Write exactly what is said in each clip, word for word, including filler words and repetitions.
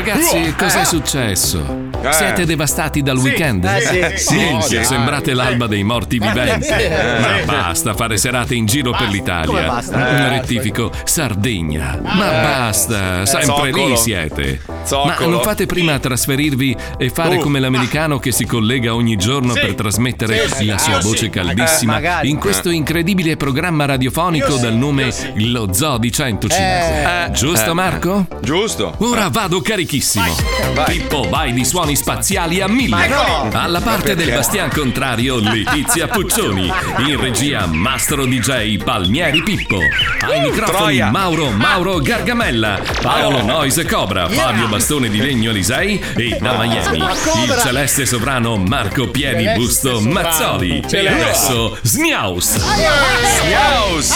Ragazzi, cos'è successo? Eh. Siete devastati dal Sì. weekend? Eh, sì. Sì, Minchia, sì. sembrate l'alba dei morti viventi. Eh. Ma basta fare serate in giro per l'Italia. Come basta? Un Eh. rettifico, Sardegna. Ma Eh. basta, sempre Zoccolo. lì siete. Zoccolo. Ma non fate prima a trasferirvi e fare Uh. come l'americano che si collega ogni giorno Sì. per trasmettere Sì, sì. la sua Io voce sì. caldissima Eh, magari. in questo incredibile programma radiofonico Io sì, dal nome Lo Zoo di centocinque. Eh. Giusto, Eh. Marco? Giusto. Ora vado carichissimo. Vai. Pippo, vai di suoni spaziali a mille. Ma no. Alla parte Ma del perché? bastian contrario, Letizia Puccioni. In regia, Mastro D J Palmieri Pippo. Ai microfoni, Troia. Mauro Mauro Gargamella. Paolo Noise Cobra. Yeah. Fabio Bastone di Legno Lisei. E da Miami, il celeste sovrano Marco Piedi Celeste Busto sovrano. Mazzoli. E Celeste. adesso, Sniaus. Sniaus.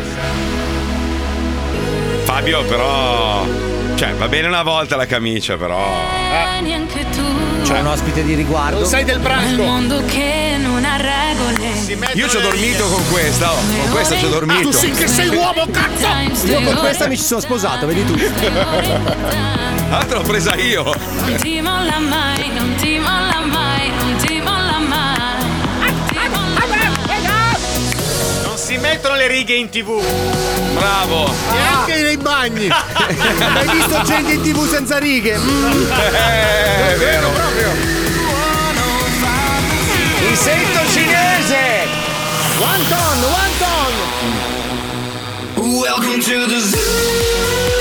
Fabio, però. Cioè, va bene una volta la camicia, però. Neanche tu. C'è un ospite di riguardo. Non sei del Nel branco. mondo che non ha regole. Io ci ho dormito con questa, oh. Con questa ci ho dormito. Tu sì che sei uomo, cazzo! Io con questa mi ci sono sposato, vedi tu. Ah, te l'ho presa io. Non ti molla mai, non ti molla mai, non ti molla mai. Non si mettono le righe in tv. Bravo. Neanche nei bagni. Hai visto gente in tv senza righe? Mm. Eh, è vero proprio. Il sento cinese. Wonton, wonton. Welcome to the zoo.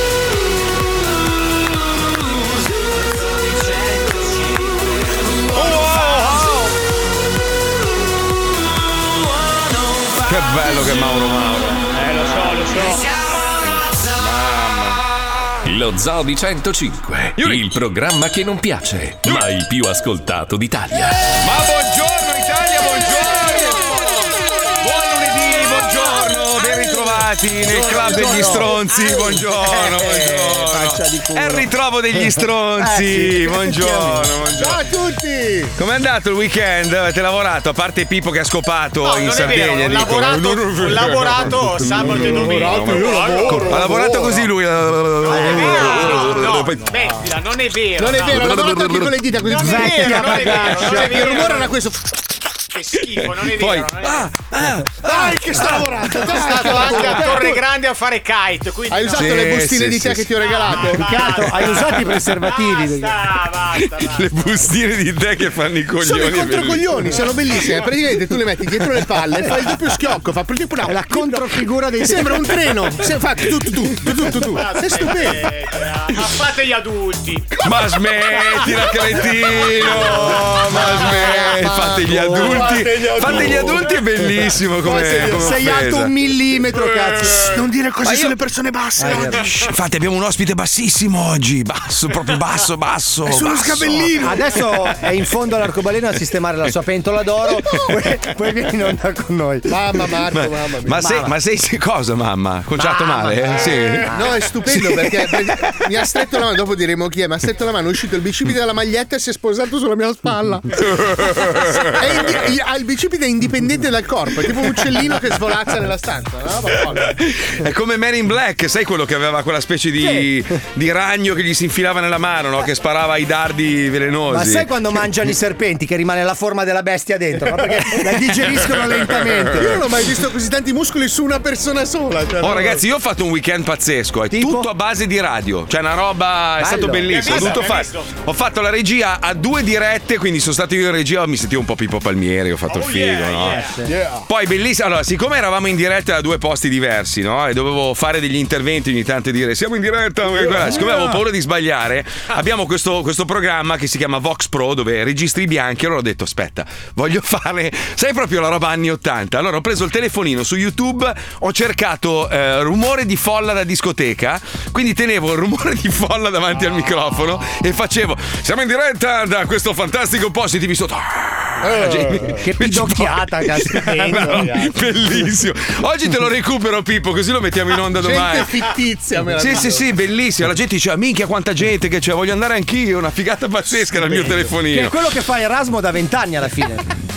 Che bello che è Mauro Mauro. Eh, lo so, lo so. Lo Zoo di centocinque, il programma che non piace, ma il più ascoltato d'Italia. Ma buongiorno Italia, buongiorno! Buon lunedì, buongiorno, ben ritrovati nel club degli stronzi, buongiorno, buongiorno. È il ritrovo degli stronzi, buongiorno, buongiorno. Ciao a tutti. Com'è andato il weekend? Avete lavorato? A parte Pippo che ha scopato No, in non è Sardegna. vero, ho dico. lavorato, Non- non- ho lavorato sabato e domenica. Ha lavorato così lui. No, no, smettila, non è vero. Non è no. vero, ha lavorato anche con le dita così. Non è vero, non è vero, non è Il vero. rumore era questo. Che schifo, non è Poi- vero. non è Ah, ah, Dai che sta lavorando. Sono stato anche a Torre Grande a fare kite. Quindi Hai usato Sì, le bustine sì, di sì, te sì. che ti ho regalato? Più che altro, hai usato i preservativi. Basta, basta, basta. Le bustine di te che fanno i coglioni. Sono i è bellissimo. controcoglioni, sono bellissime. Praticamente tu le metti dietro le palle, fai il doppio schiocco, fa tipo una La controfigura dei sembra un treno. Se fa tu tu tu tu tu tu tu. È stupendo. Ma fate gli adulti. Ma smettila, cretino! Ma smetti, fate gli adulti. Fate gli adulti. Fate gli adulti è bellissimo come, come Sei alto offesa. un millimetro, cazzo. Non dire così Ma io- sulle persone basse. Shh, Infatti abbiamo un ospite bassissimo oggi, basso, proprio basso, basso. È sullo basso. scabellino. Adesso è in fondo all'arcobaleno a sistemare la sua pentola d'oro. Poi, poi vieni in onda con noi. Mamma Marco, Ma, mamma mia. ma sei, ma sei sei cosa, mamma? Conciato male? Eh? Sì. No, è stupendo perché mi ha stretto la mano, dopo diremo chi è, mi ha stretto la mano, è uscito il bicipite dalla maglietta e si è sposato sulla mia spalla. È indi- ha il bicipite indipendente dal corpo, è tipo un uccellino che svolazza nella stanza. No? Ma folle. È come Man in Black, sai quello che aveva quella specie di, di ragno che gli si infilava nella mano, no? Che sparava i dardi velenosi. Ma sai quando mangiano i serpenti che rimane la forma della bestia dentro? No? Perché la digeriscono lentamente. Io non ho mai visto così tanti muscoli su una persona sola. Cioè, Oh no. ragazzi, io ho fatto un weekend pazzesco, è Tipo? tutto a base di radio, cioè una roba, è Bello. stato bellissimo. Ho, Abbiamo dovuto visto, fare- abbiamo visto. ho fatto la regia a due dirette, quindi sono stato io in regia, mi sentivo un po' Pippo Palmieri, ho fatto il figo, yeah, no? yeah. Poi bellissimo, allora, siccome eravamo in diretta da due posti diversi, no? E dovevo fare degli interventi ogni tanto e dire siamo in diretta, e guarda, siccome avevo paura di sbagliare, abbiamo questo, questo programma che si chiama Vox Pro dove registri i bianchi. Allora ho detto aspetta, voglio fare, sai proprio la roba anni ottanta. Allora ho preso il telefonino su YouTube, ho cercato eh, rumore di folla da discoteca, quindi tenevo il rumore di folla davanti al microfono e facevo siamo in diretta da questo fantastico posto e ti vi sotto. Che pidocchiata che ha stupendo. Bellissimo. Oggi te lo recupero Pippo, così lo mettiamo in onda domani. Gente fittizia, me la Sì, dico. sì, sì, bellissimo. La gente dice, "Ah, minchia quanta gente che c'è, voglio andare anch'io, una figata pazzesca dal mio Che è telefonino." quello che fa Erasmo da vent'anni alla fine.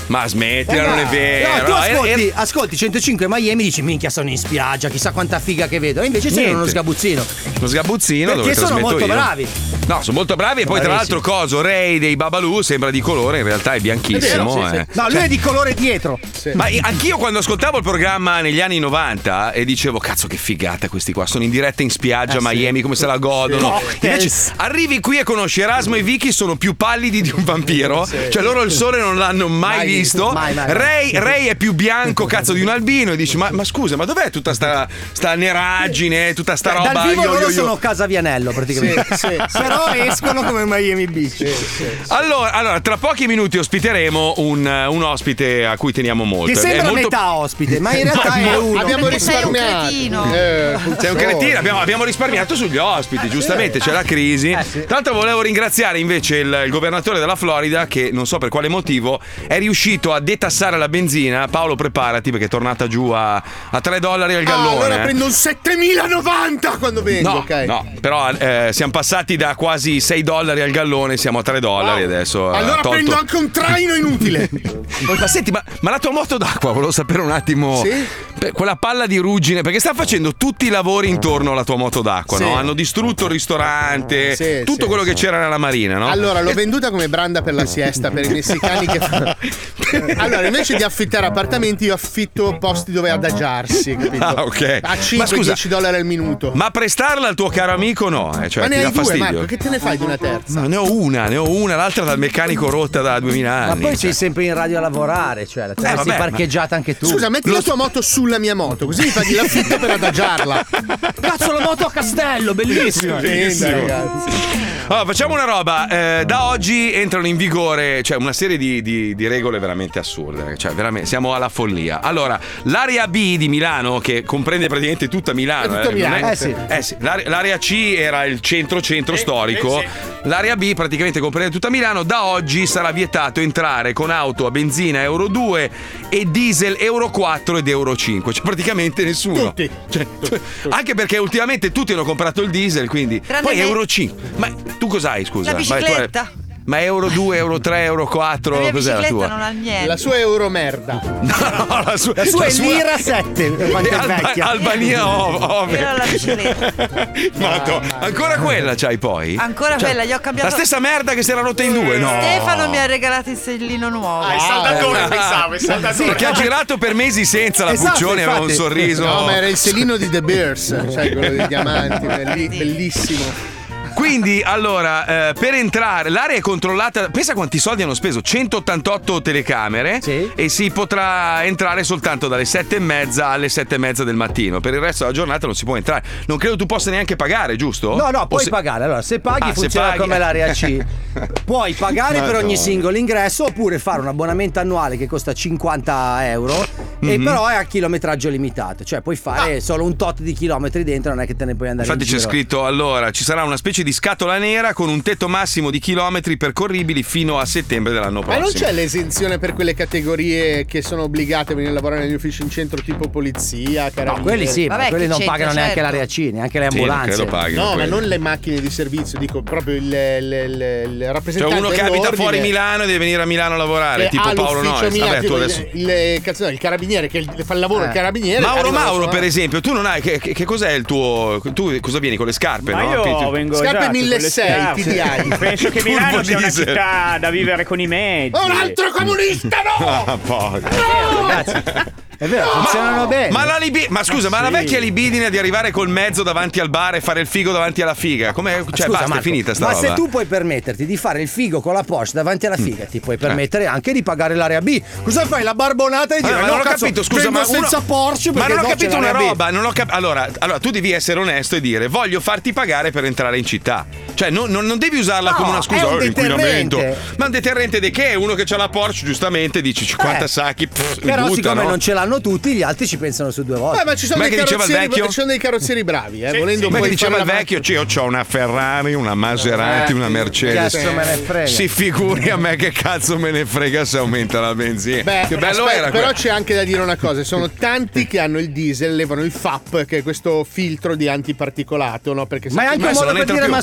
Ma smettila, Eh, non è no. vero. No, tu Eh, ascolti, eh, ascolti centocinque Miami, dici minchia sono in spiaggia, chissà quanta figa che vedo. E invece sei Niente. uno sgabuzzino. Lo sgabuzzino dove Perché sono trasmetto molto io. bravi. No, sono molto bravi e poi tra Bravissimi. l'altro coso, Ray dei Babalu sembra di colore, in realtà è bianchissimo. È vero, sì, eh. No, lui è di colore dietro. Ma io- anch'io quando ascoltavo il programma negli anni novanta e dicevo cazzo che figata questi qua, sono in diretta in spiaggia a Miami, come se la godono. Cocktails. Invece arrivi qui e conosci Erasmo e Vicky, sono più pallidi di un vampiro, cioè loro il sole non l'hanno mai, Mai visto. visto, mai, mai, mai. Ray, Ray è più bianco cazzo di un albino e dici ma, ma scusa ma dov'è tutta sta, sta neraggine, tutta sta roba? Dal vivo Io, loro io, io. sono Casavianello praticamente. Sì, sì, sì. Però escono come Miami Beach. Allora, allora, tra pochi minuti ospiteremo un, un ospite a cui teniamo molto. Che È sembra molto... metà ospite, ma in realtà è uno. Abbiamo Perché sei un risparmiato. cretino. Eh, Sei un cretino, abbiamo, abbiamo risparmiato sugli ospiti, giustamente c'è la crisi. Tra l'altro volevo ringraziare invece il, il governatore della Florida che non so per quale motivo è riuscito a detassare la benzina. Paolo preparati perché è tornata giù a, a tre dollari al Ah, gallone. allora eh. prendo un settemilanovanta quando vengo, No, ok? no, però eh, siamo passati da quasi sei dollari al gallone, siamo a tre dollari adesso. Allora ha tolto... prendo anche un traino inutile. Ma senti, ma, ma la tua moto d'acqua, volevo sapere un attimo. Sì? per- quella palla di ruggine, perché sta facendo tutti i lavori intorno alla tua moto d'acqua, Sì. no? Hanno distrutto il ristorante, Sì, tutto sì, quello sì. che c'era nella marina, no? Allora, l'ho venduta come branda per la siesta per i messicani che fanno. Allora, invece di affittare appartamenti, io affitto posti dove adagiarsi, capito? Ah, ok. A Ma cinque scusa, dieci dollari al minuto. Ma prestarla al tuo caro amico no, eh? Cioè, Ma ti ne dà hai due, fastidio. Marco, che te ne fai di una terza? No, ne ho una, ne ho una, l'altra dal meccanico rotta da duemila Ma anni. poi cioè. sei sempre in radio a lavorare, cioè la Eh, sei vabbè, parcheggiata anche tu. Scusa, metti la tua moto sulla mia moto, così mi fai l'affitto per adagiarla. Cazzo, la moto a castello, bellissima. Bellissimo, ragazzi. Allora, facciamo una roba. eh, da oggi entrano in vigore, cioè, una serie di, di- di regole veramente assurde. Cioè, veramente, siamo alla follia. Allora, l'area B di Milano, che comprende praticamente tutta Milano. È tutto eh, Milano, non eh sì. eh sì, l'area, l'area C era il centro-centro storico. L'area B praticamente comprende tutta Milano. Da oggi sarà vietato entrare con auto a benzina Euro due e diesel Euro quattro ed Euro cinque. Cioè, praticamente nessuno. Tutti. Cioè, anche perché ultimamente tutti hanno comprato il diesel, quindi Tranne poi me. Euro cinque. Ma tu cos'hai, scusa? La Ma tu hai- bicicletta. Ma Euro due, Euro tre, Euro quattro, La mia cos'è la bicicletta tua? non ha niente. La sua euro merda. No, la sua, La sua è l'Ira sette, quanto è Alba- vecchia. Albania o- Era la Over. bicicletta. Madò, ancora quella c'hai poi? Ancora Cioè, quella, gli ho cambiato. La stessa merda che si era rotta in due, no? Stefano mi ha regalato il sellino nuovo. Ah, il saldatore pensavo, il saldatore. Che ha girato per mesi senza la Esatto, Puccioni, aveva un infatti. sorriso. No, ma era il selino di The Bears, sai, quello dei diamanti, belli- bellissimo. Quindi, allora, eh, per entrare, l'area è controllata. Pensa quanti soldi hanno speso: centottantotto telecamere. Sì. E si potrà entrare soltanto dalle sette e mezza alle sette e mezza del mattino. Per il resto della giornata non si può entrare. Non credo tu possa neanche pagare, giusto? No, no, O puoi se- pagare. Allora, se paghi Ah, se funziona paghi. come l'area C. Puoi pagare per ogni Madonna. singolo ingresso oppure fare un abbonamento annuale che costa cinquanta euro Mhm. e però è a chilometraggio limitato. Cioè puoi fare solo un tot di chilometri dentro, non è che te ne puoi andare Infatti in c'è giro. scritto allora ci sarà una specie di scatola nera con un tetto massimo di chilometri percorribili fino a settembre dell'anno Ma prossimo. non c'è l'esenzione per quelle categorie che sono obbligate a venire a lavorare negli uffici in centro, tipo polizia, No, carabinieri? quelli sì, ma Vabbè, quelli che non c'entra, pagano neanche certo. l'area C, neanche le Sì, non ambulanze. credo paghino No, ma quelli. non le macchine di servizio, dico proprio il, il, il, il Cioè rappresentante uno che abita dell'ordine fuori Milano e deve venire a Milano a lavorare, che tipo ha Paolo l'ufficio Noyes. Milano, Vabbè, tu tipo adesso... il, il, cazzo, no, il carabiniere che fa il lavoro Eh. il carabiniere. Mauro arriva da Mauro, solo- per esempio, tu non hai. Che, che- che cos'è il tuo. Tu cosa vieni con le scarpe, Ma no? io Che tu- vengo Scarpe esatto, con le milleseicento scarpe. T D I. Penso che Milano Turbo sia una diesel. città da vivere con i mezzi. Oh, un altro comunista, no! Ah, porca. Ragazzi, è vero, funzionano bene. Ma, la libi- ma scusa, ma, Ma la sì. vecchia libidine di arrivare col mezzo davanti al bar e fare il figo davanti alla figa, come cioè Scusa, basta, Marco, è finita sta ma roba. se tu puoi permetterti di fare il figo con la Porsche davanti alla figa, ti puoi permettere anche di pagare l'area B. Cosa fai? La barbonata e Eh, dire ma no, non ho cazzo, capito, scusa, vengo ma senza uno- Porsche Ma perché non ho no, c'è capito una l'area B. roba, non ho cap- allora, allora, tu devi essere onesto e dire voglio farti pagare per entrare in città. Cioè, non, non- non devi usarla No, come una è scusa, un oh, l'inquinamento. deterrente. Ma un deterrente di che? Uno che ha la Porsche, giustamente, dici cinquanta Eh, sacchi, pff, li Però butta, siccome no? non ce l'hanno tutti, gli altri ci pensano su due volte. Eh, ma ci sono, Ma dei che diceva il carrozzieri, vecchio? ci sono dei carrozzieri bravi, eh, volendo Ma che poi diceva fare il la vecchio? Cioè, io ho una Ferrari, una Maserati, Eh, una Mercedes. Cazzo me ne frega. Si figuri a me che cazzo me ne frega se aumenta la benzina. Beh, che bello aspetta, era però quello. c'è anche da dire una cosa: sono tanti che hanno il diesel, levano il F A P, che è questo filtro di antiparticolato, no? Perché Ma è anche Ma un se modo non per entra dire più. masturbarsi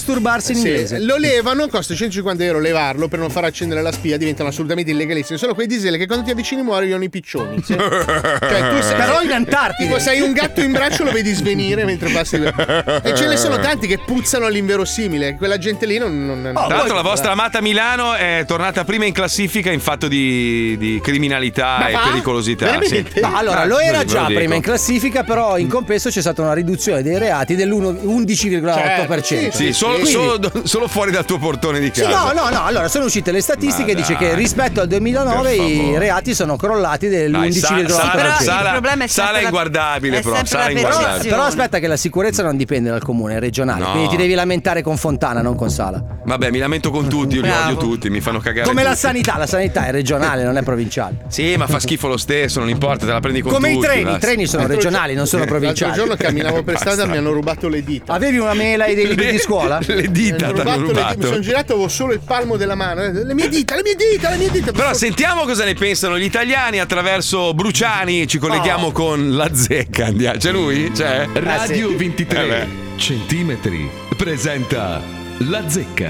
gas in Sì, inglese. lo levano, costa centocinquanta euro levarlo per non far accendere la spia, diventano assolutamente illegalissimi. Sono quei diesel che quando ti avvicini muoiono i piccioni. Cioè, tu sei, Però in Antartide. tipo, sei un gatto in braccio, lo vedi svenire mentre passi. E ce ne sono tanti che puzzano all'inverosimile. Quella gente lì non. non Tra l'altro, la vostra amata Milano è tornata prima in classifica in fatto di, di criminalità Ma e va? pericolosità. Veramente? Sì. No, allora Ah, lo era ve lo già dico. prima in classifica, però in compenso c'è stata una riduzione dei reati dell'undici virgola otto per cento. Sì, solo, Quindi- solo, solo fuori dal tuo portone di Sì, casa. no, no, no, allora sono uscite le statistiche, Ma dice dai, che rispetto al duemilanove per i favore. reati sono crollati dell'undici virgola otto per cento. Però Sala, il problema è sala sempre la- inguardabile, è però. sempre Sala la inguardabile. Però, percezione. però aspetta che la sicurezza non dipende dal comune, è regionale, No. quindi ti devi lamentare con Fontana, non con Sala. Vabbè, mi lamento con tutti, io li Bravo. odio tutti, mi fanno cagare. Come la tutti. sanità, la sanità è regionale, non è provinciale. Sì, ma fa schifo lo stesso, non importa, te la prendi con Come tutti. i treni, va. i treni sono L'altro regionali, non sono L'altro provinciali. giorno camminavo per strada e mi hanno rubato le dita. Avevi una mela e dei libri di scuola? Le dita Mi ti hanno hanno rubato le dita, mi rubato. sono girato, avevo solo il palmo della mano. eh. Le mie dita, le mie dita, le mie dita. Però sentiamo cosa ne pensano gli italiani attraverso Bruciani, ci colleghiamo Oh. con la zecca. Andiamo. C'è lui? C'è? Radio Eh ventitré beh. centimetri presenta La Zecca.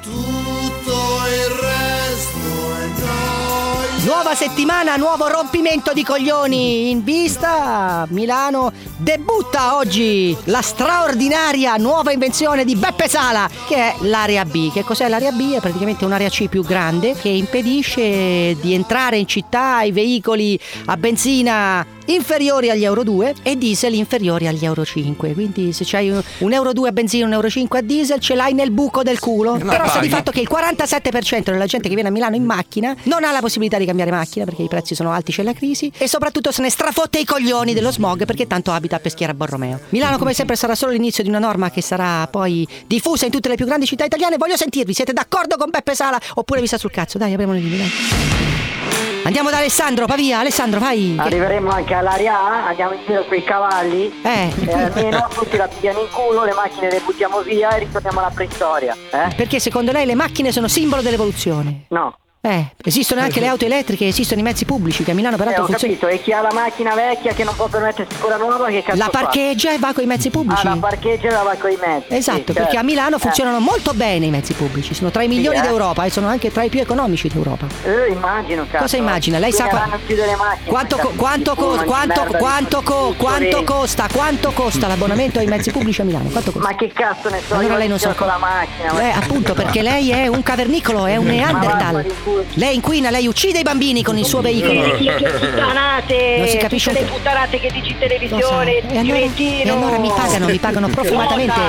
Nuova settimana, nuovo rompimento di coglioni in vista. Milano debutta oggi la straordinaria nuova invenzione di Beppe Sala, che è l'area B. Che cos'è l'area B? È praticamente un'area C più grande che impedisce di entrare in città ai veicoli a benzina inferiori agli euro due e diesel inferiori agli euro cinque. Quindi se c'hai un, un euro due a benzina, un euro cinque a diesel, ce l'hai nel buco del culo. Però sta di fatto che il quarantasette per cento della gente che viene a Milano in macchina non ha la possibilità di cambiare macchina perché i prezzi sono alti, c'è la crisi, e soprattutto se ne strafotte i coglioni dello smog perché tanto abita a Peschiera Borromeo. Milano come sempre sarà solo l'inizio di una norma che sarà poi diffusa in tutte le più grandi città italiane. Voglio sentirvi, siete d'accordo con Beppe Sala oppure vi sta sul cazzo? Dai, apriamo le linee, dai. Andiamo da Alessandro, Pavia, Alessandro, vai. Arriveremo anche all'area A, andiamo in giro con i cavalli Eh, e almeno tutti la pigliano in culo, le macchine le buttiamo via e ritorniamo alla preistoria. Eh? perché secondo lei le macchine sono simbolo dell'evoluzione? No. Eh, esistono anche le auto elettriche, esistono i mezzi pubblici che a Milano Eh, peraltro ho funzionano. capito, e chi ha la macchina vecchia che non può permettersi quella nuova, che cazzo La fa? parcheggia e va con i mezzi pubblici. Ah, la parcheggia e la va con i mezzi. Esatto, sì, certo. perché a Milano Eh. funzionano molto bene i mezzi pubblici, sono tra i migliori eh. d'Europa e sono anche tra i più economici d'Europa. Eh, immagino, cazzo. Cosa immagina? Lei sa qua- Finiranno a chiudere le macchine, Quanto, co- cazzo, quanto, di co- fumo, di quanto, merda, quanto, di- co- di quanto scioglimento. costa? Quanto costa l'abbonamento ai mezzi pubblici a Milano? Quanto costa? Ma che cazzo ne so, Allora io lei non giro sa con la macchina. Eh, appunto, perché lei è un cavernicolo, è un Neanderthal. va, fuori. Lei inquina, lei uccide i bambini con il suo veicolo. Che puttanate, Non si capisce tutte un le ca- puttanate che dici in Lo sa. televisione, E allora, Giuventino. e allora mi pagano, mi pagano profumatamente. Cosa?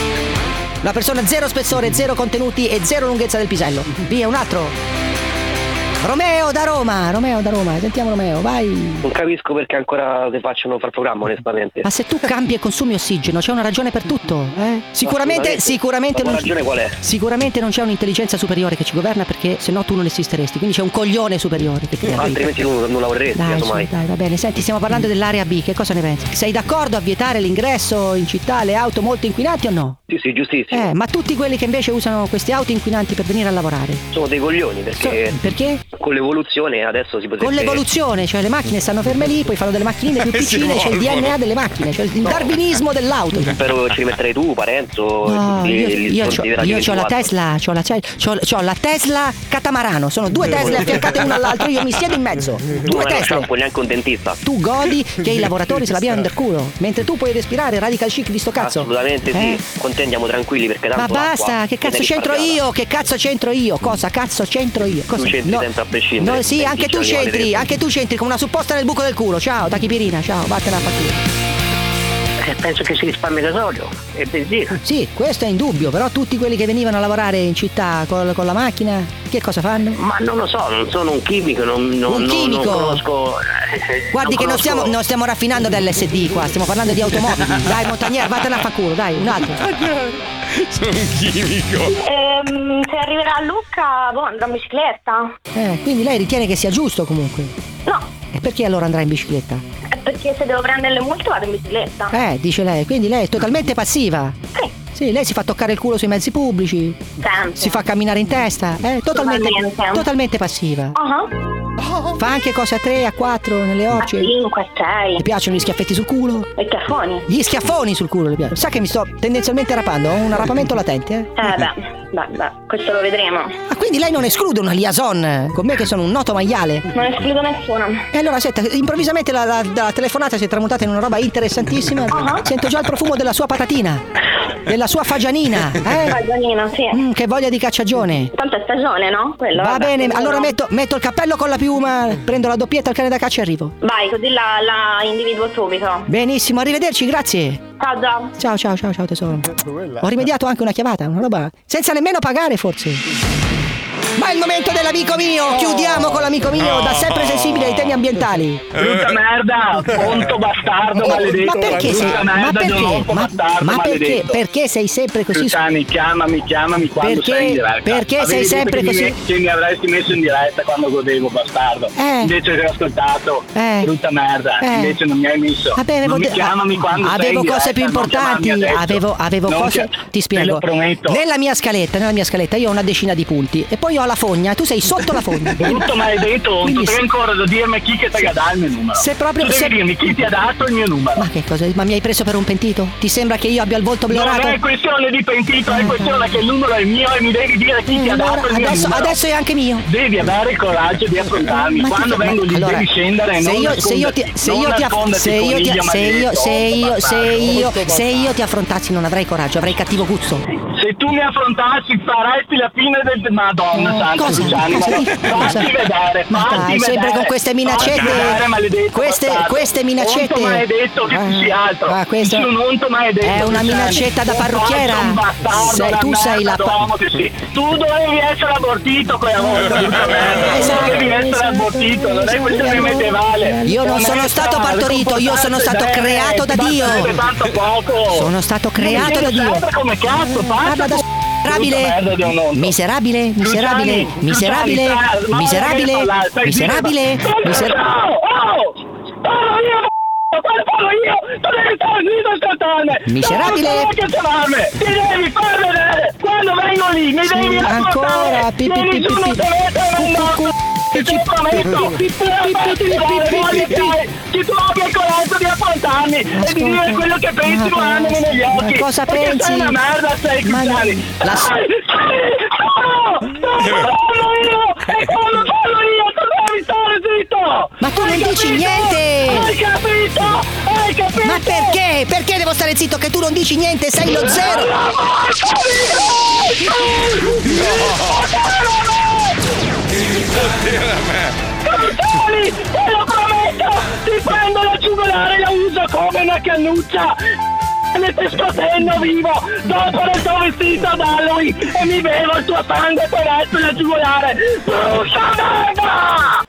La persona zero spessore, zero contenuti e zero lunghezza del pisello. Via, un altro. Romeo da Roma, Romeo da Roma, sentiamo Romeo, vai. Non capisco perché ancora ti facciano fare programma, onestamente. Ma se tu cambi e consumi ossigeno, c'è una ragione per tutto, eh? Sicuramente, sicuramente Ma non, la ragione qual è? sicuramente non c'è un'intelligenza superiore che ci governa, perché se no tu non esisteresti. Quindi c'è un coglione superiore che ti guarda. Altrimenti non, non lavoreresti, Dai, su, casomai. dai, va bene. Senti, stiamo parlando dell'area B, che cosa ne pensi? Sei d'accordo a vietare l'ingresso in città alle auto molto inquinanti o no? Sì, sì, giustissimo. Eh, ma tutti quelli che invece usano queste auto inquinanti per venire a lavorare? Sono dei coglioni, perché So- perché? con l'evoluzione adesso si potrebbe... Con l'evoluzione, cioè le macchine stanno ferme lì, poi fanno delle macchinine più Si piccine, c'è il D evolvono. N A delle macchine, c'è il darwinismo dell'auto. Spero ci rimetterei tu, Parenzo, No, tutti io, gli io, stronzi c'ho, di Radio io c'ho la ventiquattro. Tesla, c'ho la, c'ho, c'ho la Tesla catamarano, sono due Tesle affiancate una all'altra, io mi siedo in mezzo, Tu due non hai lo Tesle. shampoo, neanche un dentista. Tu godi che i lavoratori se la piano del culo, mentre tu puoi respirare radical chic di sto cazzo. Assolutamente Eh? sì, con te andiamo tranquilli perché tanto Ma basta, l'acqua che cazzo viene c'entro risparmiata. io? Che cazzo c'entro io? Cosa cazzo c'entro io? Cosa? Tu c'entri sempre a prescindere. No, sì, anche tu Dentisti, c'entri, animali anche tu c'entri come una supposta nel buco del culo. Ciao, tachipirina, ciao, vattene a fattura. Eh, penso che si risparmi gasolio e benzina. Sì, questo è indubbio, però tutti quelli che venivano a lavorare in città col- con la macchina, che cosa fanno? Ma non lo so, non sono un chimico, non, non, Un non- chimico? non conosco. eh, Guardi che non conosco- stiamo, non stiamo raffinando dell'S D qua, stiamo parlando di automobili. Dai, Montagnier, vattene a fa culo, dai, un altro. Sono un chimico. Ehm, se arriverà a Lucca, boh, andrò in bicicletta. Eh, quindi lei ritiene che sia giusto comunque? No, E perché allora andrà in bicicletta? è perché se devo prendere le multe vado in bicicletta. Eh, dice lei, quindi lei è totalmente passiva. Sì. Sì, lei si fa toccare il culo sui mezzi pubblici, Sempre. si fa camminare in testa, eh, totalmente, Totalmente. totalmente passiva. Ah. Fa anche cose a tre, a quattro, nelle orge. cinque, sei. Mi piacciono gli schiaffetti sul culo? E caffoni? Gli schiaffoni sul culo le piacciono. Sa che mi sto tendenzialmente rapando? Ho un arrapamento latente, eh? Eh beh, beh, beh, questo lo vedremo. Ah, quindi lei non esclude una liaison con me che sono un noto maiale? Non escludo nessuno. E allora, senta, improvvisamente la, la, la telefonata si è tramutata in una roba interessantissima. Uh-huh. Sento già il profumo della sua patatina, della sua fagianina, eh? Fagianina, sì. Mm, che voglia di cacciagione. Tanto è stagione, no? Quello, Va vabbè, bene, quello allora no. metto, metto il cappello con la piuma, prendo la doppietta, il cane da caccia e arrivo. Vai, così la, la individuo subito. Benissimo, arrivederci, grazie. Ciao, già. Ciao, ciao, ciao, ciao tesoro. Ho rimediato anche una chiamata, una roba senza nemmeno pagare forse. Ma è il momento dell'amico mio! Chiudiamo con l'amico mio, da sempre sensibile ai temi ambientali. Brutta merda, ponto bastardo maledetto. Ma perché sei? Brutta Ma merda, perché? giovanotto Ma, bastardo ma perché? maledetto. Perché sei sempre così? Giuliani, chiamami, chiamami quando Perché- sei in diretta. perché Avevi sei detto sempre che mi così? met- Che mi avresti messo in diretta quando godevo, bastardo. Eh. Invece che ho ascoltato, Eh. brutta merda, Eh. invece non mi hai messo. Vabbè, avevo non mi de- chiamami quando sei avevo in cose diretta, più non importanti, chiamarmi adesso. avevo, avevo Non cose. chia- Ti spiego. Te lo prometto. Nella mia scaletta, nella mia scaletta, io ho una decina di punti e poi ho la fogna, tu sei sotto la fogna. Brutto maledetto, non Quindi devi se- ancora da dirmi chi che ti ha dato il mio numero. Se proprio- Tu devi se- dirmi chi ti ha dato il mio numero. Ma che cosa? Ma mi hai preso per un pentito? Ti sembra che io abbia il volto Non bleorato? è questione di pentito, è questione che il numero è mio e mi devi dire chi ti ha Allora, dato il mio adesso, numero. adesso è anche mio. Devi avere il coraggio di affrontarmi. Ma ti- Quando ma- vengo lì allora, devi scendere e se non io, se io ti, nasconderti. se Non io ti aff- nasconderti, se io ti coniglio se io maledetto, se io se io bastardo. se io ti affrontassi non avrei coraggio, avrei cattivo guzzo. Se tu mi affrontassi faresti la fine del... Madonna santa Cosa? Luciani, Cosa ma dici? Cosa? fatti vedere, Ma fatti dai, sempre vedere, con queste fatti minacette. vedere, maledetto Queste bastardo. queste minacette. Onto maledetto che tu sia altro. Ah, questo Tu sei un onto maledetto. è una Luciani. minaccetta da Un parrucchiera. falso bastardo, Sei- una tu sei merda la pa- d'uomo che sei. Tu dovevi essere abortito quella volta, brutta merda. Esatto, Tu dovevi essere esatto. abortito, non è questione medievale. Io non sono stato partorito, io sono stato creato da Dio. Tanto poco. Sono stato creato da Dio. Sempre come cazzo, Guarda da miserabile, di un nonno. miserabile, miserabile, miserabile, miserabile, miserabile, miserabile. Miserabile. Ti devi far vedere quando vengo lì, mi devi Ancora, pi, pi, pi, pi, nessuno pi. deve mettere un mondo. Ti prometto, ti che tu abbia il coraggio di affrontarmi e di dire quello che pensi guardandami negli occhi. Ma cosa Perché pensi? sei una merda, sei Ma Cristiani. la- Dai, no, no, fallo io, e quando fallo io tu devi stare zitto. Ma tu non Hai dici capito? niente! Hai capito? Hai capito? Ma perché? Perché devo stare zitto che tu non dici niente, sei lo zero? Tony, te lo prometto! Ti prendo la giugolare e la uso come una cannuccia! Ne stai scottendo vivo dopo del tuo vestito ad Halloween e mi bevo il tuo sangue per essere la giugolare! Brutta merda!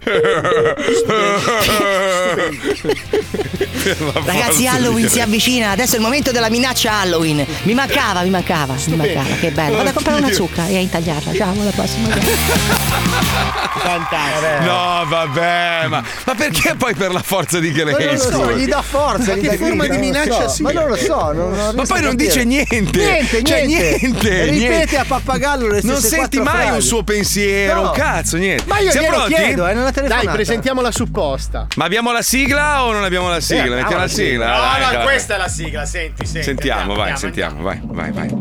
Ragazzi, Halloween si avvicina, adesso è il momento della minaccia Halloween. Mi mancava, mi mancava, mi mancava, che bello. Vado a comprare una zucca e a intagliarla. Ciao, alla prossima. Fantastico. No, vabbè, ma, ma perché poi per la forza di Ma non lo Grace? so, gli dà forza. Ma gli che dà forma grida, di non lo minaccia so. sia? Ma non lo so, non, non Ma riesco poi a non capire. dice niente. Niente, Cioè, niente. niente, Ripete niente. a pappagallo le stesse Non senti quattro mai frasi. un suo pensiero, No. un cazzo, niente. Ma io Siamo glielo pronti? chiedo, è nella telefonata. Dai, presentiamo la supposta. Ma abbiamo la sigla o non abbiamo la sigla? Eh, Mettiamo abbiamo la la sigla. No, dai, no, dai. questa è la sigla, senti, senti. Sentiamo, andiamo, vai, andiamo, sentiamo, vai, vai, vai.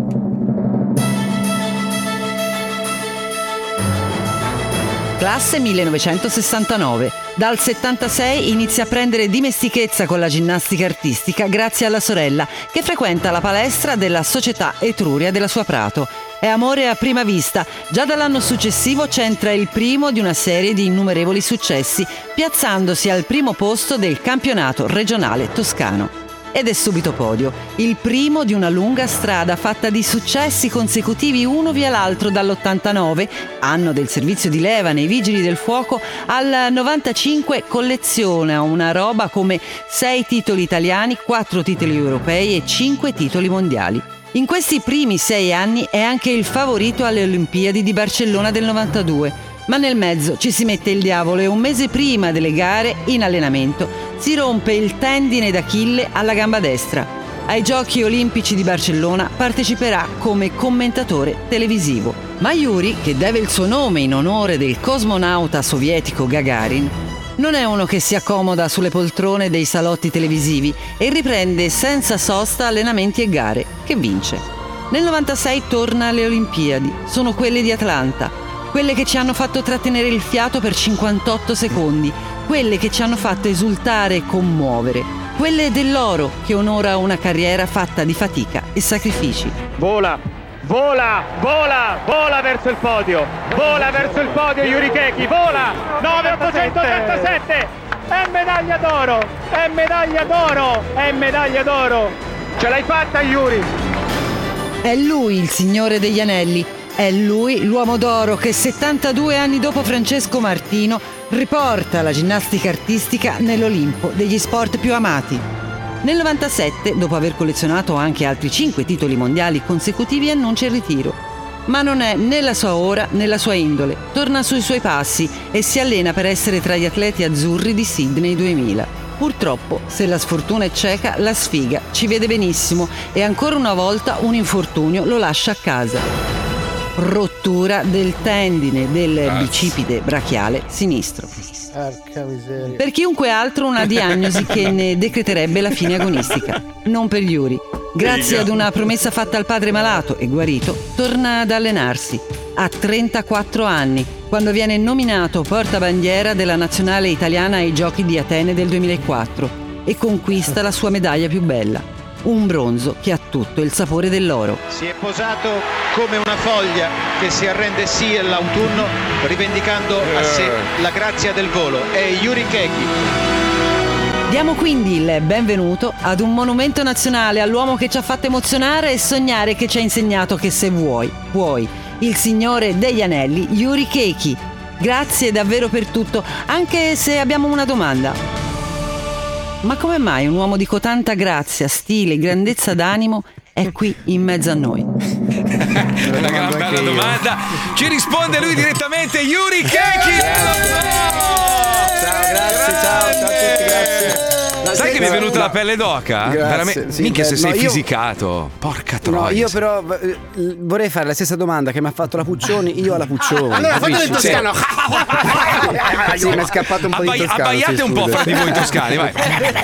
Classe millenovecentosessantanove. Dal settantasei inizia a prendere dimestichezza con la ginnastica artistica grazie alla sorella, che frequenta la palestra della Società Etruria della sua Prato. È amore a prima vista. Già dall'anno successivo c'entra il primo di una serie di innumerevoli successi, piazzandosi al primo posto del campionato regionale toscano. Ed è subito podio, il primo di una lunga strada fatta di successi consecutivi uno via l'altro dall'ottantanove, anno del servizio di leva nei Vigili del Fuoco, al novantacinque colleziona una roba come sei titoli italiani, quattro titoli europei e cinque titoli mondiali. In questi primi sei anni è anche il favorito alle Olimpiadi di Barcellona del novantadue. Ma nel mezzo ci si mette il diavolo e un mese prima delle gare, in allenamento, si rompe il tendine d'Achille alla gamba destra. Ai Giochi Olimpici di Barcellona parteciperà come commentatore televisivo. Ma Yuri, che deve il suo nome in onore del cosmonauta sovietico Gagarin, non è uno che si accomoda sulle poltrone dei salotti televisivi e riprende senza sosta allenamenti e gare, che vince. Nel novantasei torna alle Olimpiadi, sono quelle di Atlanta, quelle che ci hanno fatto trattenere il fiato per cinquantotto secondi, quelle che ci hanno fatto esultare e commuovere, quelle dell'oro che onora una carriera fatta di fatica e sacrifici. Vola, vola, vola, vola verso il podio, vola verso il podio Yuri Keki, vola, nove ottocentotrentasette, è medaglia d'oro, è medaglia d'oro, è medaglia d'oro, ce l'hai fatta Yuri. È lui il signore degli anelli, è lui l'uomo d'oro che settantadue anni dopo Francesco Martino riporta la ginnastica artistica nell'Olimpo degli sport più amati. Nel novantasette, dopo aver collezionato anche altri cinque titoli mondiali consecutivi, annuncia il ritiro. Ma non è né la sua ora né la sua indole. Torna sui suoi passi e si allena per essere tra gli atleti azzurri di Sydney duemila. Purtroppo, se la sfortuna è cieca, la sfiga ci vede benissimo e ancora una volta un infortunio lo lascia a casa. Rottura del tendine del bicipite brachiale sinistro. Porca miseria. Per chiunque altro una diagnosi che ne decreterebbe la fine agonistica. Non per Yuri. Grazie ad una promessa fatta al padre malato e guarito, torna ad allenarsi. A trentaquattro anni, quando viene nominato portabandiera della nazionale italiana ai Giochi di Atene del duemilaquattro e conquista la sua medaglia più bella. Un bronzo che ha tutto il sapore dell'oro. Si è posato come una foglia che si arrende sì all'autunno, rivendicando a sé la grazia del volo. È Yuri Keki. Diamo quindi il benvenuto ad un monumento nazionale all'uomo che ci ha fatto emozionare e sognare, e che ci ha insegnato che se vuoi, puoi. Il signore degli anelli, Yuri Keki. Grazie davvero per tutto, anche se abbiamo una domanda. Ma come mai un uomo di cotanta grazia, stile, grandezza d'animo è qui in mezzo a noi? Una gran bella domanda. Ci risponde lui direttamente, Yuri Keki. Ciao, grazie, ciao, ciao a tutti, grazie. Sai che mi è venuta la pelle d'oca? Grazie, Veramente. sì, Minchia, se beh, sei no, io- fisicato. Porca troia. No, io però eh, vorrei fare la stessa domanda che mi ha fatto la Puccioni, io alla Puccioni. Allora fatelo in capisci? toscano. Sì, mi è scappato un po' di Abbai- toscano. abbaiate sì, un po' scusa. fra di voi toscani, vai.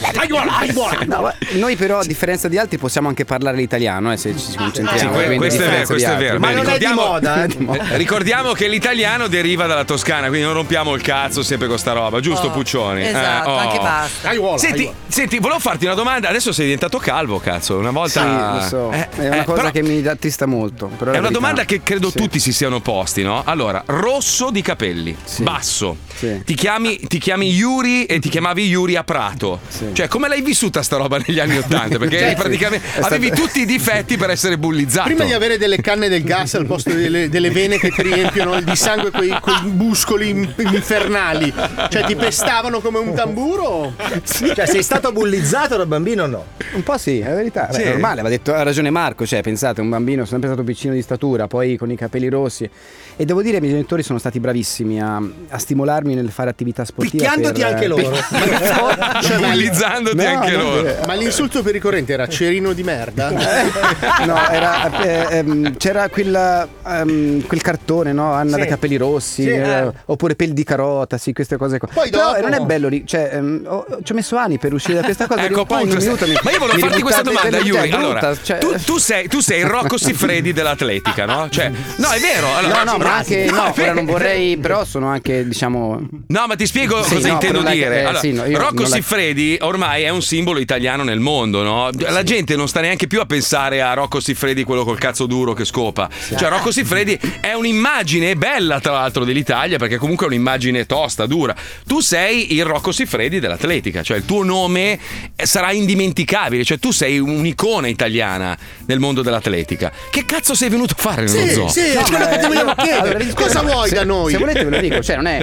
No, ma noi però a differenza di altri possiamo anche parlare l'italiano, eh, se ci concentriamo. Sì, que- quindi, questo a è vero, differenza questo di è vero. altri. Beh, Ma non è di ricordiamo- moda, eh, di moda. Ricordiamo che l'italiano deriva dalla Toscana, quindi non rompiamo il cazzo sempre con sta roba, giusto Oh, Puccioni? esatto, Eh, oh. anche basta. Aiuola, Senti, aiuola. senti, volevo farti una domanda. Adesso sei diventato calvo, cazzo. Una volta. Sì, lo so. Eh, è una eh, cosa però che mi attrista molto. Però È la una verità- domanda che credo Sì. tutti si siano posti, no? Allora, rosso di capelli, basso. Sì. Ti chiami, ti chiami Yuri e ti chiamavi Yuri a Prato. Cioè, come l'hai vissuta sta roba negli anni Ottanta? Perché Cioè, eri praticamente è stato- avevi tutti i difetti per essere bullizzato. Prima di avere delle canne del gas al posto delle, delle vene che ti riempiono di sangue quei, quei muscoli in- infernali, cioè ti pestavano come un tamburo? Cioè, sei stato bullizzato da bambino o no? Un po' sì, è la verità. Beh, Sì. è normale, aveva detto, ha ragione Marco, cioè pensate, un bambino, sono sempre stato piccino di statura, poi con i capelli rossi. E devo dire, i miei genitori sono stati bravissimi a, a stimolarmi nel fare attività sportiva. Picchiandoti per- anche loro. Cioè, bullizzandoti No, anche no, loro. eh, Ma l'insulto più ricorrente era cerino di merda? No, era, eh, ehm, c'era quel, ehm, quel cartone, no? Anna Sì. dai capelli rossi, Sì, eh, eh. oppure pel di carota, sì, queste cose qua. Poi Però dopo- non è bello, ri- cioè, ehm, ho- ci ho messo anni per uscire da questa cosa. Ecco, dico, poi in un appunto, minuto mi- ma io volevo mi farti questa ributtate domanda, dentro, Yuri. cioè, è Allora, brutta, cioè- tu, tu sei, tu sei il Rocco Siffredi dell'atletica, no? Cioè, no, è vero. Allora, no, no, ma anche no, no, è ora vero. non vorrei, però sono anche, diciamo. No, ma ti spiego Sì, cosa no, intendo però la- dire. eh, Allora, sì, no, io Rocco non la- Siffredi ormai è un simbolo italiano nel mondo, no? La gente non sta neanche più a pensare a Rocco Siffredi, quello col cazzo duro che scopa. Cioè, Rocco Siffredi è un'immagine bella, tra l'altro, dell'Italia, perché comunque è un'immagine tosta, dura. Tu sei il Rocco Siffredi dell'atletica, cioè il tuo nome sarà indimenticabile, cioè tu sei un'icona italiana nel mondo dell'atletica. Che cazzo sei venuto a fare nello Sì, zoo? sì, è No, quello ma, che eh, ti vogliamo io- chiedere. allora, vi spiego- Cosa vuoi se- da noi? Se volete ve lo dico, cioè non è.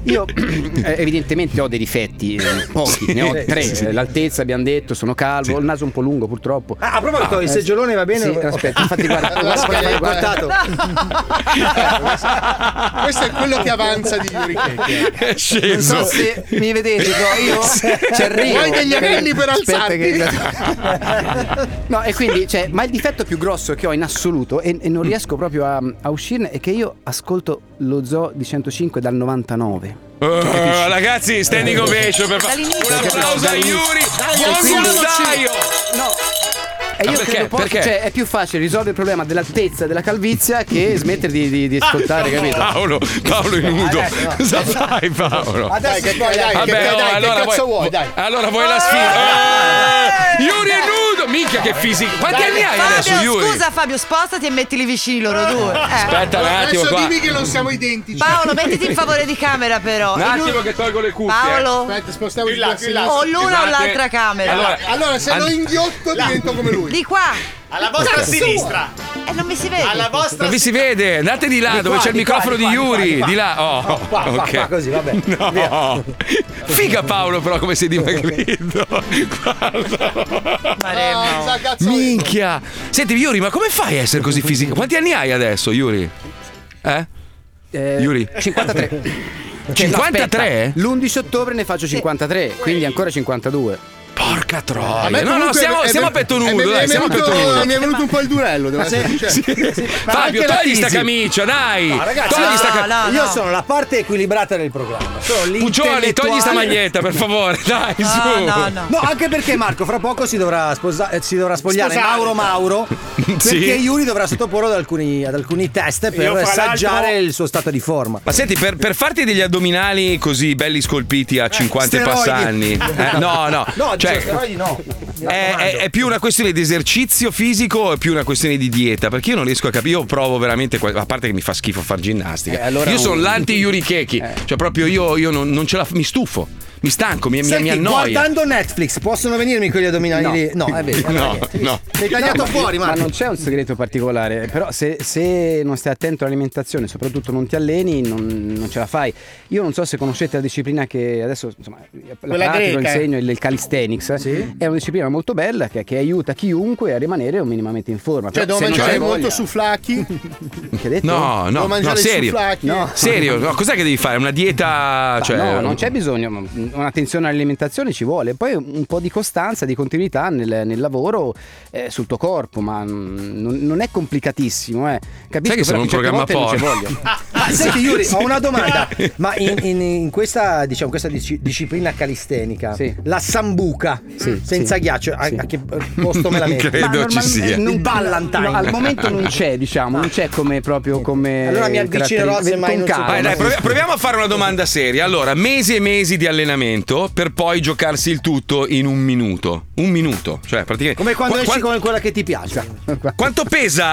Io eh, evidentemente ho dei difetti, eh, pochi, ne ho tre. Eh, L'altezza abbiamo detto, sono calvo, ho il naso un po' lungo purtroppo. Ah, a proposito, Ah, il eh, seggiolone va bene? Sì, aspetta, infatti guarda, guarda, guarda, guarda. Questo è quello che avanza di Yuri Keke. È sceso. Non so se mi vedete, però io ci arrivo. Vuoi degli anelli per Aspetta alzarti? che... No, e quindi, cioè, ma il difetto più grosso che ho in assoluto e, e non riesco proprio a, a uscirne è che io ascolto lo Zoo di centocinque dal novantanove. Uh, ragazzi, standing ovation per fa- un applauso a Yuri. Buon gustaio. No. E io perché? credo posso- Perché? Cioè, è più facile risolvere il problema dell'altezza e della calvizia che smettere di, di, di ascoltare, capito? Paolo, Paolo in nudo. Adesso, no. Cosa fai, Paolo? Dai, che poi, dai, Vabbè, che, dai, oh, che allora cazzo vuoi, vuoi, dai. allora vuoi la sfida? Eh! Yuri è nudo! Minchia che fisico! Quanti Dai, anni hai Fabio, adesso, Yuri? scusa Fabio, spostati e mettili vicini loro due. Eh. Aspetta un attimo Adesso qua. dimmi che non siamo identici. Paolo, mettiti in favore di camera però. Un E attimo lui- che tolgo le cuffie. Paolo. Aspetta, spostiamo Qui di là, qua, qui là. sinistra. O l'una o Scusate. l'altra camera. Allora, Allora, se lo inghiotto divento come lui. Di qua. Alla vostra sinistra. E non mi si vede. Alla vostra non vi si vede, andate di là Di dove qua, c'è il di qua, microfono di di, qua, di Yuri, qua, di, di là. Oh, qua, qua, ok. qua, così, vabbè. No. Figa Paolo, però, come sei dimagrito. Ah, cazzo. Minchia. Senti, Yuri, ma come fai a essere così fisico? Quanti anni hai adesso, Yuri? Eh? Eh, Yuri? cinquantatré. Cioè, cinquantatré? aspetta, l'undici ottobre ne faccio cinquantatré, quindi ancora cinquantadue. Porca A troia. me No, no, comunque siamo, è- siamo è- a petto è- nudo, è- dai, è siamo a venuto- petto nudo. Mi è venuto un po' il durello, devo essere sincero. Fabio, anche la togli sta fisi. camicia, dai. No, ragazzi, togli no, sta no, camicia. no, io no. sono la parte equilibrata del programma. Sono Puccioli, togli sta l'intellettuale. maglietta, per favore, dai, No, su. no, no. No, anche perché Marco fra poco si dovrà, sposa- eh, si dovrà spogliare Sposare. Mauro Mauro perché Sì. Yuri dovrà sottoporlo ad alcuni, ad alcuni test per Io, fra assaggiare l'altro- il suo stato di forma. Ma senti, per, per farti degli addominali così belli scolpiti a cinquanta e steroidi. passanni, eh, no, no, No, cioè, cioè, steroidi no. Mi È, raccomando. è- è più una questione di esercizio fisico o è più una questione di dieta? Perché io non riesco a capire. Io provo veramente. que- A parte che mi fa schifo far ginnastica. Eh, allora io sono un- l'anti-Yuri Keki. Cioè, proprio io, io non, non ce la. Mi stufo. Mi stanco, mi, mi- Senti, mi annoia. guardando Netflix possono venirmi quegli addominali No. lì? No, è vero. No, no. Sei tagliato No, ma- fuori, ma Marco. non c'è un segreto particolare, però se, se non stai attento all'alimentazione, soprattutto non ti alleni, non, non ce la fai. Io non so se conoscete la disciplina che adesso insomma la Quella pratico, greca. insegno, il, il calisthenics. Sì. È una disciplina molto bella che, che aiuta chiunque a rimanere minimamente in forma. Cioè, Però devo se non mangiare hai molto voglia- su flacchi. Che hai detto? No, no, Devo no, mangiare serio. su flacchi. No. Serio, no, cos'è che devi fare? Una dieta. Ma Cioè, no, non c'è bisogno, ma un'attenzione all'alimentazione ci vuole, poi un po' di costanza, di continuità nel, nel lavoro eh, sul tuo corpo, ma mm, non, non è complicatissimo, eh. Capisco Sai che sono un però che programma certe volte non porno. c'è voglia. Ah, senti Yuri, ho una domanda. Ma in, in- in questa, diciamo, questa dici- disciplina calistenica, Sì. la sambuca Sì, senza sì. ghiaccio, a, Sì. a che posto me la metti? Credo Ma ci normalmente sia. non- Il Ballantine. no, al momento non c'è, diciamo, non c'è come proprio come Allora mi avvicinerò caratteri- se mai con non so- calma. Vai, dai, provi- proviamo a fare una domanda seria. Allora, mesi e mesi di allenamento per poi giocarsi il tutto in un minuto. Un minuto, cioè praticamente. Come quando Qua- esci qua- con quella che ti piace. Quanto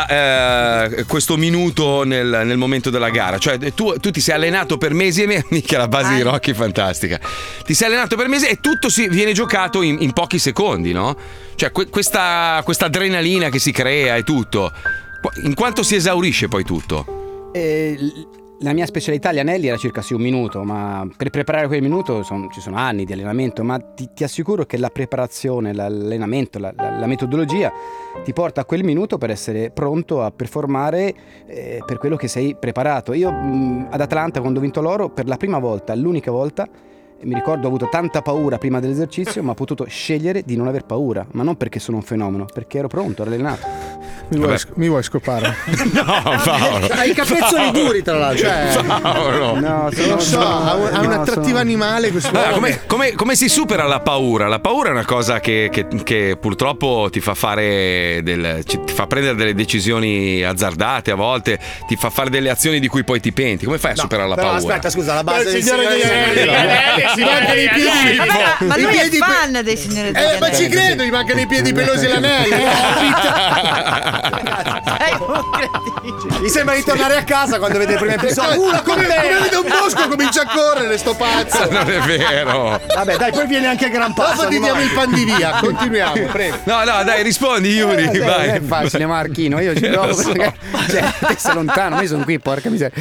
pesa eh, questo minuto nel, nel momento della gara? Cioè, tu, tu ti sei allenato per mesi e mesi. Mica la base di Rocky è fantastica. Ti sei allenato per mesi e tutto si viene giocato in, in pochi secondi, no? Cioè, que- questa, questa adrenalina che si crea e tutto. Qu- In quanto si esaurisce poi tutto? Eh, l- la mia specialità agli anelli era circa sì un minuto, ma per preparare quel minuto son- ci sono anni di allenamento, ma ti, ti assicuro che la preparazione, l'allenamento, la, la- la metodologia ti porta a quel minuto per essere pronto a performare eh, per quello che sei preparato. Io mh, ad Atlanta, quando ho vinto l'oro, per la prima volta, l'unica volta, e mi ricordo ho avuto tanta paura prima dell'esercizio, ma ho potuto scegliere di non aver paura, ma non perché sono un fenomeno, perché ero pronto, ero allenato. Mi vuoi, mi vuoi scopare? No, Paolo. Hai i capezzoli duri, tra l'altro. Cioè, Paolo. No, non lo so, ha, un- ha no, un'attrattiva sono- animale questo Allora, uomo. come, come- come si supera la paura? La paura è una cosa che, che- che purtroppo ti fa fare del, ci- ti fa prendere delle decisioni azzardate a volte, ti fa fare delle azioni di cui poi ti penti. Come fai a superare la Però paura? aspetta, scusa, la base Beh, del signore Signore degli degli Anelli. Anelli. Si mancano i piedi. Vabbè, ma, ma I lui è piedi pe- fan dei signori degli Eh, ma ci Anelli. credo, gli mancano i piedi pelosi e l'anello. Mi sembra di tornare a casa quando vede il primo episodio. Uno come, come vede un bosco comincia a correre sto pazzo. Non è vero. Vabbè, dai, poi viene anche Gran Passo. Dopo ti diamo il pan di via. Continuiamo, prego. No, no, dai, rispondi, Yuri. Eh, vai. È facile, Marchino. Io ci provo so. perché cioè, te sei lontano, io sono qui, porca miseria.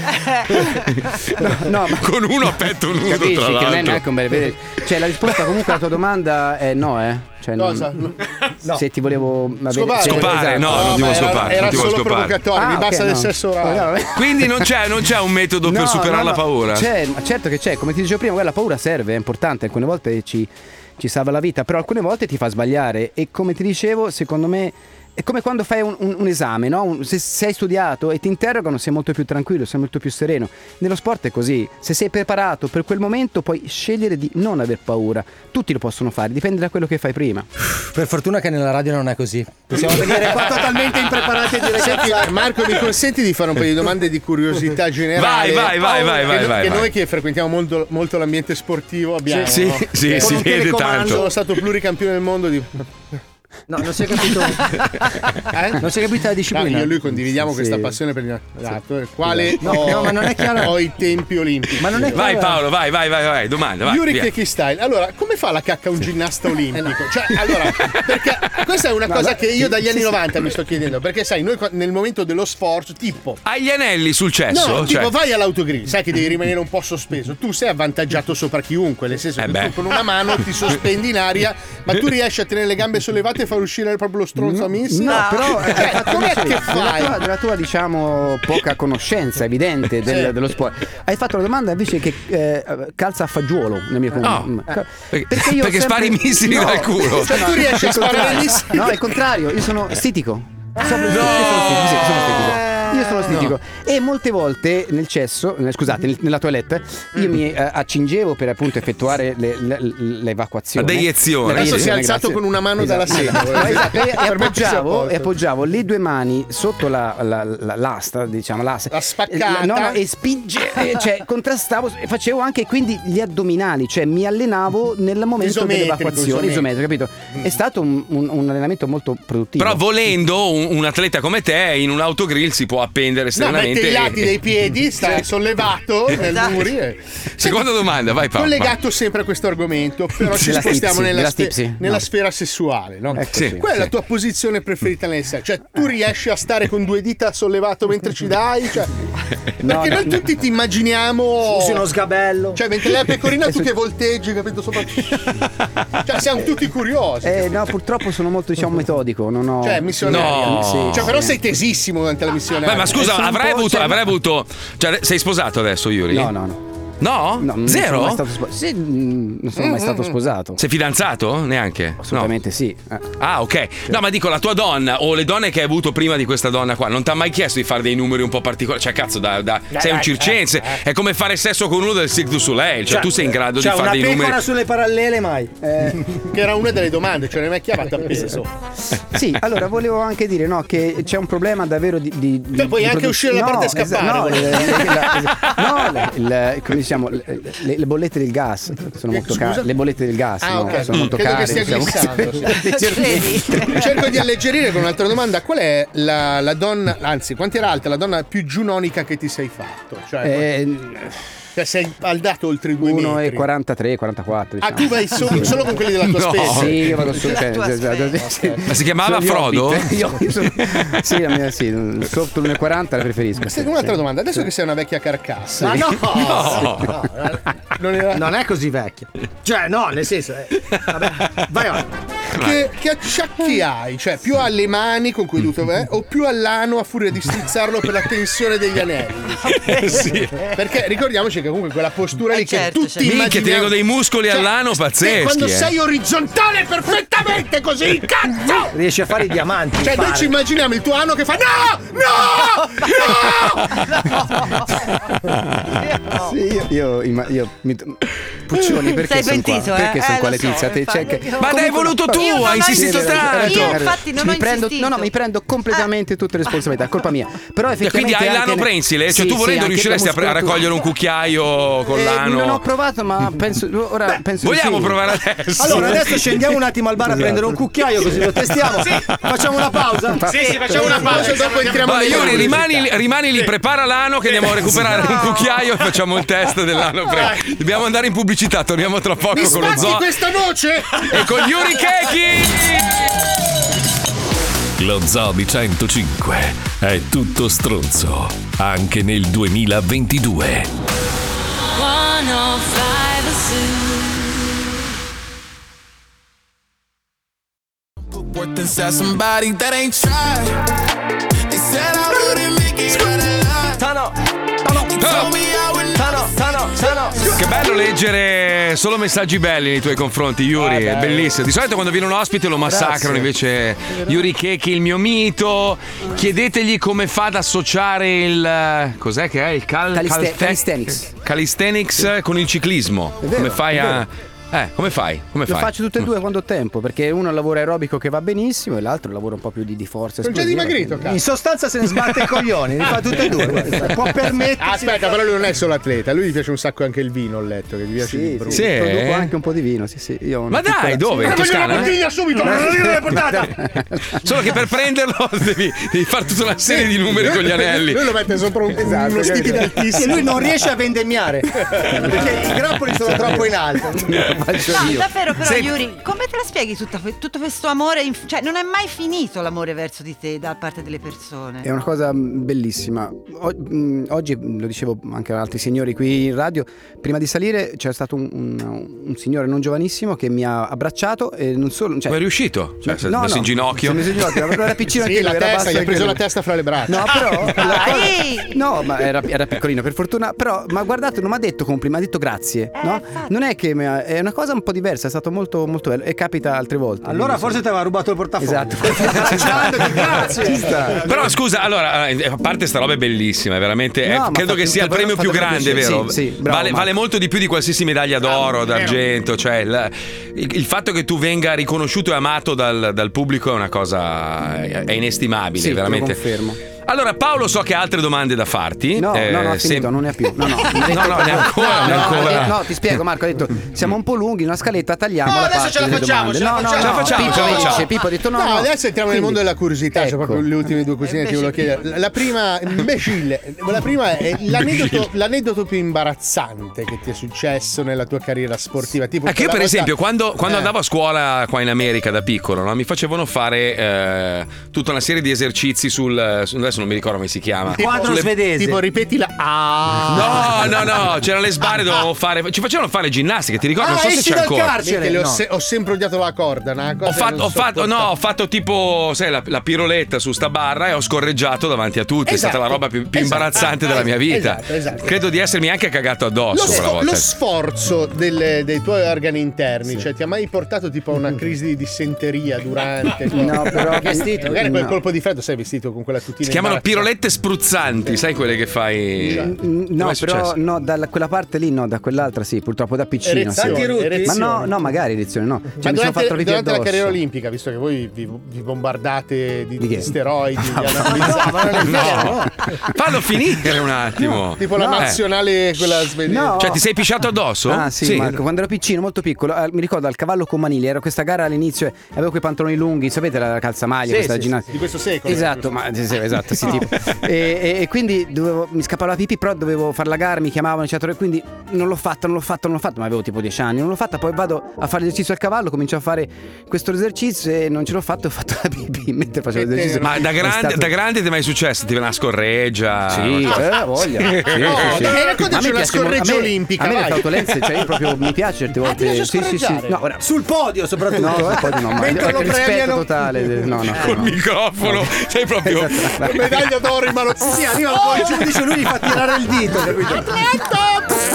No, no, ma con uno a petto nudo, capisci tra che non è l'altro. neanche un bel vedere. Cioè, la risposta comunque alla tua domanda è no, eh. Cioè, non- Cosa? No. Se ti volevo vabbè, Scopare. se- Scopare, no, esatto. non ti vuoi era, scopare. era non ti vuoi solo scopare. provocatorio, Ah, mi ok, basta del no. sesso orale. Quindi non c'è, non c'è un metodo per No, superare no, la no, paura? C'è, ma certo che c'è, come ti dicevo prima, quella paura serve, è importante, alcune volte ci, ci salva la vita, però alcune volte ti fa sbagliare e come ti dicevo, secondo me è come quando fai un, un- un esame, no? Un- se, se hai studiato e ti interrogano sei molto più tranquillo, sei molto più sereno. Nello sport è così, se sei preparato per quel momento puoi scegliere di non aver paura, tutti lo possono fare, dipende da quello che fai prima. Per fortuna che nella radio non è così. Possiamo venire qua totalmente impreparati e dire Senti, Marco, mi consenti di fare un paio di domande di curiosità generale? Vai, vai, vai, vai, vai, Che, vai, che vai. noi che frequentiamo molto, molto l'ambiente sportivo abbiamo. Sì, no? sì, Che- si con un vede telecomando tanto. Sono stato pluricampione del mondo di. No, non si è capito. Eh? Non si è capita la disciplina. No, io e lui condividiamo Sì. questa passione per il esatto, il quale No, ho, no, ma non è chiaro. ho i tempi olimpici. Ma non è Vai chiaro. Paolo, vai, vai, vai, vai, domanda, vai. Yuri via. Keki style. Allora, come fa la cacca un ginnasta olimpico? Cioè, allora, perché questa è una cosa che io dagli anni novanta mi sto chiedendo. Perché sai, noi qua- nel momento dello sforzo, tipo. Hai gli anelli sul cesso? No, tipo Cioè- vai all'autogrill, sai che devi rimanere un po' sospeso. Tu sei avvantaggiato sopra chiunque, nel senso Eh che beh. tu con una mano ti sospendi in aria, ma tu riesci a tenere le gambe sollevate e far uscire proprio lo stronzo a miss? No, però hai Cioè, fatto com'è dicevi, che della fai? tua, della tua, diciamo poca conoscenza evidente del- Sì. dello sport. Hai fatto la domanda invece che eh, calza a fagiolo nel mio No. mm, Eh, perché- perché, io ho perché spari sempre- missili No, dal culo. Cioè, tu riesci a il sparare contrario. missili? No, è il contrario, io sono stitico. Sono- io sono stitico, sì, sono stitico. Io sono stitico e molte volte nel cesso, eh, scusate, nel- nella toilette, io mi eh, accingevo per appunto effettuare le, le, l'evacuazione. La deiezione. Adesso si è Deiezione, alzato grazie. con una mano dalla Esatto. sedia. Esatto, e, e Per mettersi a appoggiavo, posto. e appoggiavo le due mani sotto la, la- la- l'asta, diciamo l'asta. La spaccata. Eh, no, no, e spinge, eh, cioè contrastavo e facevo anche quindi gli addominali, cioè mi allenavo nel momento Isometrico, dell'evacuazione, isometrico. isometrico, capito? È stato un, un- un allenamento molto produttivo. Però volendo un, un atleta come te in un autogrill si può appendere No, serenamente. mette i lati dei piedi, sta Sì. sollevato nel Esatto. muri. e- Seconda domanda, vai Paolo. Collegato sempre a questo argomento, però ci Della spostiamo tipsy, nella, della sfe- tipsy. nella No. sfera sessuale, no? Ecco, Sì. sì, Qual è la sì. tua posizione preferita nel sesso? Cioè, tu riesci a stare con due dita sollevato mentre ci dai? Cioè, No, perché no, noi no. tutti ti immaginiamo. Usi uno sgabello. Cioè, mentre lei è pecorina, tu che volteggi, capito? Sopra. Cioè, siamo tutti curiosi. Eh, no, purtroppo sono molto diciamo metodico, non ho Cioè, missionario. No. Sì, Cioè, però sì. sei tesissimo durante la missione. Beh, ma scusa, sono un avrai po', avuto, cioè, avrai avuto. Cioè, sei sposato adesso, Yuri? No, no, no. No? No, non Zero? sono mai stato sposato. Sì, mm, non sono mai stato sposato. Sei fidanzato? Neanche? Assolutamente sì. Eh. No. Ah, ok. No, ma dico, la tua donna o le donne che hai avuto prima di questa donna qua non ti ha mai chiesto di fare dei numeri un po' particolari? Cioè, cazzo, da, da- sei un circense. È come fare sesso con uno del Cirque du Soleil. Cioè, tu sei in grado Cioè, di fare una dei pecora numeri. sulle parallele mai. Che era una delle domande, cioè non è mai chiamata a peso. Sì, allora volevo anche dire no, che c'è un problema davvero di. di, di Cioè, puoi di anche produ- uscire la no, parte e scappare, esa- No, volevo le, le- la- no, le- il- come diciamo, le, le- le bollette del gas sono molto scusa? care. Le bollette del gas Ah, no, ok. sono molto Credo care. che stia diciamo. glissando. Cerco di alleggerire con un'altra domanda. Qual è la, la donna, anzi, quanto era alta la donna più giunonica che ti sei fatto? Cioè, Eh, cioè sei aldato oltre i due uno e metri. quarantatré, quarantaquattro. Ah, diciamo. tu vai solo, Sì. solo con quelli della tua No. specie? Sì, io vado solo. Cioè, tua cioè, specie. sì. Ma si chiamava Sono gli Frodo? Hobbit. Io, io sono, sì, la mia, sì, sotto l'uno e quaranta la preferisco. Senti, un'altra domanda. Adesso che sei una vecchia carcassa, Ma no! No. non, era- Non è così vecchio. Cioè, no, nel senso. eh, Vabbè, vai avanti. che, che acciacchi hai? Cioè, più alle mani con cui tu vai, o più all'ano a furia di strizzarlo per la tensione degli anelli? Sì. Perché ricordiamoci che comunque quella postura lì Eh, che certo, tutti certo. Minchia, ti immaginiamo. vengo dei muscoli Cioè, all'ano te pazzeschi. quando eh. sei orizzontale perfettamente così, cazzo! Riesci a fare i diamanti. Cioè, noi pare. ci immaginiamo il tuo anno che fa no! No! No! Sì, io, io, imma- io mi- Puccioni, perché Sei sono qua? pentito, eh? Perché sono Eh, qua, lo so, Letizia? Te- infatti. c'è che- Ma Comunque- l'hai voluto tu, Io non hai ho insistito insistito. tanto. Io infatti non mi ho prendo, insistito. no, no, mi prendo completamente tutte le responsabilità, è colpa mia. Però Quindi effettivamente hai anche l'ano ne- prensile? Cioè Sì, tu sì, volendo anche riusciresti la a, pre- a muscolatura. raccogliere un cucchiaio con Eh, l'ano? non ho provato, ma penso ora penso di Vogliamo sì. provare adesso? Allora adesso scendiamo un attimo al bar a prendere un cucchiaio così lo testiamo. Facciamo una pausa? Sì, sì, facciamo una pausa. Dopo entriamo Ma nelle Iuri, curiosità. rimani, rimani lì, prepara l'ano che andiamo a recuperare un cucchiaio e facciamo il test dell'ano. Pre- Dobbiamo andare in pubblicità, torniamo tra poco Mi con lo spacchi zoo questa noce? e con Yuri Keki. Lo Zoo di centocinque è tutto stronzo, anche nel duemilaventidue. centocinque Worth inside somebody that ain't tried. They said I wouldn't make it out alive. Tano, They told me I would Tano, Tano, Tano. Che bello leggere solo messaggi belli nei tuoi confronti, Yuri. È bellissimo. Di solito quando viene un ospite lo massacrano, invece Yuri Keki, il mio mito. Chiedetegli come fa ad associare il. Cos'è che è? Il cal- Caliste- calte- calisthenics. Calisthenics con il ciclismo. È vero, come fai è a. vero. Eh, come fai? Come Lo fai? faccio tutte e due quando ho tempo, perché uno è un lavoro aerobico che va benissimo e l'altro è un lavoro un po' più di, di forza. Sono già esplosiva. dimagrito, cazzo. In sostanza se ne sbatte i coglioni, li fa tutte e due. guarda. Può permettersi. Aspetta, però lui non è solo atleta, a lui gli piace un sacco anche il vino, ho letto, che gli piace Sì, il brutto. Sì. produco anche un po' di vino, sì, sì. Io ho una Ma dai, piccola- dove? In Ma voglio Toscana? una bottiglia subito, non lo dire la portata. Solo che per prenderlo devi, devi fare tutta una serie di numeri con gli anelli. Lui lo mette sopra un, Esatto, uno stipite capito? E altissimo. lui non riesce a vendemmiare perché i grappoli sono troppo in alto. Lo faccio No, io. davvero, però, Senti- Yuri, come te la spieghi tutta- tutto questo amore? inf- cioè, non è mai finito l'amore verso di te da parte delle persone. È una cosa mm, bellissima. O- mm, oggi, mm, lo dicevo anche ad altri signori qui in radio, prima di salire c'è stato un, un- un signore non giovanissimo che mi ha abbracciato e non solo... Cioè, Ma è riuscito? Cioè, si è messo in ginocchio? Si è messo in ginocchio, però era piccino Sì, anche la lui, era testa, basso gli ha anche preso lui. la testa fra le braccia. No, però la cosa- Dai! no, ma era, era piccolino per fortuna. Però, ma guardate, non mi ha detto complimenti, mi ha detto grazie. Eh, no? infatti. Non è che mi ha- è una cosa un po' diversa, è stato molto, molto bello. E capita altre volte. Allora quindi, forse ti aveva rubato il portafoglio. Esatto. Abbracciandoti, grazie. Ci sta. Però scusa, allora, eh, a parte sta roba è bellissima, è veramente. No, eh, ma credo fa- che sia il fa- premio fa- più fa- grande, sì, vero? sì, bravo, vale, Marco. vale molto di più di qualsiasi medaglia d'oro, d'argento. Cioè, il, il- il fatto che tu venga riconosciuto e amato dal, dal pubblico è una cosa. è, è inestimabile, Sì, te lo veramente. confermo. Allora, Paolo, so che ha altre domande da farti. No, Eh, no, no, ha sem- finito, non ne ha più. No, no, mi ha detto- No, no, ne ancora, ne no, ancora. eh, no, ti spiego, Marco. Ha detto: siamo un po' lunghi, una scaletta, tagliamo. No, la adesso parte ce la delle facciamo, domande. ce la no, no, facciamo. no, Ce la facciamo, Pippo ce la dice, facciamo. Pippo ha detto: no, No, no. adesso entriamo nel Quindi- mondo della curiosità, c'è ecco. proprio le ultime due cosine che ti volevo chiedere. La prima, imbecille, la prima è l'aneddoto, l'aneddoto più imbarazzante che ti è successo nella tua carriera sportiva. Tipo Anche io, quella per volta- esempio, quando, quando Eh. andavo a scuola qua in America da piccolo, no, mi facevano fare eh, tutta una serie di esercizi sul, su- adesso non mi ricordo come si chiama. Quadro Sulle- svedese. Tipo ripeti la ah. No, no, no, c'erano le sbarre, dovevamo fare. Ci facevano fare ginnastica, ti ricordi? Ah, non so se esci c'è dal ancora. carcere. Minchia, le ho, No. se- ho sempre odiato la corda. Una cosa Ho fatto, non ho fatto, no, sopportabile. ho fatto tipo, sai, la, la piroletta su sta barra e ho scorreggiato davanti a tutti. È stata la Esatto. roba più, più Esatto. imbarazzante della mia vita. Esatto, esatto. Credo di essermi anche cagato addosso Lo, quella sfo- volta. lo sforzo delle- dei tuoi organi interni, cioè ti ha mai portato tipo a una crisi di dissenteria durante? No, però- vestito, magari quel no. colpo di freddo, sei vestito con quella tutina. Si chiamano imbarazzante. pirolette spruzzanti, sai quelle che fai. Mm, No, Come è però successo? no, da quella parte lì no, da quell'altra sì, purtroppo da piccino. Erezioni, sì. erezioni. Ma no, no, magari erezioni, no. Cioè, Ma mi sono durante, fatto la vita durante la addosso. carriera olimpica, visto che voi vi, vi bombardate di, Di di che? steroidi, di Ma anabolizzanti, non è vero. No. Fallo finire un attimo. tipo la No. nazionale quella svedese. No. Cioè, ti sei pisciato addosso? Ah sì, Marco, quando ero piccino, molto piccolo, eh, mi ricordo al cavallo con maniglia, ero questa gara all'inizio e avevo quei pantaloni lunghi, sapete la calzamaglia, Sì, questa sì, ginnastica. di questo secolo. Esatto, ma sì, sì, esatto, sì, tipo. E, e- e quindi dovevo, mi scappava la pipì, però dovevo fare la gara, mi chiamavano, eccetera, e quindi non l'ho fatta, non l'ho fatta, non l'ho fatta, ma avevo tipo dieci anni, non l'ho fatta, poi vado a fare l'esercizio al cavallo, comincio a fare questo esercizio e non ce l'ho fatto, ho fatto la pipì mentre facevo l'esercizio. Ma da È grande, stato- da grande ti è mai successo? Ti viene una scorreggia? Sì, non so. eh, voglia. Sì, sì, sì. dai, raccontaci A me una piace mo- scorreggia a me- olimpica, A me le vai. flautolenze, cioè io proprio mi piace certe volte. piace sì, sì, sì. scorreggiare? No, ora Sul podio soprattutto. no, eh. poi no, ma Mentre lo rispetto premiano. totale. No, no. Col no. microfono, sei proprio. Medaglia d'oro in mano. Sì, sì, arriva poi giù, dice lui gli fa tirare il dito, capito?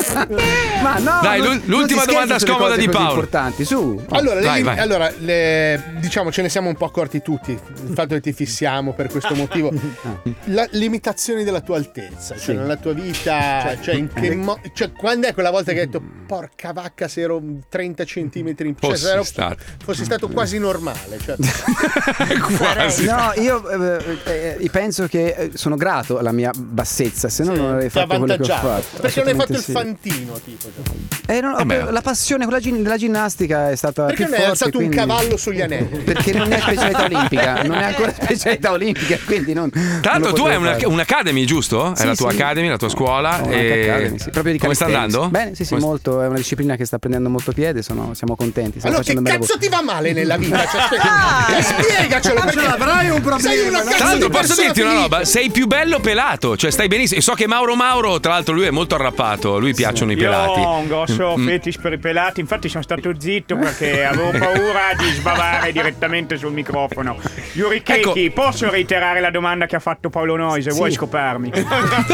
Ma no, Dai, non- l'ul- non l'ultima si domanda scherza sulle scomoda cose di così Paolo. importanti, su. Allora, le Vai, lim- vai. allora le- diciamo ce ne siamo un po' accorti tutti. Il fatto che ti fissiamo per questo motivo. La limitazioni della tua altezza, cioè Sì. nella tua vita, cioè, in che mo- cioè quando è quella volta che hai detto porca vacca se ero trenta centimetri in più, cioè, Fossi se ero- stato. fossi stato quasi normale, cioè. Quasi. No, io eh, eh, penso che eh, sono grato alla mia bassezza, se no non avrei Ti ha fatto quello che ho avvantaggiato. fatto. Perché non hai fatto il Assolutamente sì. fantino, tipo. cioè. Eh, no, Eh beh. la passione quella gin- della ginnastica è stata Perché più non hai forte, alzato un quindi- cavallo sugli anelli? Perché non è specialità olimpica, non è ancora specialità olimpica, quindi non. Tra non l'altro lo tu hai potevo una, fare. un'academy, giusto? È Sì, la tua sì. academy, la tua scuola. Ho e- anche Academy, sì, proprio di Come sta calisthenics. andando? Bene, sì, sì, Come- molto. È una disciplina che sta prendendo molto piede, sono- siamo contenti. stiamo Allora che facendo bene cazzo lavoro. ti va male nella vita? Cioè, aspetta, spiegacelo Ce perché l'avrai un problema. sei una no? cazzo Tra l'altro di posso persona dirti una felice. roba, sei più bello pelato, cioè stai benissimo. E so che Mauro Mauro, tra l'altro lui è molto arrappato, lui piacciono i pelati. Io ho un grosso Mm. fetish per i pelati, infatti sono stato zitto perché avevo paura di sbavare direttamente sul microfono. Yuri Keki, posso reiterare la domanda che ha fatto Paolo Noise? Vuoi Sì. scoparmi? Eh,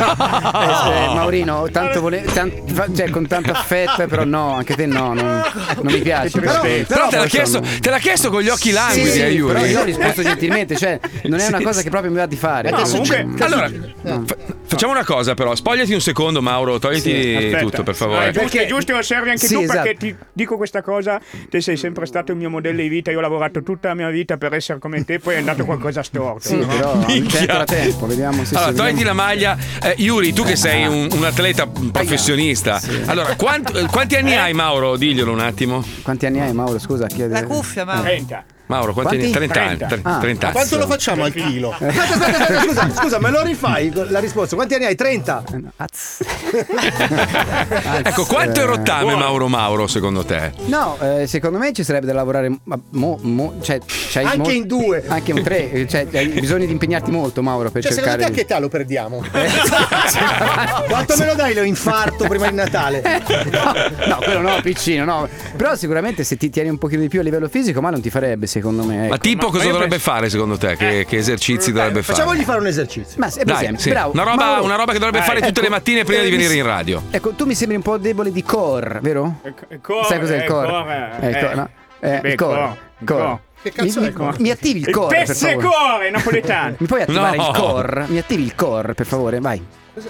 eh, Maurino, tanto vole- tan- fa- cioè, con tanto affetto, però no, anche te no, non, non mi piace. Però, però te, l'ha chiesto, te l'ha chiesto con gli occhi languidi, Sì, eh, sì, Yuri. però io ho risposto gentilmente, cioè non è una cosa che proprio mi va di fare. No, comunque, allora, No. fa- facciamo una cosa però, spogliati un secondo Mauro, togliti Aspetta. tutto per No, favore. è giusto, è giusto, lo servi anche Sì, tu esatto. perché ti dico questa cosa, te sei sempre stato il mio modello di vita, io ho lavorato tutta la mia vita per essere come te, poi è andato qualcosa storto. Sì, però Minchia. c'è ancora tempo, vediamo se Allora, se togliti vediamo. la maglia. Eh, Yuri, tu che sei un, un atleta professionista, allora, quant- eh, quanti anni hai, Mauro? Diglielo un attimo. Quanti anni hai, Mauro? Scusa, chiede. La cuffia, ma. trenta. Mauro, quanti, Quanti? anni? trenta anni. trenta. tre- Ah. trenta anni. Quanto lo facciamo al chilo? Aspetta, aspetta, aspetta, scusa, scusa, me lo rifai la risposta? Quanti anni hai? trenta? Az. Ecco, quanto è rottame Buono. Mauro Mauro secondo te? No, eh, secondo me ci sarebbe da lavorare ma- mo- mo- cioè, c'hai Anche mo- in due. Anche un tre, cioè hai bisogno di impegnarti molto, Mauro, per Cioè, secondo cercare te a che età lo perdiamo? Quanto me lo dai? Lo infarto prima di Natale. no, no, quello no, piccino, no. Però sicuramente se ti tieni un pochino di più a livello fisico, ma non ti farebbe, secondo me. Ma ecco. tipo cosa io dovrebbe penso- fare secondo te? Che, che esercizi dovrebbe fare? Facciamogli fare un esercizio. Ma se- per Dai, esempio, sì. bravo. Una, roba, Mauro, una roba che dovrebbe Eh, fare tutte ecco, le mattine prima eh, di mi venire s- in radio. Ecco, tu mi sembri un po' debole di core, vero? Core, Sai cos'è il eh, core? core, Eh, il eh. core, no? Eh, Beh, il core. core, core. core. Che cazzo mi, è il core? mi attivi il Il core, per favore. pezzecore napoletano. Mi puoi attivare No. il core? Mi attivi il core, per favore, vai.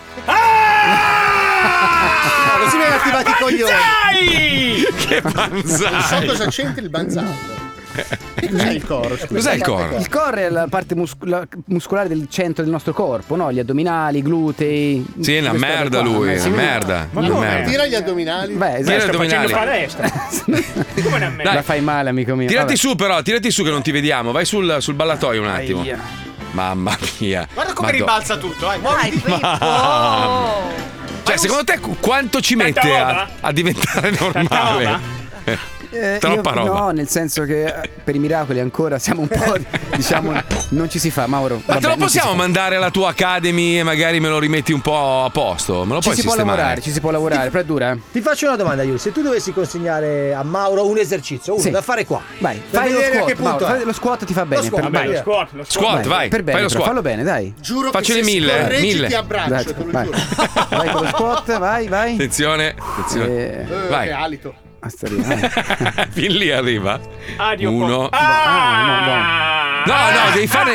Ah, così mi hai attivati i coglioni. Dai! Che Non so banzai! cosa c'entra il banzando. Che cos'è il coro? scusa? Cos'è il coro? Il core è la parte musco- la- muscolare del centro del nostro corpo, no? Gli addominali, i glutei. Sì, è una queste robe merda qua. lui, Eh, è sì, una lui- merda. Ma una come? merda. Tira gli addominali. Beh, Tira esatto. Sto facendo addominali. palestra. Come una merda. La fai male, amico mio. Tirati Vabbè. su però, tirati su che non ti vediamo. Vai sul, sul ballatoio un attimo. Aia. Mamma mia. Guarda come Madonna. ribalza tutto, vai, Dai, muoviti. Pippo! Cioè, secondo te qu- quanto ci Tanta mette a, roba? a diventare Tanta normale? roba? Eh, Troppa io- roba. No, nel senso che eh, per i miracoli ancora siamo un po'. diciamo, non ci si fa, Mauro. Ma vabbè, te lo non ci possiamo si fa. mandare alla tua academy e magari me lo rimetti un po' a posto? Me lo Ci puoi si può sistemare? lavorare, ci si può lavorare, però è dura. eh. Ti faccio una domanda, Yuri. Se tu dovessi consegnare a Mauro un esercizio, uno Sì. da fare qua, Vai, per fai lo vedere a che squat, Mauro, punto è. fai lo squat ti fa bene. squat, per- Vabbè, vai. lo squat, lo squat. Squat, vai, per bene, fai lo però squat. fallo bene, dai. Giuro Faccio che le se mille, eh, scorreggi mille. ti abbraccio, Dai, te lo vai. giuro. Vai con lo squat, vai, vai. Attenzione, attenzione. Eh, Eh, Vai. Che alito. ah, sta lì, vai. Fin lì arriva. Adio, Uno. Ah! No, no, devi fare.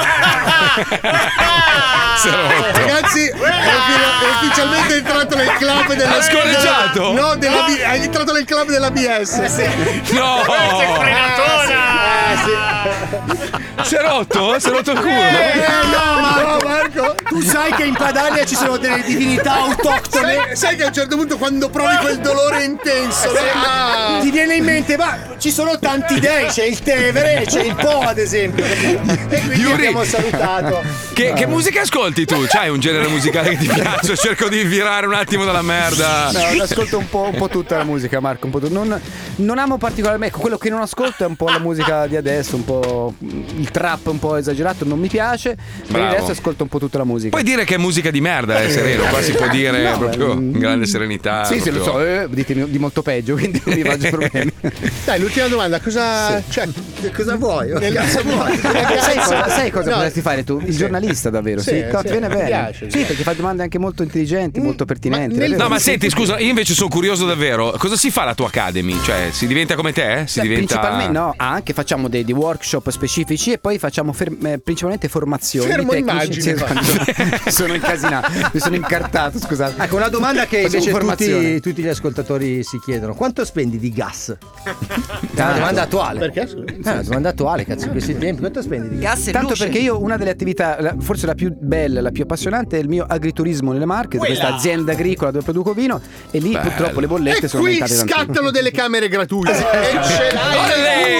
Si è rotto. Ragazzi, è, è ufficialmente entrato nel club della Ha scorreggiato? della- No, della B- è entrato nel club della B S. No! Che frenatona! Si è rotto? Si è rotto il culo? Eh, no, ma no, Marco, tu sai che in Padania ci sono delle divinità autoctone. Sai, sai che a un certo punto quando provi quel dolore intenso, no? Ah. Ti viene in mente, ma ci sono tanti dei, c'è il Tevere e c'è il Po, ad esempio. E quindi Yuri. abbiamo salutato. Che, che musica ascolti tu? C'hai un genere musicale che ti piace? Cerco di virare un attimo dalla merda. No, ascolto un po', un po' tutta la musica, Marco. Un po' tut- non, non amo particolarmente. Ecco, quello che non ascolto è un po' la musica di adesso, un po' il trap un po' esagerato, non mi piace. Per il Bravo. resto ascolto un po' tutto molto la musica. Puoi dire che è musica di merda, è sereno, qua si può dire No, proprio beh, in grande serenità. Sì, sì, lo proprio. so, eh, ditemi di molto peggio, quindi non mi faccio problemi. Dai, l'ultima domanda, cosa, cioè, cosa vuoi? Nel- Cosa vuoi? sai cosa, sai cosa No. potresti fare tu? Il giornalista davvero, sì, Sì, no, sì, ti viene mi bene. piace, mi sì, piace. perché fa domande anche molto intelligenti, molto pertinenti. nel- davvero. No, ma senti, scusa, io invece sono curioso davvero. Cosa si fa alla tua Academy? Cioè, si diventa come te? Si Beh, diventa. Principalmente no, anche facciamo dei, dei workshop specifici e poi facciamo fer- eh, principalmente formazioni Fermo tecnici. immagine, Sì, esatto. sono incasinato, mi sono incartato, scusate. Ecco, una domanda che Facciamo invece formazione. tutti, tutti gli ascoltatori si chiedono: quanto spendi di gas? È una domanda attuale. Perché? È una domanda attuale, cazzo, in questi tempi. Quanto spendi di gas? Gas e Tanto luce. perché io una delle attività, la- forse la più bella, la più appassionante è il mio agriturismo nelle Marche, di questa azienda agricola dove produco vino e lì Bello. purtroppo le bollette E sono qui aumentate tantissimo. scattano delle camere gratuite. E ce l'hai nel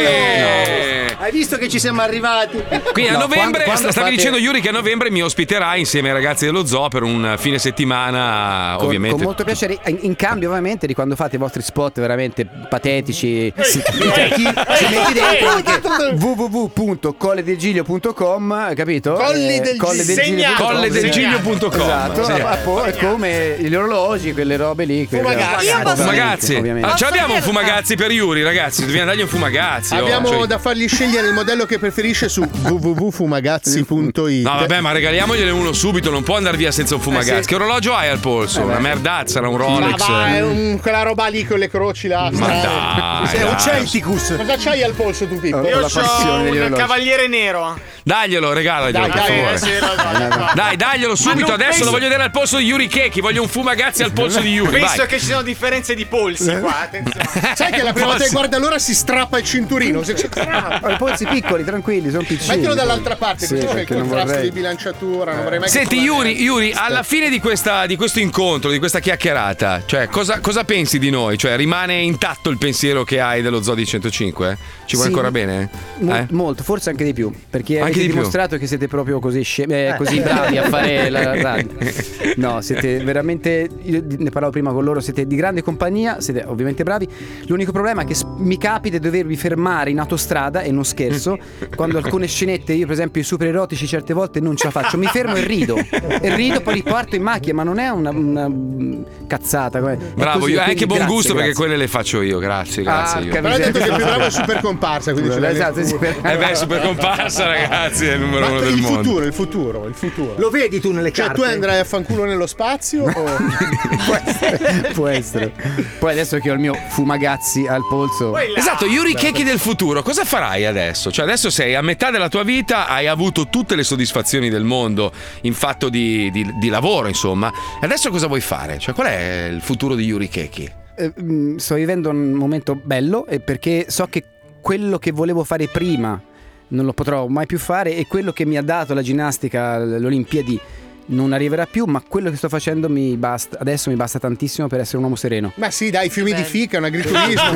Olè! Hai visto che ci siamo arrivati? Quindi a No, novembre, quando- quando stavi fate- dicendo Yuri che a novembre mi ospiterà insieme ai ragazzi dello zoo per un fine settimana, Con, ovviamente. con molto piacere, in, in cambio ovviamente di quando fate i vostri spot veramente patetici, si, cioè, chi ci metti dentro anche w w w punto colledelgiglio punto com, capito? Colli del colledelgiglio punto com. Colledelgiglio punto com. Esatto, Sì. a- poi è come gli orologi, quelle robe lì. quelle- Fumagazzi. Io posso- Fumagazzi. ovviamente. Ah, ce l'abbiamo un Posso fumagazzi per Yuri, ragazzi. Dobbiamo dargli un fumagazzi. oh, Abbiamo cioè- da fargli scegliere il modello che preferisce su w w w punto fumagazzi punto it. No, vabbè, ma regaliamogliene uno subito, non può andare via senza un fumagazzi. Eh, sì. Che orologio hai al polso? Una merdazza, una un Ma Rolex. va, è un- quella roba lì con le croci là. Ma strana. dai, Sei dai. un Celticus. Cosa c'hai al polso tu, Pippo? Io la passione degli un orologi. cavaliere nero. Daglielo, regalaglielo, Dai, per dai, favore. Eh, sì, raga, Dai, daglielo subito, non adesso penso- lo voglio vedere al polso di Yuri Keki. Voglio un fumagazzi al polso di Yuri. Penso Vai. che ci sono differenze di polsi qua, attenzione. Sai che la prima volta che Forse. guarda l'ora si strappa il cinturino. Se- Oh, i polsi piccoli, tranquilli, sono piccini. Mettilo dall'altra parte, Sì, così c'è il perché non contrasto vorrei- di bilanciatura. Non vorrei mai che Senti tu la- Yuri, Yuri, alla fine di, questa, di questo incontro, di questa chiacchierata, cioè cosa, cosa pensi di noi? Cioè rimane intatto il pensiero che hai dello Zoo di centocinque? Ci vuoi Sì. ancora bene? Mo- Eh? Molto, forse anche di più, perché Anche avete di più. dimostrato che siete proprio così, sce- eh, così bravi a fare la radio. No, siete veramente, io di- ne parlavo prima con loro, siete di grande compagnia, siete ovviamente bravi. L'unico problema è che s- mi capita di dovervi fermare in autostrada, e non scherzo, quando alcune scenette, io per esempio i super erotici certe volte non ce la faccio, mi fermo e rido. E rido, poi riparto in macchina, ma non è una, una mm, cazzata. come- è Bravo, così, io hai quindi anche buon grazie, gusto perché grazie. quelle le faccio io, grazie, grazie. Ah, Yuri. Però hai detto che il più bravo è super comparsa, quindi ce l'hai Esatto, nel sì, culo. Eh beh, super comparsa, ragazzi, è il numero Ma uno del il mondo. futuro, il futuro, il futuro. Lo vedi tu nelle Cioè, carte? tu andrai a fanculo nello spazio o. Può essere, può essere. Poi adesso che ho il mio fumagazzi al polso. Esatto, Yuri Keki del futuro, cosa farai adesso? Cioè adesso sei a metà della tua vita, hai avuto tutte le soddisfazioni del mondo in fatto di, di- di lavoro, insomma. E adesso cosa vuoi fare? Cioè qual è il futuro di Yuri Keki? Eh, mm, sto vivendo un momento bello e perché so che quello che volevo fare prima non lo potrò mai più fare, e quello che mi ha dato la ginnastica, le Olimpiadi, non arriverà più, ma quello che sto facendo mi basta, adesso mi basta tantissimo per essere un uomo sereno. Ma sì, dai, fiumi di fica, un agriturismo.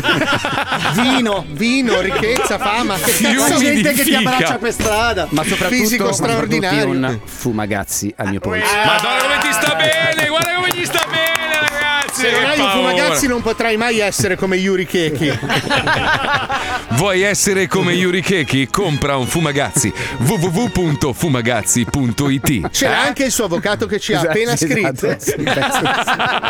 vino, vino, ricchezza, fama. Che Fiumi cazzo di gente che ti fica. abbraccia per strada. Ma soprattutto, Fisico ma soprattutto straordinario. un fumagazzi al mio polso. Madonna come ti sta bene, guarda come gli sta bene, ragazzi. Se non che hai un paura. fumagazzi non potrai mai essere come Yuri Keki. Vuoi essere come Yuri Keki? Compra un fumagazzi w w w punto fumagazzi punto it. C'era anche il suo avvocato che ci ha Esatto, appena esatto, scritto. sì, penso di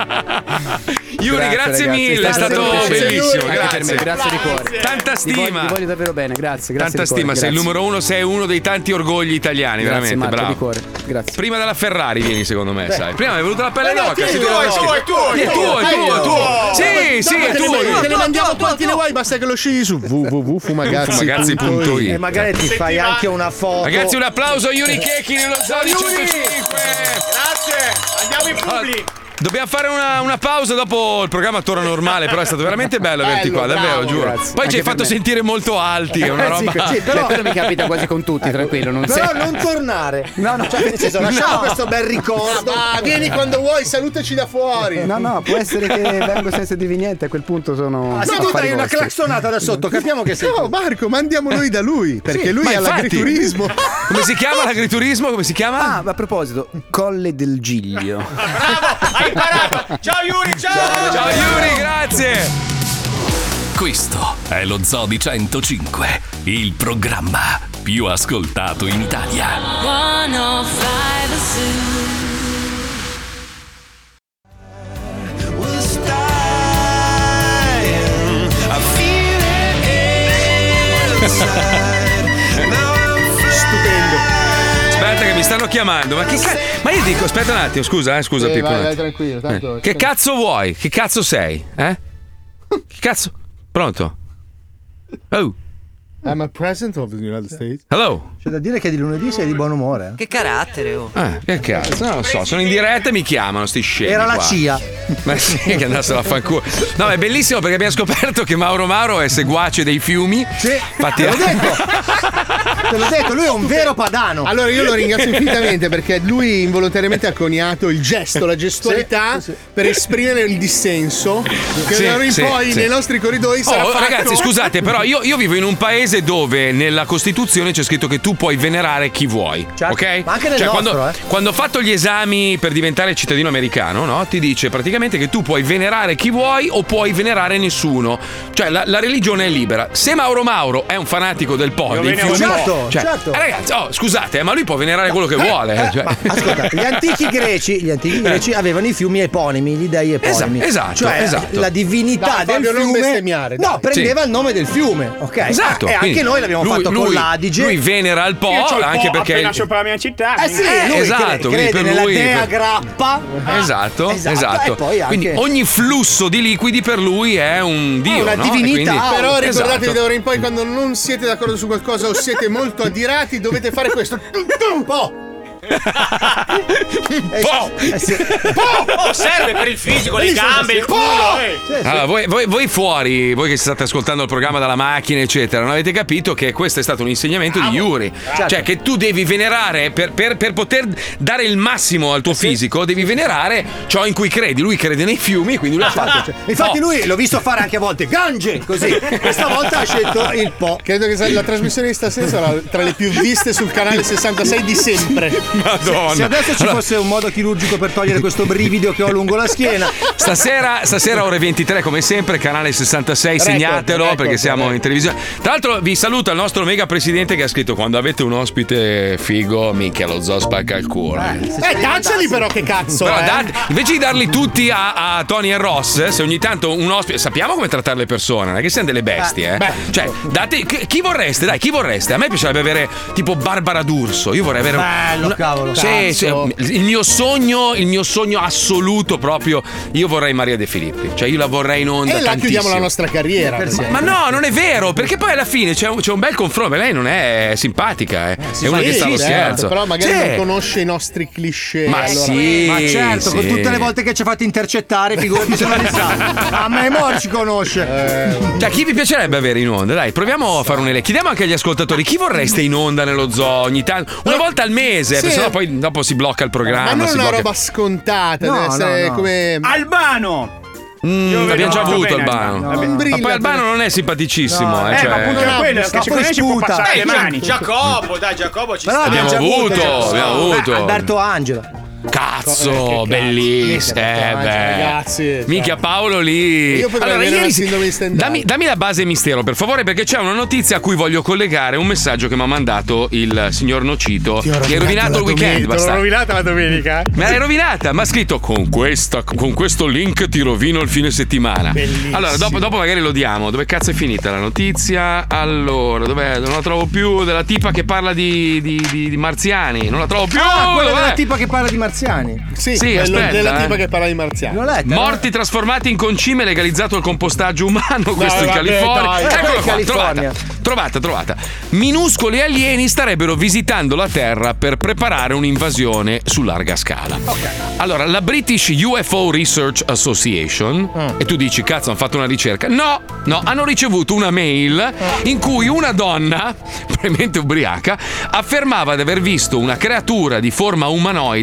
sì. Yuri, grazie, ragazzi, mille, è stato un piacere. bellissimo. Anche Grazie. per me, grazie di cuore. Tanta Vi voglio, stima. vi voglio davvero bene, grazie, grazie Tanta di cuore, stima, sei il grazie. numero uno, sei uno dei tanti orgogli italiani, Grazie, veramente, Marco, bravo. di cuore. Grazie. Prima della Ferrari vieni secondo me, sai. Prima mi è venuta la pelle no, d'oca. tieni, si tuo, tira è l'occhio. tuo, è tuo, È è tuo, tuo, è tuo, è tuo. Sì, sì, Dopo è te, le, tuo. te le mandiamo quanti ne vuoi, basta che lo scegli su w w w punto fumagazzi punto it. E magari ti fai anche una foto. Ragazzi, un applauso a Yuri Keki nello Zoo di centocinque. Grazie, andiamo in publi. Dobbiamo fare una, una pausa, dopo il programma torna normale, però è stato veramente bello averti Bello, qua, davvero, bravo, giuro. grazie. Poi ci hai Anche per fatto me. sentire molto alti, è una Eh, sì, roba. sì, però, quello mi capita quasi con tutti, tranquillo. Non Però sei... non tornare. No, no, Cioè, nel senso, lasciamo no. questo bel ricordo. Ah, vieni quando vuoi, salutaci da fuori. No, no, può essere che vengo senza dirvi niente, a quel punto sono. Ah, se tu affari dai una vostri. claxonata da sotto, capiamo che sei. No, Marco, mandiamo noi da lui, perché Sì, lui ma ha infatti. l'agriturismo. Come si chiama l'agriturismo? Come si chiama? Ah, a proposito, Colle del Giglio. Hai imparato. Ciao Yuri, ciao. Ciao Yuri, grazie. Questo è lo Zoo di centocinque, il programma più ascoltato in Italia. one oh five Stupendo. Aspetta che mi stanno chiamando. Ma che cazzo? Ma io dico, aspetta un attimo, scusa, eh, scusa Eh, Pippo. vai, un vai, attimo. tranquillo, tanto- Eh, Che cazzo vuoi? Che cazzo sei? Eh? Che cazzo? Pronto? Oh. I'm a president of the United States. Hello. C'è da dire che di lunedì sei di buon umore. Che carattere, oh. Eh, che cazzo? Non lo so, sono in diretta e mi chiamano sti scemi. Era la qua. C I A. Ma sì, che andassero a fanculo. No, è bellissimo perché abbiamo scoperto che Mauro Mauro è seguace dei fiumi. Sì. Infatti, Te l'ho detto. Te l'ho detto, lui è un vero padano. Allora io lo ringrazio infinitamente perché lui involontariamente ha coniato il gesto, la gestualità Sì, sì, sì. per esprimere il dissenso che Sì, da ora in sì, poi sì. nei nostri corridoi sarà Oh, fatto. ragazzi, scusate, però io, io vivo in un paese dove nella Costituzione c'è scritto che tu puoi venerare chi vuoi. Certo, Ok? ma anche nel cioè, nostro, quando, eh. quando ho fatto gli esami per diventare cittadino americano, no? Ti dice praticamente che tu puoi venerare chi vuoi o puoi venerare nessuno. Cioè, la, la religione è libera. Se Mauro Mauro è un fanatico del po', Io dei veneravo fiumi, il Po. cioè, Certo. eh, ragazzi, oh, scusate, eh, ma lui può venerare quello che vuole. eh, cioè. Ma ascolta, gli antichi greci, gli antichi greci avevano i fiumi eponimi, gli dei eponimi. Esatto, cioè, esatto. la divinità Dai, del Fabio, non fiume. bestemmiare, dai. No, prendeva Sì. il nome del fiume, ok? Esatto. E anche quindi noi l'abbiamo lui- fatto lui- con l'Adige. Lui venera il Po, Io c'ho il anche Po perché. appena sopra la mia città. Eh sì, Eh, lui esatto, crede, quindi crede per nella lui- dea per- grappa. Esatto, Esatto, esatto. e poi anche- Quindi ogni flusso di liquidi per lui è un dio, una no? divinità. E quindi- Però ricordatevi Esatto. da ora in poi quando non siete d'accordo su qualcosa o siete molto adirati dovete fare questo. Un po'. Po'! Eh sì. Oh, serve per il fisico, le gambe, il culo. eh. Sì, sì. Allora, voi, voi- voi fuori, voi che state ascoltando il programma dalla macchina, eccetera, non avete capito che questo è stato un insegnamento di Yuri. Certo. Cioè, che tu devi venerare per, per- per poter dare il massimo al tuo fisico, devi venerare ciò in cui credi. Lui crede nei fiumi, quindi lui ha fatto. Cioè, Infatti Po. lui l'ho visto fare anche a volte Gange, così. Questa volta ha scelto il Po. Credo che la trasmissione di stasera sarà tra le più viste sul canale sessantasei di sempre. Madonna. Se adesso ci Allora, fosse un modo chirurgico per togliere questo brivido che ho lungo la schiena. Stasera, stasera ore ventitré come sempre, canale sessantasei, Record, segnatelo record, perché siamo record. in televisione. Tra l'altro vi saluta il nostro mega presidente che ha scritto: quando avete un ospite figo, minchia lo zoo spacca il culo. Eh, dacceli però che cazzo. Però eh. date- invece di darli tutti a, a Tony e Ross, se ogni tanto un ospite, sappiamo come trattare le persone, non è che siamo delle bestie, eh. beh. Cioè, date, chi chi vorreste? Dai, chi vorreste? A me piacerebbe avere tipo Barbara D'Urso. Io vorrei avere Bello, cavolo. Sì, sì, Cazzo. il mio sogno, il mio sogno assoluto proprio. Io vorrei Maria De Filippi, cioè io la vorrei in onda E là tantissimo. chiudiamo la nostra carriera. perché- Ma no, non è vero, perché poi alla fine c'è un, c'è un bel confronto. Lei non è simpatica, eh. è una Sì, che sta allo certo, scherzo. però magari Sì. non conosce i nostri cliché. Ma allora. sì, Ma certo, con sì. tutte le volte che ci ha fatto intercettare, figurati se non li sa. A me Mor ci conosce. Cioè, chi vi piacerebbe avere in onda? Dai, proviamo a fare un ele. Chiediamo anche agli ascoltatori chi vorreste in onda nello zoo ogni tanto, una volta al mese, Sì. perché sennò poi dopo si blocca il programma. Ma non si una blocca- roba scontata, No, deve essere no, no. come. Albano. Mm, Io vedo abbiamo già molto avuto bene Albano. Albano. Ma Brilla poi Albano per- non è simpaticissimo, No, eh, Eh, cioè- ma appunto no, è quello che sta secondo me poi si può sputa. passare Eh, le mani. Gian- Giacomo, dai, Giacomo ci Però sta. Abbiamo già avuto, già- abbiamo Beh, avuto. Alberto Angela. Cazzo, Eh, che bellissimo. cazzo. Eh, beh. Ragazzi, Minchia cioè. Paolo lì. Io potrei avere ieri una si- sindrome di Stendhal. dammi, dammi la base mistero, per favore, perché c'è una notizia a cui voglio collegare un messaggio che mi ha mandato il signor Nocito. Ti ho Mi hai rovinato la il weekend, domenica, te l'ho bastardo. rovinata la domenica. Me l'hai rovinata, mi ha scritto con, questa, con questo link ti rovino il fine settimana. Bellissimo. Allora, dopo, dopo magari lo diamo. Dove cazzo è finita la notizia? Allora, dov'è? Non la trovo più. Della tipa che parla di, di, di- di marziani. Non la trovo più. Ah, quella Dov'è? della tipa che parla di marziani. Sì, Sì, quello aspetta, della eh. tipa che parla di marziani. L'ho letta. Morti trasformati in concime, legalizzato il compostaggio umano. Questo in vabbè, California. dai. Eccola Eh, qua, California. trovata. Trovata, trovata. Minuscoli alieni starebbero visitando la Terra per preparare un'invasione su larga scala. Allora, la British U F O Research Association, e tu dici, cazzo, hanno fatto una ricerca. No, no, hanno ricevuto una mail in cui una donna, probabilmente ubriaca, affermava di aver visto una creatura di forma umanoide alta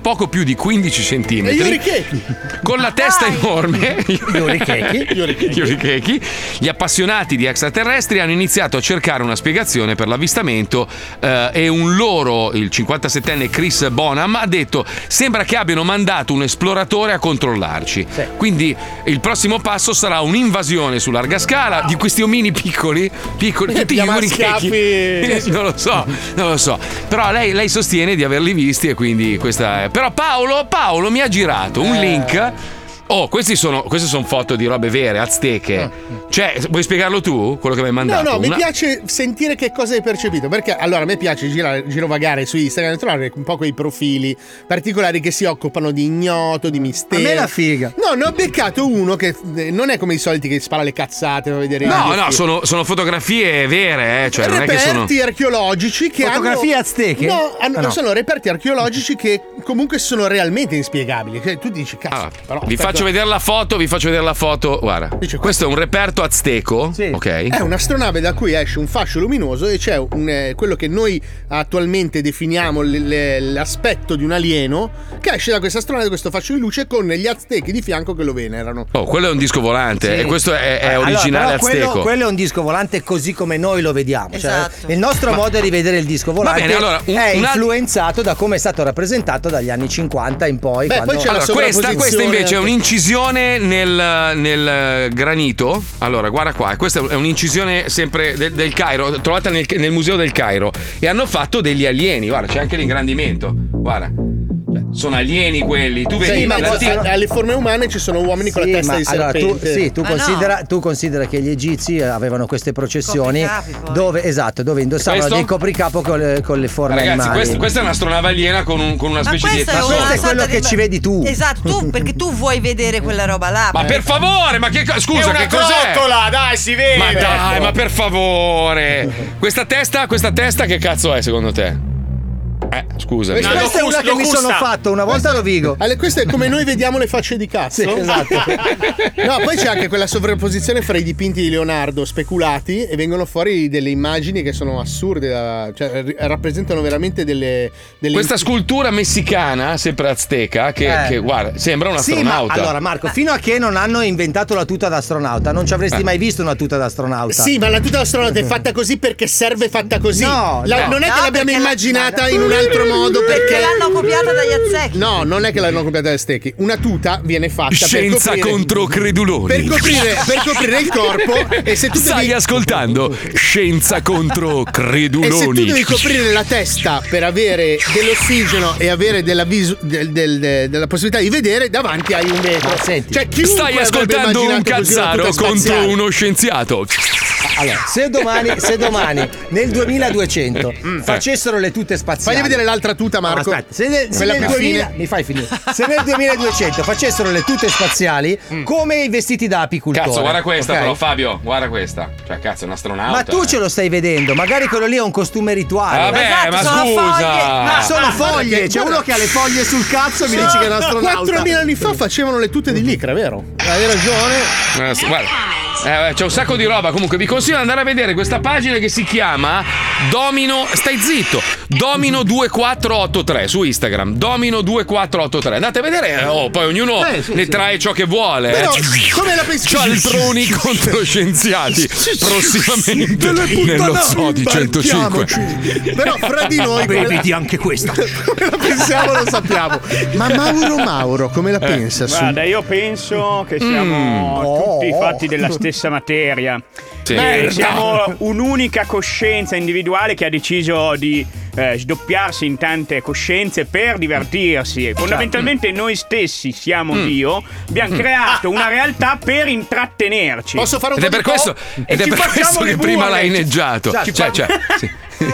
poco più di quindici centimetri. E Yurikeki. Con la testa enorme. Yurikeki. Yurikeki. Gli appassionati di extraterrestri hanno iniziato a cercare una spiegazione per l'avvistamento eh, e un loro, il cinquantasettenne Chris Bonham, ha detto: sembra che abbiano mandato un esploratore a controllarci. Sì. Quindi il prossimo passo sarà un'invasione su larga scala di questi omini piccoli, piccoli, tutti Yurikeki. Non lo so, non lo so. Però lei, lei sostiene di averli visti e quindi questa è. Però Paolo, Paolo mi ha girato un link. Oh, questi sono, queste sono foto di robe vere, azteche. Cioè, vuoi spiegarlo tu? Quello che mi hai mandato? No, no, Una... mi piace sentire che cosa hai percepito. Perché allora a me piace girare, girovagare su Instagram e trovare un po' quei profili particolari che si occupano di ignoto, di mistero. A me la figa. No, ne ho beccato uno che non è come i soliti che spara le cazzate per vedere. No, no, sono, sono fotografie vere, eh. Cioè, non è che sono. Reperti archeologici che fotografie hanno... azteche? No, hanno, no, sono reperti archeologici che comunque sono realmente inspiegabili. Cioè, tu dici, cazzo, allora, però, vi aspetta. faccio vedere la foto, vi faccio vedere la foto. Guarda, questo è un reperto azteco. Sì. Ok. È un'astronave da cui esce un fascio luminoso e c'è un, eh, quello che noi attualmente definiamo l- l- l'aspetto di un alieno che esce da questa astronave, da questo fascio di luce, con gli aztechi di fianco che lo venerano. Oh, quello è un disco volante. Sì. E questo è, è Allora, originale però azteco. Quello, quello è un disco volante così come noi lo vediamo. Esatto. Cioè, il nostro Ma- modo di vedere il disco volante bene, allora, un- è una- influenzato da come è stato rappresentato dagli anni cinquanta in poi. Beh, quando... poi c'è la Allora, questa, sovrapposizione questa invece è anche. un'incisione nel, nel granito. Allora, guarda qua, questa è un'incisione sempre del, del Cairo, trovata nel, nel museo del Cairo. E hanno fatto degli alieni. Guarda, c'è anche l'ingrandimento. Guarda. Sono alieni quelli. Tu vedi Sì, ma la- poi alle forme umane ci sono uomini con Sì, la testa ma di allora, tu, serpente. sì, tu, Ma considera, no. tu considera che gli egizi avevano queste processioni Copricapi, poi. dove, esatto, dove indossavano Questo? dei copricapo con le, con le forme Ragazzi, animali. questa, questa è un'astronave aliena con, un- con una Ma specie di. questa è Ma una questo è quello sorta che di- ci vedi tu. Esatto, tu perché tu vuoi vedere quella roba là. Ma per favore, ma che co- scusa, È una che cos'è? trottola, dai, si vede. Ma dai, ma per favore. Questa testa, questa testa che cazzo è secondo te? Eh, scusa. Questa- Questa è una che mi sono fatto una volta a Rovigo. Alle- questo è come noi vediamo le facce di cazzo. Sì, esatto. No, poi c'è anche quella sovrapposizione fra i dipinti di Leonardo speculati e vengono fuori delle immagini che sono assurde, da- cioè ri- rappresentano veramente delle, delle Questa scultura messicana, sempre azteca, che, Eh. che, guarda, sembra un Sì, ma astronauta. allora Marco, fino a che non hanno inventato la tuta d'astronauta, non ci avresti Eh. mai visto una tuta d'astronauta. Sì, ma la tuta d'astronauta è fatta così perché serve fatta così. No, La- no. non è No, che l'abbiamo perché la- immaginata in un altro modo perché Perché l'hanno copiata dagli aztechi. No, non è che l'hanno copiata dagli aztechi. Una tuta viene fatta Scienza per coprire contro creduloni. per coprire, per coprire il corpo e se tu Stai devi ascoltando Scienza contro E se tu creduloni. devi coprire la testa per avere dell'ossigeno e avere della, visu- del- del- del- della possibilità di vedere, davanti hai un vetro. Ma senti, cioè, chiunque Stai avrebbe ascoltando un immaginato così una cazzaro tuta contro spaziale. uno scienziato. Allora, se domani, se domani nel duemiladuecento facessero le tute spaziali. Fagli vedere l'altra tuta, No, Marco. aspetta, se nel, se Quella nel più duemila fine. mi fai finire. Se nel duemiladuecento facessero le tute spaziali come i vestiti da apicultore. Cazzo, guarda questa ok? però, Fabio, guarda questa. Cioè, cazzo, è un astronauta. Ma tu ce lo stai vedendo, magari quello lì è un costume rituale. Vabbè, Esatto, ma sono scusa. foglie. Ma sono Ah, foglie, guarda che- c'è guarda- uno che ha le foglie sul cazzo e mi dici che è un astronauta. quattromila anni fa facevano le tute di licra, vero? Hai ragione. Eh, s- guarda. Eh, c'è un sacco di roba. Comunque, vi consiglio di andare a vedere questa pagina che si chiama Domino. Stai zitto, Domino due quattro otto tre su Instagram. Domino due quattro otto tre. Andate a vedere. Oh, poi ognuno Eh, sì, ne sì. trae ciò che vuole. eh. Però, come la pensi? Cialtroni contro scienziati. Prossimamente nello Zoo di centocinque. Però fra di noi Beviti anche questa. come la pensiamo lo sappiamo. Ma Mauro Mauro come la pensa su? Guarda, io penso che siamo tutti fatti della stessa materia. Sì. Eh, siamo un'unica coscienza individuale che ha deciso di eh, sdoppiarsi in tante coscienze per divertirsi. E fondamentalmente noi stessi siamo Dio, abbiamo creato una realtà per intrattenerci. Posso fare un Ed è po' per di questo, E ed è ci per facciamo questo le che prima burle. l'hai inneggiato. Ci Cioè, fa- cioè, sì.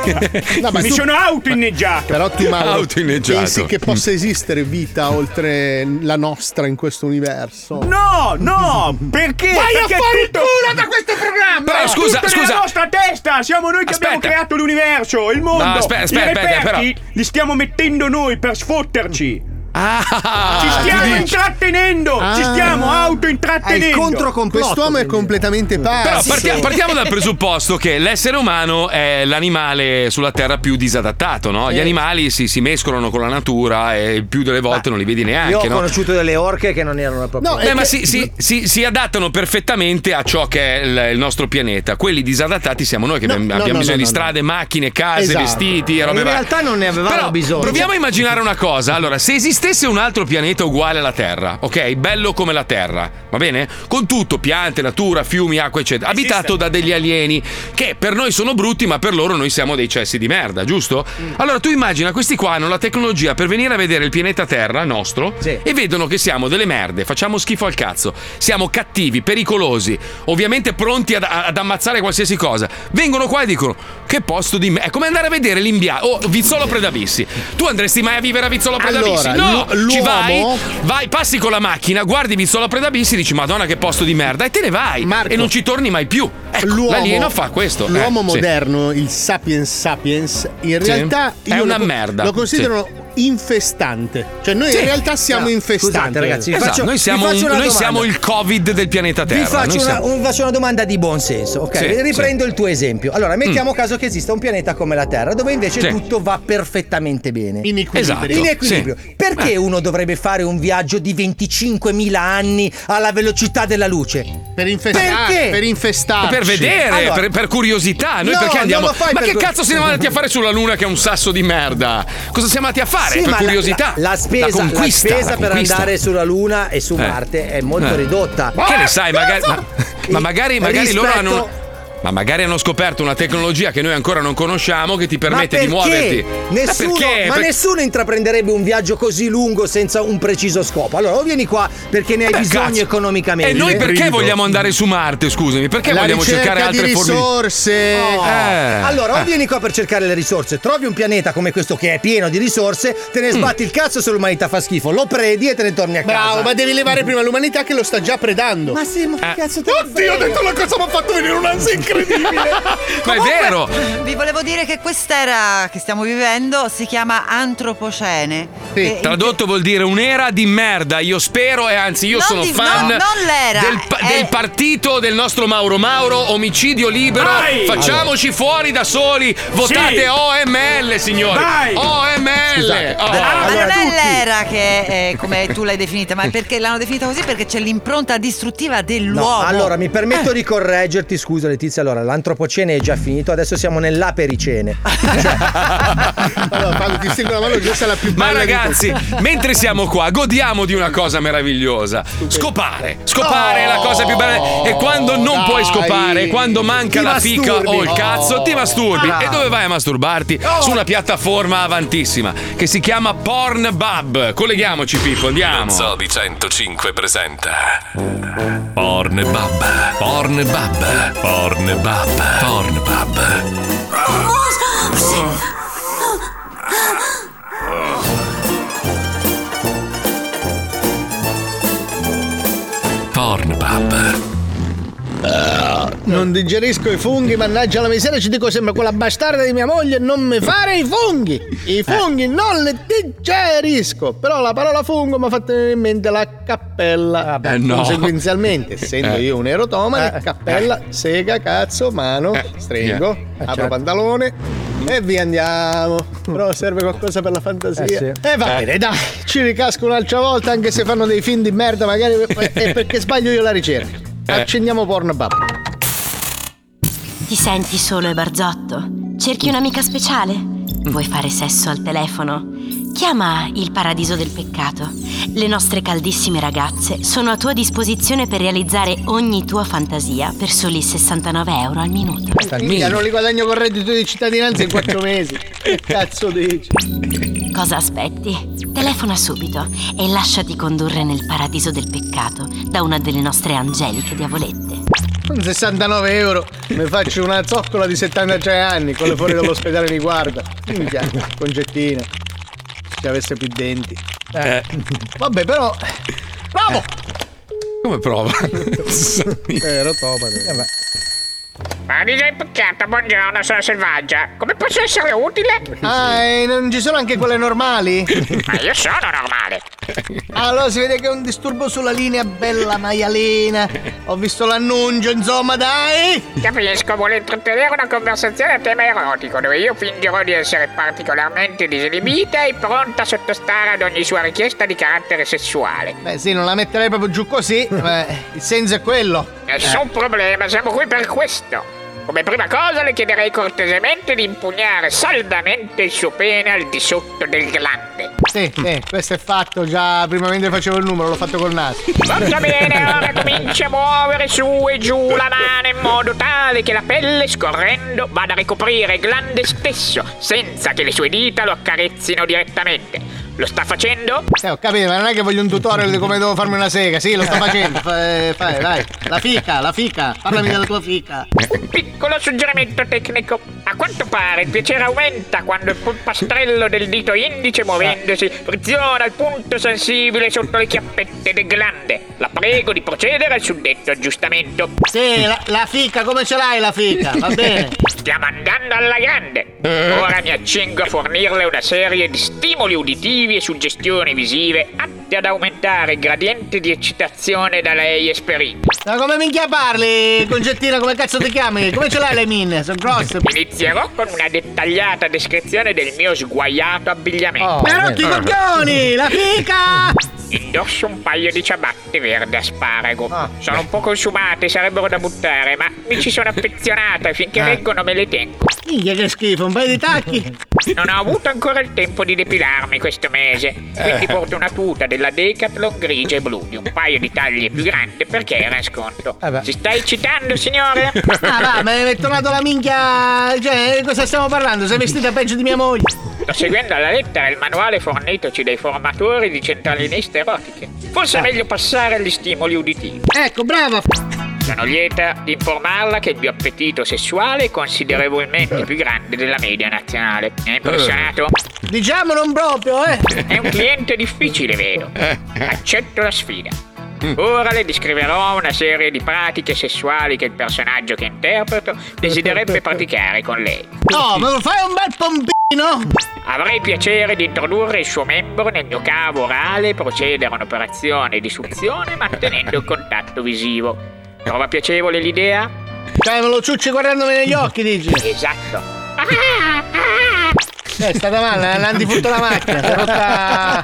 No, ma Mi tu- sono auto-inneggiato. Però tu Mauro Auto-inneggiato. pensi che possa esistere vita oltre la nostra in questo universo? No, no, perché? Vai a perché fare il tutto- culo da questo programma! Però È scusa, tutto scusa. nella nostra testa, siamo noi che Aspetta. abbiamo creato l'universo, il mondo. No, aspetta, aspetta, I reperti aspetta, però- li stiamo mettendo noi per sfotterci. Ah, ci stiamo tu dici- intrattenendo, Ah. ci stiamo auto-intrattenendo. È il controcomplotto. Quest'uomo è completamente pazzo. Però partia- partiamo dal presupposto che l'essere umano è l'animale sulla Terra più disadattato, no? Gli Eh. animali si, si mescolano con la natura e il più delle volte non li vedi neanche. Io ho no? conosciuto delle orche che non erano proprio. Beh, ma si, si- si- si adattano perfettamente a ciò che è il, il nostro pianeta. Quelli disadattati siamo noi che No, abbiamo no, abbiamo no, bisogno no, di no. strade, macchine, case, Esatto. vestiti e robe In varie. realtà non ne avevamo Però bisogno. proviamo a immaginare una cosa. Allora, se esistesse un altro pianeta uguale alla Terra, ok? Bello come la Terra, va bene? Con tutto, piante, natura, fiumi, acqua, eccetera. Abitato da degli alieni che per noi sono brutti, ma per loro noi siamo dei cessi di merda, giusto? Allora tu immagina, questi qua hanno la tecnologia per venire a vedere il pianeta Terra nostro e vedono che siamo delle merde, facciamo schifo al cazzo, siamo cattivi, pericolosi, ovviamente pronti ad, ad ammazzare qualsiasi cosa. Vengono qua e dicono: che posto di me. È come andare a vedere l'Imbia o oh, Vizzolo Predabissi. Tu andresti mai a vivere a Vizzolo Predabissi? Allora, no, l'u- ci vai, l'uomo- vai, passi con la macchina, guardi Vizzolo Predabissi, dici Madonna che posto di merda e te ne vai Marco, e non ci torni mai più. Ecco, L'uomo- l'alieno fa questo. Eh, L'uomo sì. moderno, il sapiens sapiens, in Sì. realtà È io una lo, merda. lo considero infestante. Cioè noi Sì. in realtà siamo No, infestanti. scusate, ragazzi, vi Esatto, faccio- noi siamo, vi faccio un- una noi domanda. siamo il Covid del pianeta Terra. Vi faccio Noi una, siamo- un- faccio una domanda di buon senso, ok? Sì, Riprendo sì. il tuo esempio. Allora, mettiamo caso che esista un pianeta come la Terra, dove invece Sì. tutto va perfettamente bene. In equilibrio. Esatto. In equilibrio. Sì. Perché Eh. uno dovrebbe fare un viaggio di venticinquemila anni alla velocità della luce? Per infestare, Perché? per infestarci. Per vedere, Allora- per, per curiosità. Noi No, perché andiamo. non lo fai Ma per che cur- cazzo siamo andati a fare sulla Luna che è un sasso di merda? Cosa siamo andati a fare? Sì, per ma la- curiosità. La, la spesa, la conquista, spesa la per conquista. andare sulla Luna e su Eh. Marte è molto Eh. ridotta. Che ne sai, magari. Ma, ma magari, magari loro Rispetto- hanno. Ma magari hanno scoperto una tecnologia che noi ancora non conosciamo che ti permette ma di perché? muoverti. Nessuno, Ma perché? ma Per- nessuno intraprenderebbe un viaggio così lungo senza un preciso scopo. Allora, o vieni qua perché ne hai Beh, bisogno cazzo. economicamente. E noi perché vogliamo andare su Marte? Scusami, perché La vogliamo ricerca cercare di altre forme? risorse. Oh. Eh. Allora, o Eh. vieni qua per cercare le risorse, trovi un pianeta come questo che è pieno di risorse, te ne sbatti il cazzo se l'umanità fa schifo, lo predi e te ne torni a casa. Bravo, ma devi levare prima l'umanità che lo sta già predando. Ma sì, ma Eh. che cazzo te ne Oddio, ho frega? detto una cosa, mi ha fatto venire un'ansia incredibile. Ma è vero! Vi volevo dire che quest'era che stiamo vivendo si chiama antropocene. Sì. Che- Tradotto vuol dire un'era di merda. Io spero, e anzi, io Non sono di- fan no, non l'era, del, pa- è- del partito del nostro Mauro Mauro, omicidio libero. Vai! Facciamoci fuori da soli. Votate Sì. O M L, signori. Vai! O M L. Scusate. Oh. Beh, Ma allora, non è tutti- l'era che è come tu l'hai definita, ma è perché l'hanno definita così perché c'è l'impronta distruttiva dell'uomo. No, allora mi permetto Eh. di correggerti, scusa Letizia. Allora, l'antropocene è già finito, adesso siamo nell'apericene. Allora, Paolo, ti stringo la mano, questa è la più Ma bella di ragazzi, tutte. mentre siamo qua, godiamo di una cosa meravigliosa. Scopare. Scopare è la cosa più bella. E quando non dai. puoi scopare, quando manca Ti la fica masturbi. o il cazzo, ti masturbi. Ah. E dove vai a masturbarti? Su una piattaforma avantissima che si chiama Pornhub. Colleghiamoci, Pippo, andiamo. Zoo di centocinque presenta Pornhub, Pornhub, Pornhub, Pornhub. Pornhub. Non digerisco i funghi, mannaggia la miseria, ci dico sempre quella bastarda di mia moglie, non mi fare i funghi. I funghi non li digerisco. Però la parola fungo mi ha fatto venire in mente la cappella. Eh, no. Conseguenzialmente, essendo Eh. io un erotomane, cappella, sega, cazzo, mano, Eh. stringo, Eh, apro certo. pantalone e via andiamo. Però serve qualcosa per la fantasia. Eh, sì. E va bene, dai, ci ricasco un'altra volta, anche se fanno dei film di merda, magari è perché sbaglio io la ricerca. Eh. Accendiamo Pornhub. Ti senti solo e barzotto? Cerchi un'amica speciale? Vuoi fare sesso al telefono? Chiama il Paradiso del Peccato. Le nostre caldissime ragazze sono a tua disposizione per realizzare ogni tua fantasia per soli sessantanove euro al minuto. Minchia, non li guadagno con reddito di cittadinanza in quattro mesi. Che cazzo dici? Cosa aspetti? Telefona subito e lasciati condurre nel Paradiso del Peccato da una delle nostre angeliche diavolette. Con sessantanove euro mi faccio una zoccola di settantatré anni, quello fuori dall'ospedale mi guarda. Minchia, concettina. Se avesse più denti. Eh. Vabbè, però. Bravo! Come prova? Eh, Ero topate. Ma D J Peccato, buongiorno, sono Selvaggia. Come posso essere utile? Ah, e non ci sono anche quelle normali? Ma io sono normale. Allora si vede che è un disturbo sulla linea, bella maialina. Ho visto l'annuncio, insomma, dai. Capisco, vuole intrattenere una conversazione a tema erotico, dove io fingerò di essere particolarmente disinibita e pronta a sottostare ad ogni sua richiesta di carattere sessuale. Beh sì, non la metterei proprio giù così, ma il senso è quello. Nessun eh. problema, siamo qui per questo. Come prima cosa le chiederei cortesemente di impugnare saldamente il suo pene al di sotto del glande. Sì, sì, questo è fatto, già prima mentre facevo il numero, l'ho fatto col naso. Molto bene, ora comincia a muovere su e giù la mano in modo tale che la pelle, scorrendo, vada a ricoprire il glande stesso, senza che le sue dita lo accarezzino direttamente. Lo sta facendo? Eh, ho capito, ma non è che voglio un tutorial di come devo farmi una sega. Sì, lo sto facendo. Fai, fai, dai. La fica, la fica. Parlami della tua fica. Piccolo suggerimento tecnico. A quanto pare il piacere aumenta quando il polpastrello del dito indice, muovendosi, friziona il punto sensibile sotto le chiappette del glande. La prego di procedere al suddetto aggiustamento. Sì, la, la fica, come ce l'hai la fica? Va bene. Stiamo andando alla grande. Ora mi accingo a fornirle una serie di stimoli uditivi e suggestioni visive atte ad aumentare il gradiente di eccitazione da lei esperito. Ma come minchia parli, concettina, come cazzo ti chiami? Come ce l'hai le minne? Sono grosse. Inizierò con una dettagliata descrizione del mio sguaiato abbigliamento. Oh, ma rotto i coglioni, la fica! Indosso un paio di ciabatte verde asparago. Ah, sono un po' consumate, sarebbero da buttare, ma mi ci sono affezionata e finché ah. reggono me le tengo. Minchia che schifo, un paio di tacchi. Non ho avuto ancora il tempo di depilarmi questo mese, quindi eh. porto una tuta della Decathlon grigia e blu di un paio di taglie più grande perché era in sconto. Eh si sta eccitando, signore? Ah va, ma è tornato la minchia. Cioè, cosa stiamo parlando? Sei vestita peggio di mia moglie. Sto seguendo alla lettera il manuale fornitoci dai formatori di centraliniste erotiche. Forse è meglio passare agli stimoli uditivi. Ecco, brava. Sono lieta di informarla che il mio appetito sessuale è considerevolmente più grande della media nazionale. Mi ha impressionato? Diciamo non proprio, eh! È un cliente difficile, vedo. Accetto la sfida. Ora le descriverò una serie di pratiche sessuali che il personaggio che interpreto desidererebbe praticare con lei. Oh, ma lo fai un bel pompino? Avrei piacere di introdurre il suo membro nel mio cavo orale e procedere a un'operazione di suzione mantenendo il contatto visivo. Trova piacevole l'idea? Cioè, me lo ciucci guardandomi negli occhi, dici? Esatto. Eh, è stata male, l'hanno diffutto la macchina, si è rotta...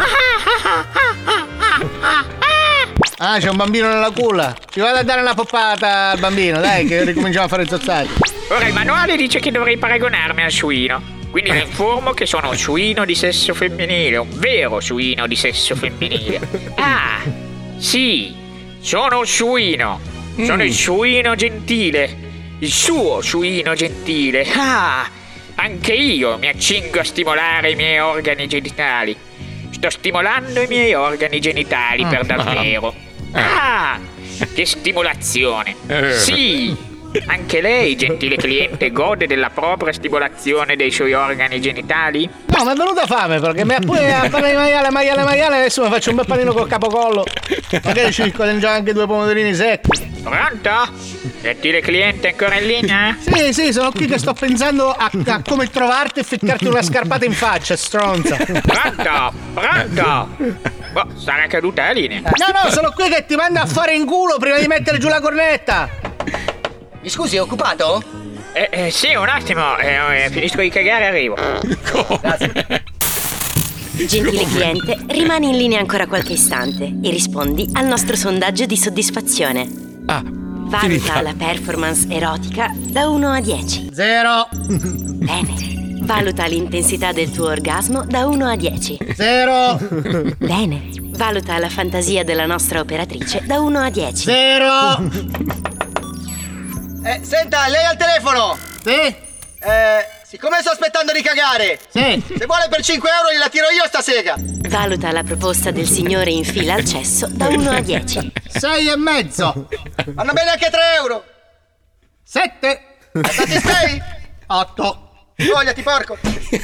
Ah, c'è un bambino nella culla. Ci vado a dare una poppata al bambino, dai, che ricominciamo a fare zozzati. Ora il manuale dice che dovrei paragonarmi al suino. Quindi vi informo che sono un suino di sesso femminile, un vero suino di sesso femminile. Ah, sì, sono un suino. Sono mm. il suino gentile. Il suo suino gentile. Ah, anche io mi accingo a stimolare i miei organi genitali. Sto stimolando i miei organi genitali per davvero. Ah, che stimolazione. Sì, anche lei, gentile cliente, gode della propria stimolazione dei suoi organi genitali? No, mi è venuta fame perché mi ha pure a fare di maiale, maiale, maiale. Adesso mi faccio un bel panino col capocollo. Magari ci già anche due pomodorini secchi. Pronto? Gentile cliente, ancora in linea? Sì, sì, sono qui che sto pensando a, a come trovarti e ficcarti una scarpata in faccia, stronza. Pronto? Pronto? Oh, sarà caduta la linea. No, no, sono qui che ti mando a fare in culo prima di mettere giù la cornetta. Mi scusi, è occupato? Eh, eh sì, un attimo, eh, finisco di cagare e arrivo. Grazie. Gentile cliente, rimani in linea ancora qualche istante e rispondi al nostro sondaggio di soddisfazione. Ah, valuta finita. la performance erotica da uno a dieci. Zero. Bene. Valuta l'intensità del tuo orgasmo da uno a dieci. Zero. Bene. Valuta la fantasia della nostra operatrice da uno a dieci. Zero. Eh, senta, lei al telefono? Sì? Eh, siccome sto aspettando di cagare. Sì. Se vuole per cinque euro gliela tiro io sta sega. Valuta la proposta del signore in fila al cesso da uno a dieci. Sei e mezzo. Vanno bene anche tre euro. Sette. Stati sei? Otto. Vogliati, porco.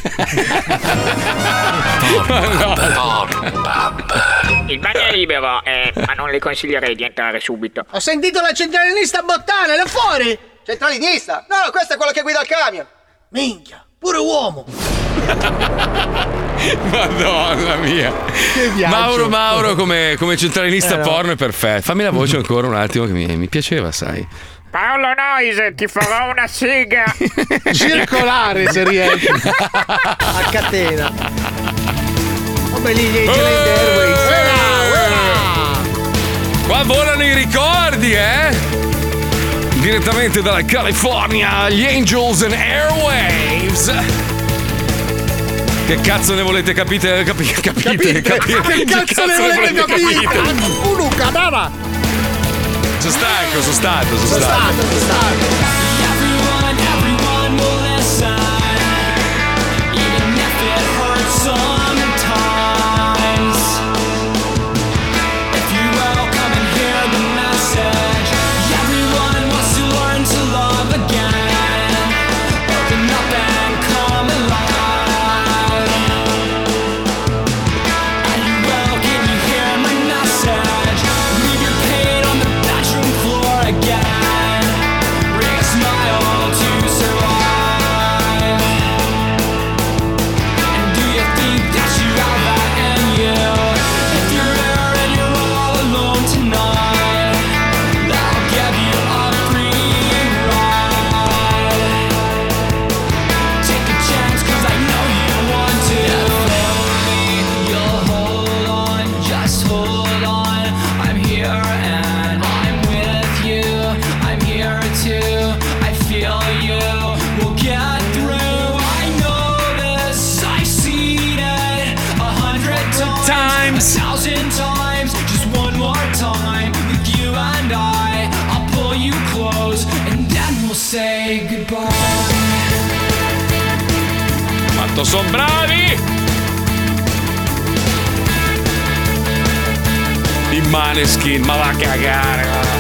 Il bagno è libero, eh, ma non le consiglierei di entrare subito. Ho sentito la centralinista bottana, là fuori. Centralinista? No, questo è quello che guida il camion. Minchia, pure uomo. Madonna mia. Mauro Mauro come, come centralinista Eh, no. porno è perfetto. Fammi la voce ancora un attimo che mi, mi piaceva, sai. Paolo Noise, ti farò una sega. Circolare se riesci. A catena. Come lì gli Eh, Airways. Qua volano i ricordi, eh? Direttamente dalla California, gli Angels and Airwaves. Che cazzo ne volete capite? Capi, capite? Capite? Capire? Che cazzo ne volete capire? Uno cadara. Sono stanco, sono stato, sono Sono stato. stato, sono stato. Everyone, everyone will listen, even if it hurts sometimes. If you will come and hear the message, everyone wants to learn to love again. Open up and come alive. And you will, can you hear my message? Leave your pain on the bedroom floor again. Bring a smile to survive. And do you think that you have that in you? If you're there and you're all alone tonight, I'll give you a free ride. Take a chance, 'cause I know you want to. You'll hold on, just hold on. I'm here and I'm with you. I'm here too. I feel you. We'll get through. I know this. I've seen it a hundred times, a thousand times. Just one more time with you and I. I'll pull you close and then we'll say goodbye. Quanto son bravi! I Maneskin, ma va a cagare, va.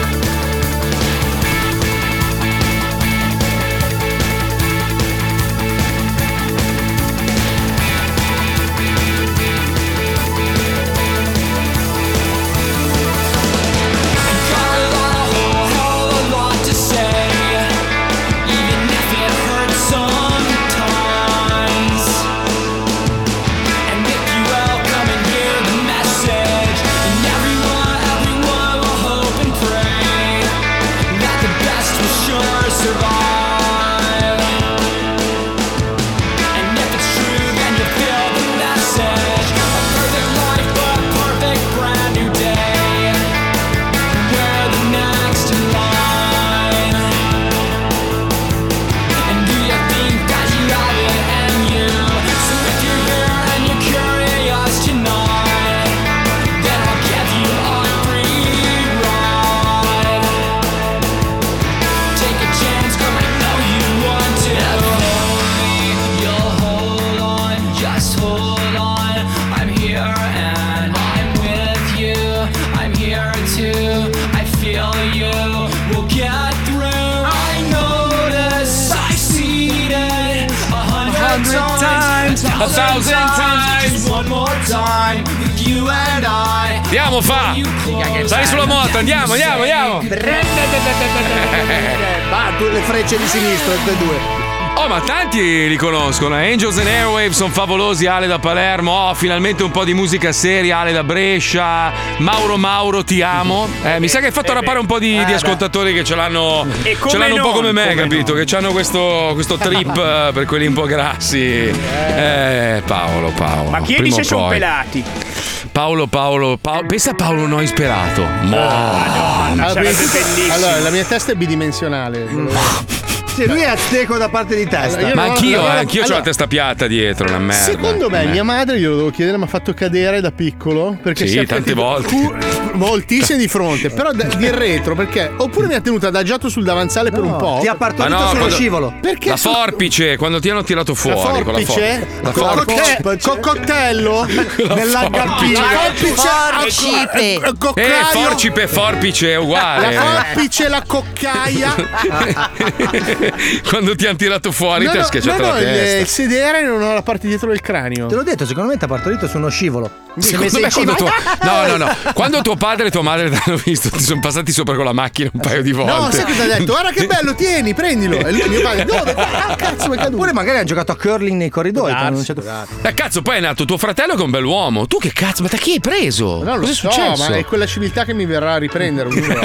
Got a lot, a whole hell of a lot to say, even if it hurts sometimes. And if you will come and hear the message, and everyone, everyone will hope and pray that the best will sure survive. And if it's true, then you feel the message. A perfect life, a perfect brand new day. We're the next in line. And do you think that you have it in you? So if you're here and you're curious tonight, then I'll give you a free ride. Take a chance, 'cause I know you want to. You'll hold on, just hold on. I'm here and I'm with you. I'm here too. I feel you. We'll get through. I know this. I've seen it a hundred times, a thousand times. Just one more time with you and I. Andiamo, fa! Sali sulla moto, andiamo, andiamo, andiamo! Va, tu le frecce di sinistra, tutte e due. Oh, ma tanti li conoscono. Angels and Airwaves sono favolosi. Ale da Palermo. Oh, finalmente un po' di musica seria. Ale da Brescia. Mauro Mauro, ti amo. Eh, mi sa che hai fatto rappare un po' di, di ascoltatori che ce l'hanno, E come ce l'hanno un po' non, come me, come capito? Che hanno questo, questo trip eh, per quelli un po' grassi. Eh, Paolo, Paolo. Ma chiedi prima se o sono poi. pelati. Paolo, Paolo, Paolo. Pensa a Paolo non ispirato. Allora, sarebbe bellissimo. allora, la mia testa è bidimensionale. Sì, lui è azteco da parte di testa. Allora, io Ma no, anch'io, allora- eh, anch'io ho allora- la testa piatta dietro, una merda. Secondo me, Una mia madre, glielo devo chiedere, mi ha fatto cadere da piccolo. Perché Sì, si è tante tipo- volte. cu- moltissime di fronte, però da- di retro. Perché oppure mi ha tenuto adagiato sul davanzale per un po'. Ti ha Ma partorito no, sullo quando- scivolo. Perché La so- forbice, quando ti hanno tirato La fuori con la forbice? for- la Co- forbice. cotte- Coccottello? Nell'aggappino. Forcipe. Eh, Eh, coccaio. forcipe e forbice è uguale. La forbice, la coccaia. Quando ti hanno tirato fuori No, ti ha no, schiacciato no, la no, il, testa. il sedere non ho la parte dietro del cranio. Te l'ho detto, secondo me ti ha partorito su uno scivolo. Secondo me quando tuo... No, no, no. Quando tuo padre e tua madre ti hanno visto, ti sono passati sopra con la macchina un paio di volte. No, sai cosa ha detto? Guarda che bello, tieni, prendilo. E lui, mio padre, dove? Ah, cazzo, mi è caduto. Oppure magari hanno giocato a curling nei corridoi. Darsi, non c'è... Eh, cazzo, poi è nato tuo fratello che è un bell'uomo. Tu che cazzo, ma da chi hai preso? No, lo Cosa è so, successo? ma è quella civiltà che mi verrà a riprendere. ognuno.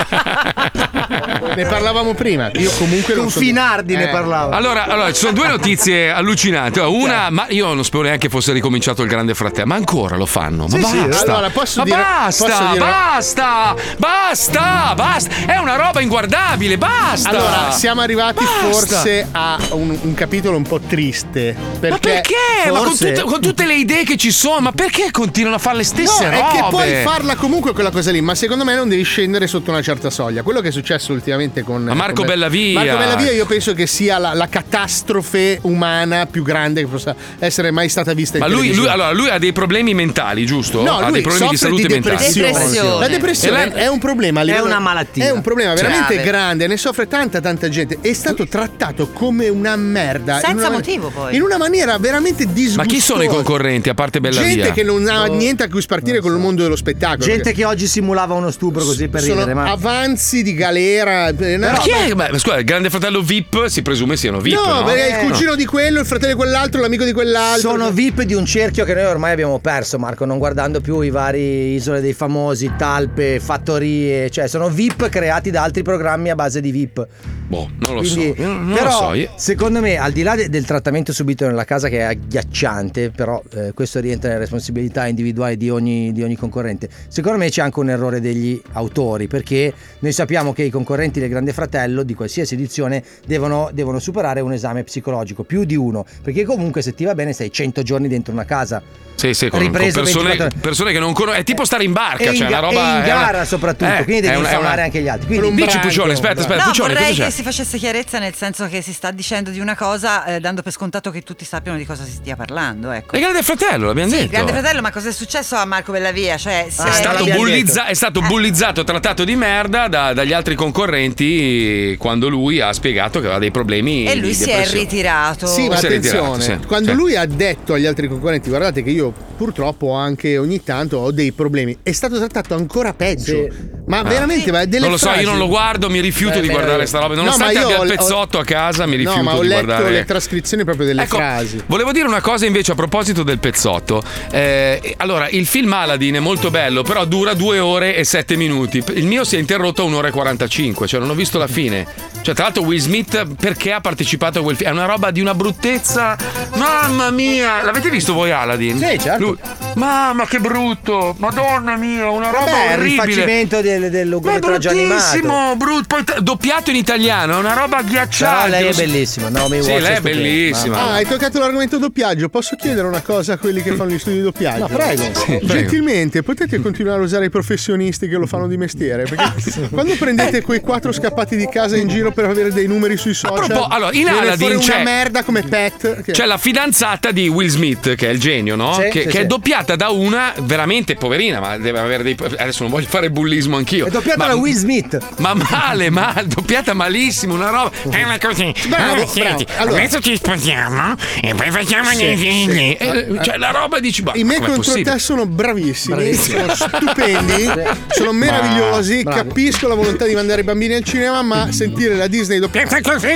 Ne parlavamo prima. Io comunque non Con so- Finardi ne Eh. parlavo. Allora, allora, ci sono due notizie allucinanti. Una, ma io non sapevo neanche fosse ricominciato il Grande Fratello, ma ancora lo fanno. Ma Sì, sì, basta. allora, posso ma dire- basta, posso dire- basta, basta, basta. È una roba inguardabile, basta. Allora, siamo arrivati Basta. forse a un, un capitolo un po' triste. Perché Ma perché? Ma con forse- tutte, con tutte le idee che ci sono, ma perché continuano a fare le stesse No, robe? è che puoi farla comunque quella cosa lì, ma secondo me non devi scendere sotto una certa soglia. Quello che è successo ultimamente con Ma Marco con- Bellavia. Marco Bellavia io penso che sia la, la catastrofe umana più grande che possa essere mai stata vista in Ma lui, lui, televisione. allora, lui ha dei problemi mentali, giusto? No, ha lui dei problemi di soffre salute di mentale. depressione. La depressione E lei- è un problema a livello- È una malattia. È un problema veramente Grave. grande, ne soffre tanta tanta gente. È stato trattato come una merda. Senza in una- motivo, poi. In una maniera veramente Ma disgustosa. chi sono i concorrenti a parte Bellavia? Gente che non ha niente a cui spartire con il mondo dello spettacolo. Gente perché che oggi simulava uno stupro così per sono ridere. Ma... avanzi di galera. eh, Ma no, chi è? ma- Beh, scusa, il Grande Fratello V I P si presume siano V I P. No, No, perché Eh, il cugino di quello, il fratello di quell'altro, l'amico di quell'altro. Sono V I P di un cerchio che noi ormai abbiamo perso, Marco, non guardando più i vari Isole dei Famosi, talpe, fattorie, cioè sono V I P creati da altri programmi a base di V I P. Boh, non lo Quindi, so. Io non però, lo so. Io... secondo me, al di là de- del trattamento subito nella casa che è agghiacciante, però eh, questo rientra nelle responsabilità individuali di ogni, di ogni concorrente. Secondo me c'è anche un errore degli autori, perché noi sappiamo che i concorrenti del Grande Fratello di qualsiasi edizione devono, devono superare un esame psicologico, più di uno, perché comunque se ti va bene sei cento giorni dentro una casa. Sì, sì, con, con Ripreso persone, ventiquattro persone che non conoscono. È tipo stare in barca, E in cioè ga- una roba. e in è gara una- soprattutto, eh, quindi devi è una- è informare una- anche gli altri. Quindi Dici Puccione, aspetta, aspetta, No, Puccione, vorrei cosa c'è? che si facesse chiarezza, nel senso che si sta dicendo di una cosa eh, dando per scontato che tutti sappiano di cosa si stia parlando, ecco. Il Grande Fratello, l'abbiamo Sì, detto. il Grande Fratello, ma cosa è successo a Marco Bellavia? Cioè, se- È stato, bullizza- è stato bullizzato, trattato di merda da- dagli altri concorrenti quando lui ha spiegato che aveva dei problemi. E lui di si è depressione. ritirato. Sì, ma Si è attenzione, ritirato, sì. quando Sì. lui ha detto agli altri concorrenti, guardate che io purtroppo anche ogni tanto ho dei problemi, è stato trattato ancora peggio. Ma Ah. veramente, ma delle Non lo so, frasi- io non lo guardo, mi rifiuto Beh, di beh, guardare sta roba. no, Nonostante ma io abbia ho- il pezzotto a casa, mi rifiuto No, ma ho di letto guardare. le trascrizioni proprio delle Ecco, frasi. volevo dire una cosa invece a proposito del pezzotto. Eh, allora, il film Aladdin è molto bello, però dura due ore e sette minuti. Il mio si è interrotto a un'ora e quarantacinque, cioè non ho visto la fine. Cioè, tra l'altro, Will Smith, perché ha partecipato a quel film? È una roba di una bruttezza. Mamma mia! L'avete visto voi Aladdin? Sì, certo. Lui- Mamma, che brutto! Madonna mia, una roba Vabbè, il orribile. rifacimento del, Ma è dell'lungometraggio animato. bruttissimo, brutto. Poi t- doppiato in italiano, è una roba agghiacciata. Però lei è bellissima, Naomi Sì, Watts lei è stupenda. bellissima. Ah, hai toccato l'argomento doppiaggio. Posso chiedere una cosa a quelli che fanno gli studi di doppiaggio? No, prego. Sì, prego. Gentilmente, potete continuare a usare i professionisti che lo fanno di mestiere? Perché quando prendete quei quattro scappati di casa in giro per avere dei numeri sui social, propos- allora, in viene Aladdin fuori una c'è- merda come Pet. Che... C'è la fidanzata di Will Smith, che è il genio, no? Sì, che sì, che è sì. doppiata da una veramente poverina, ma deve avere dei. Adesso non voglio fare bullismo anch'io. È doppiata ma, da Will Smith. Ma male, ma doppiata malissimo, una roba. È una così. Bravo, Allora, senti, bravo. Allora- adesso ci sposiamo e poi facciamo Sì, dei figli. sì. Eh, cioè, la roba dici, ma I me com'è contro possibile? te sono bravissimi, Bravissimi. sono stupendi, sono meravigliosi. Bravo. Capisco la volontà di mandare i bambini al cinema, ma sentire la Disney doppiata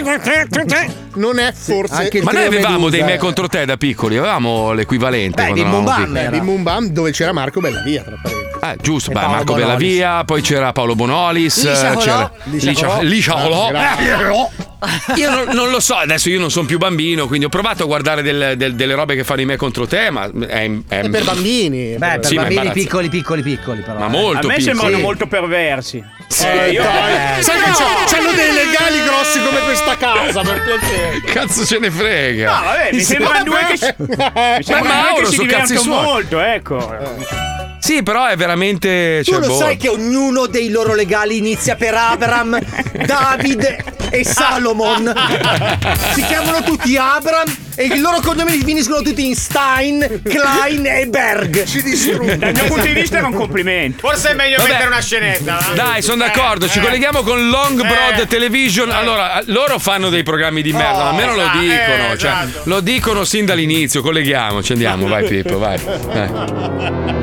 non è forse. Anche il Ma noi trio avevamo Medusa, dei me eh. contro te da piccoli, avevamo l'equivalente. Beh, quando Bim Bum eravamo Bam piccoli. Beh, Bim Bum Bam, dove c'era Marco Bellavia, tra parentesi. Eh, giusto, E beh, Paolo Marco Bonolis. Bellavia, poi c'era Paolo Bonolis, Licia eh, c'era Colò. Licia Licia Colò. Grazie. Io non, non lo so, adesso io non sono più bambino, quindi ho provato a guardare del- del- delle robe che fanno i me contro te, ma è, è- È per bambini. Beh, per Sì, ma bambini imbarazzo. piccoli, piccoli, piccoli, però. ma eh. molto A me piccolo. sembrano Sì. molto perversi. Eh, io- dai. Sai che c'ho- c'hanno dei legali grossi come questa casa, per piacere. Cazzo ce ne frega. No, vabbè, mi sembrano due che si, mi sembrano Mauro, due che si sono cazzi divertono suoi. molto, ecco. Sì, però è veramente. Tu Cioè, lo boh. sai che ognuno dei loro legali inizia per Abram, David e Salomon. Si chiamano tutti Abram e i loro cognomi finiscono tutti in Stein, Klein e Berg. Ci distruggono. Dal mio punto di vista è un complimento. Forse è meglio Vabbè. mettere una scenetta. va? Dai, sono d'accordo. Ci Eh, colleghiamo con Longbroad Eh. Television. Allora, loro fanno dei programmi di merda, ma almeno lo esatto, dicono. eh, Cioè, esatto. lo dicono sin dall'inizio. Colleghiamoci, andiamo, vai Pippo, vai. Eh.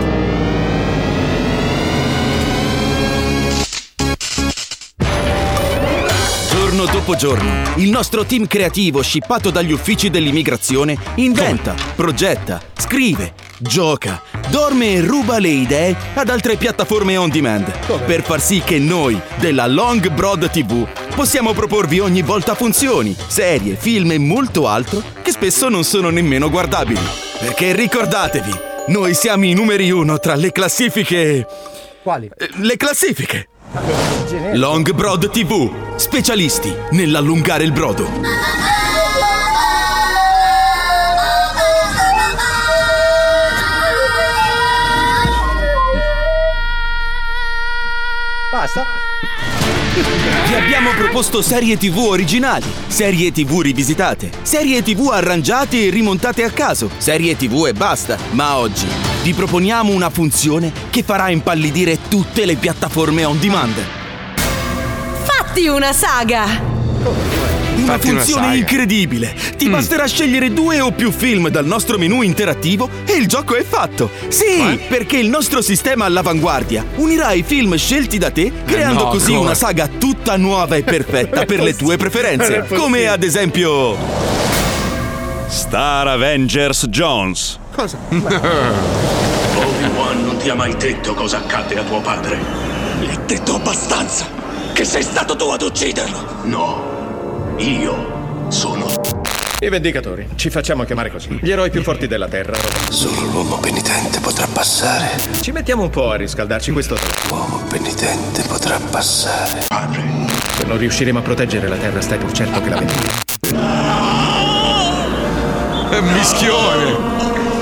Giorno dopo giorno, il nostro team creativo scippato dagli uffici dell'immigrazione inventa, progetta, scrive, gioca, dorme e ruba le idee ad altre piattaforme on demand per far sì che noi, della Longbroad tivù, possiamo proporvi ogni volta funzioni, serie, film e molto altro che spesso non sono nemmeno guardabili. Perché ricordatevi, noi siamo i numeri uno tra le classifiche... Quali? Eh, Le classifiche! Longbroad tivù, specialisti nell'allungare il brodo. Basta. Vi abbiamo proposto serie tivù originali, serie tivù rivisitate, serie tivù arrangiate e rimontate a caso, serie tivù e basta. Ma oggi vi proponiamo una funzione che farà impallidire tutte le piattaforme on demand. Fatti una saga! Una Fatti una funzione saga. incredibile! Ti Mm. basterà scegliere due o più film dal nostro menu interattivo e il gioco è fatto! Sì, perché il nostro sistema all'avanguardia unirà i film scelti da te, creando no, così come? una saga tutta nuova e perfetta Non è per le tue possibile. Non preferenze. è possibile. Come ad esempio... Star Avengers Jones. Cosa? Obi-Wan non ti ha mai detto cosa accadde a tuo padre. Gli hai detto abbastanza. Che sei stato tu ad ucciderlo. No, io sono... I Vendicatori, ci facciamo chiamare così. Gli eroi più forti della Terra. Solo l'uomo penitente potrà passare. Ci mettiamo un po' a riscaldarci questo. L'uomo penitente potrà passare. Padre. Se non riusciremo a proteggere la Terra, stai pur certo che la vendica. È un mischione.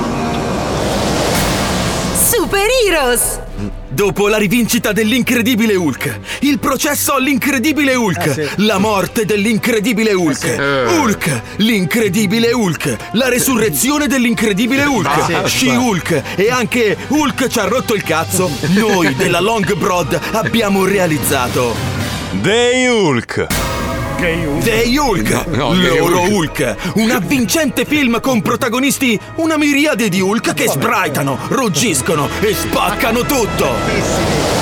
Super Heroes! Dopo la rivincita dell'incredibile Hulk, il processo all'incredibile Hulk, Eh, sì. la morte dell'incredibile Hulk, Eh. Hulk, l'incredibile Hulk, la resurrezione dell'incredibile Hulk, Ah, sì. She-Hulk e anche Hulk ci ha rotto il cazzo, noi della Longbroad abbiamo realizzato The Hulk. The Hulk, No, The loro Hulk. Hulk, un avvincente film con protagonisti una miriade di Hulk che sbraitano, ruggiscono e spaccano tutto.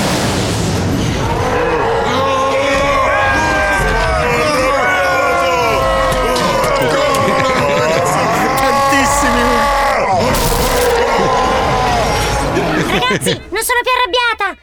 Ragazzi, non sono più arrabbiata!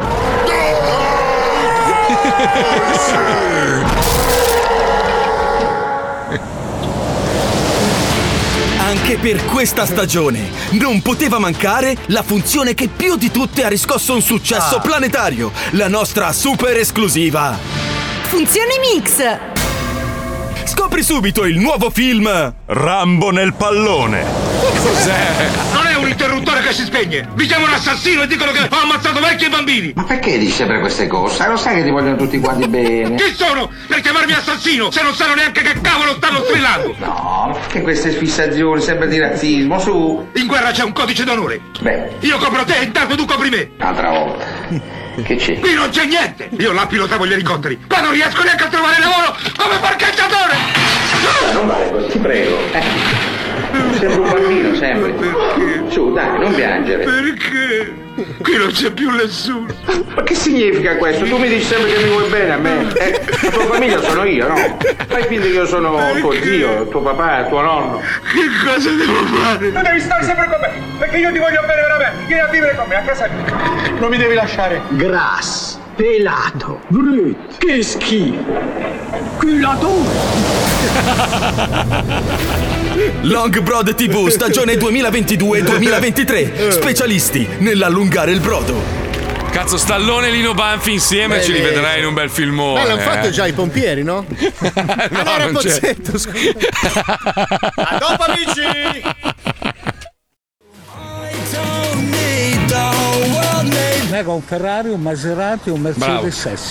Anche per questa stagione non poteva mancare la funzione che più di tutte ha riscosso un successo Ah. planetario, la nostra super esclusiva. Funzione Mix! Scopri subito il nuovo film Rambo nel pallone. Cos'è? Non è un interruttore che si spegne. Vi chiamo un assassino e dicono che ho ammazzato vecchi e bambini. Ma perché dici sempre queste cose? Lo sai che ti vogliono tutti quanti bene. Chi sono per chiamarmi assassino se non sanno neanche che cavolo stanno strillando? No, che queste fissazioni, sempre di razzismo, su. In guerra c'è un codice d'onore. Beh, Io copro te e intanto tu copri me. un'altra volta. Che c'è? Qui non c'è niente. Io là pilotavo gli elicotteri, ma non riesco neanche a trovare lavoro come parcheggiatore. Non vale così, ti prego. Eh. Sembra un bambino, sempre. Su, dai, non piangere. Perché? Qui non c'è più nessuno. Ma che significa questo? Tu mi dici sempre che mi vuoi bene a me. Eh, la tua famiglia sono io, no? Fai finta che io sono tuo zio, tuo papà, tuo nonno. Che cosa devo fare? Tu devi stare sempre con me, perché io ti voglio bene veramente. Vieni a vivere con me, a casa mia. Non mi devi lasciare. Grass, pelato, brutto, che schifo. Culatore. Longbroad tivù stagione duemilaventidue duemilaventitré. Specialisti nell'allungare il brodo. Cazzo, Stallone e Lino Banfi insieme Beh, ci li lì. vedrai in un bel filmone. Ma l'hanno fatto eh. già i pompieri, no? No, Ah, no, era non c'è. Pozzetto, scusa. A dopo, amici! Me con un Ferrari, un Maserati e un Mercedes S.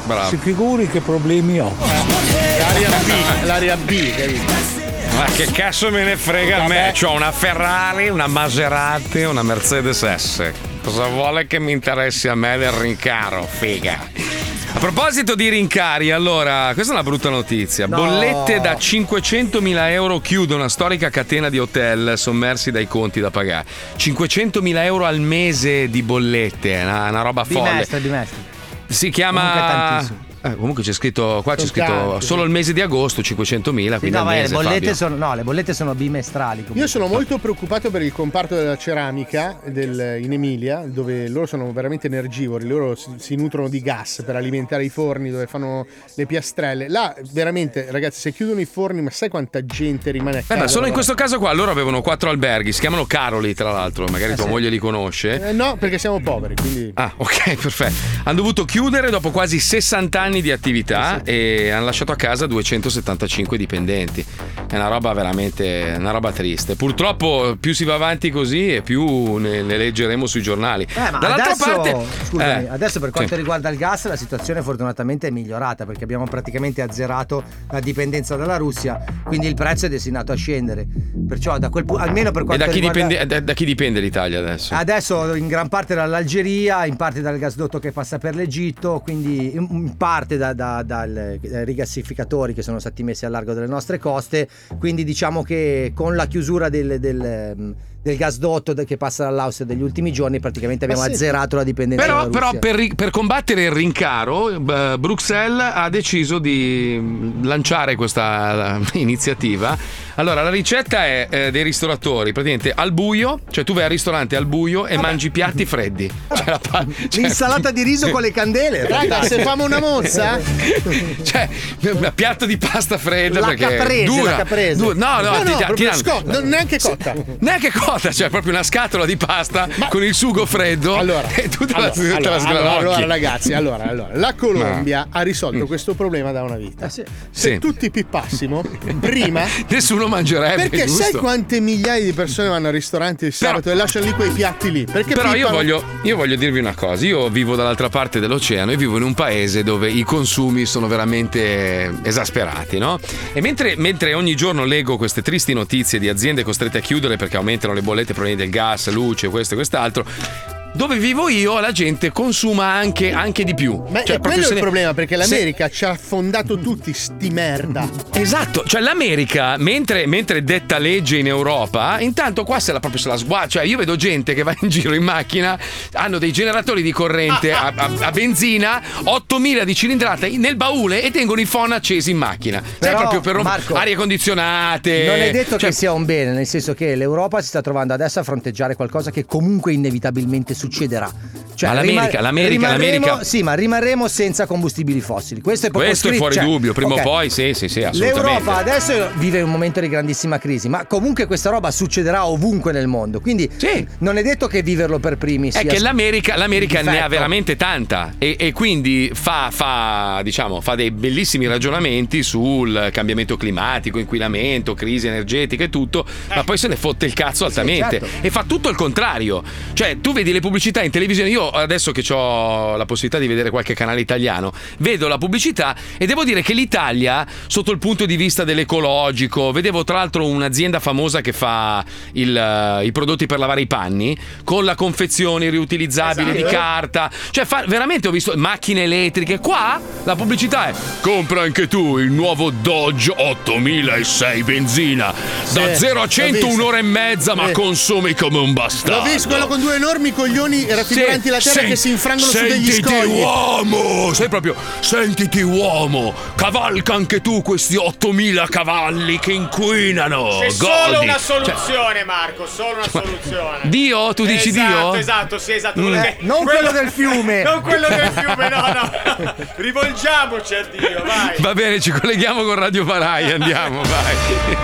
bravo. Si figuri che problemi ho. L'area B, l'area B, capito? Ma che cazzo me ne frega a me? C'ho una Ferrari, una Maserati, una Mercedes S. Cosa vuole che mi interessi a me del rincaro, figa? A proposito di rincari, allora, questa è una brutta notizia. No. Bollette da cinquecentomila euro chiude una storica catena di hotel sommersi dai conti da pagare. cinquecentomila euro al mese di bollette, è una, una roba folle. Bimestre, bimestre. Si chiama. Comunque tantissimo. Eh, comunque c'è scritto, qua c'è Sono scritto tanti, solo sì. il mese di agosto cinquecentomila, Sì, quindi no, al vai, mese, le bollette Fabio. sono, no, le bollette sono bimestrali. Comunque. Io sono molto preoccupato per il comparto della ceramica del- in Emilia, dove loro sono veramente energivori, loro si, si nutrono di gas per alimentare i forni, dove fanno le piastrelle. Là, veramente, ragazzi, se chiudono i forni, ma sai quanta gente rimane a Eh, casa? ma solo in questo caso qua loro avevano quattro alberghi, si chiamano Caroli tra l'altro, magari Eh, tua sì. moglie li conosce. Eh, no, perché siamo poveri, quindi... Ah, ok, perfetto. Hanno dovuto chiudere dopo quasi sessanta anni di attività e hanno lasciato a casa duecentosettantacinque dipendenti. È una roba veramente, una roba triste. Purtroppo più si va avanti così e più ne, ne leggeremo sui giornali. Eh, ma Dall'altra adesso, parte, scusami, eh, adesso per quanto sì. riguarda il gas la situazione fortunatamente è migliorata perché abbiamo praticamente azzerato la dipendenza dalla Russia, quindi il prezzo è destinato a scendere. Perciò da quel pu- almeno per E quanto da chi, riguarda dipende, da, da chi dipende l'Italia adesso? Adesso in gran parte dall'Algeria, in parte dal gasdotto che passa per l'Egitto, quindi in in parte da, da- dal- dai rigassificatori che sono stati messi al largo delle nostre coste, quindi diciamo che con la chiusura del, del, del gasdotto che passa dall'Austria degli ultimi giorni praticamente abbiamo Ma sì. azzerato la dipendenza Però, dalla però Russia. per, ri- per combattere il rincaro, eh, Bruxelles ha deciso di mm, lanciare questa eh, iniziativa. Allora, la ricetta è eh, dei ristoratori, praticamente al buio, cioè tu vai al ristorante al buio e mangi piatti freddi. Cioè, la pa- cioè- L'insalata di riso con le candele. Raga, se famo una mozza? cioè, un piatto di pasta fredda La perché caprese, dura, la caprese. dura- no, no, No, ti, no, ti- proprio ti- scotta, non- neanche cotta. Neanche cotta, cioè proprio una scatola di pasta con il sugo freddo e tu te la, Allora, te la allora, sgranocchi. allora, allora, ragazzi, allora, allora, la Colombia ha risolto questo problema da una vita. Se Sì. tutti pippassimo, prima Nessuno mangerebbe, perché giusto? sai quante migliaia di persone vanno al ristorante il sabato e lasciano lì quei piatti lì? Perché Però io pippano- voglio, io voglio dirvi una cosa, io vivo dall'altra parte dell'oceano e vivo in un paese dove i consumi sono veramente esasperati, no? E mentre, mentre ogni giorno leggo queste tristi notizie di aziende costrette a chiudere perché aumentano le bollette provenienti del gas, luce, questo e quest'altro, dove vivo io la gente consuma anche, anche di più. Ma Cioè, è proprio quello se il ne- problema, perché se- l'America ci ha affondato tutti sti merda. Esatto, cioè l'America, mentre, mentre detta legge in Europa, intanto qua se la proprio se la sguarda. Cioè, io vedo gente che va in giro in macchina, hanno dei generatori di corrente a, a- a benzina, ottomila di cilindrata nel baule e tengono i phon accesi in macchina. Cioè, Però, proprio per rom- Marco, arie condizionate. Non è detto Cioè, che sia un bene, nel senso che l'Europa si sta trovando adesso a fronteggiare qualcosa che comunque inevitabilmente succederà. Cioè, Ma l'America, l'America, rimarremo- l'America- Sì, ma rimarremo senza combustibili fossili. Questo è proprio questo è scritto, fuori cioè, dubbio, prima ok. o poi, sì, sì, sì, assolutamente. L'Europa adesso vive un momento di grandissima crisi, ma comunque questa roba succederà ovunque nel mondo. Quindi non è detto che viverlo per primi sia È che l'America, l'America un ne ha difetto. veramente tanta e, e quindi fa, fa, diciamo, fa dei bellissimi ragionamenti sul cambiamento climatico, inquinamento, crisi energetica e tutto, ma poi se ne fotte il cazzo altamente certo. e fa tutto il contrario. Cioè, tu vedi le pubblicità in televisione, io adesso che ho la possibilità di vedere qualche canale italiano, vedo la pubblicità e devo dire che l'Italia, sotto il punto di vista dell'ecologico, vedevo tra l'altro un'azienda famosa che fa il, eh, i prodotti per lavare i panni con la confezione riutilizzabile Esatto. di carta, cioè fa, veramente ho visto macchine elettriche. Qua la pubblicità è: compra anche tu il nuovo Dodge ottomilasei benzina da Sì, zero a l'ho cento visto. un'ora e mezza, ma Sì. consumi come un bastardo. L'ho visto, quello con due enormi coglioni raffiguranti la terra Sì, che si infrangono su degli sentiti scogli. uomo, sei proprio, sentiti uomo, cavalca anche tu questi ottomila cavalli che inquinano. C'è solo Godi. una Cioè, soluzione, Marco, solo una soluzione. Dio? Tu dici esatto, Dio? Esatto, sì, esatto. Mm. quello Eh, che- non quello del fiume. Non quello del fiume, no, no. Rivolgiamoci a Dio, vai. Va bene, ci colleghiamo con Radio Parai, andiamo, vai.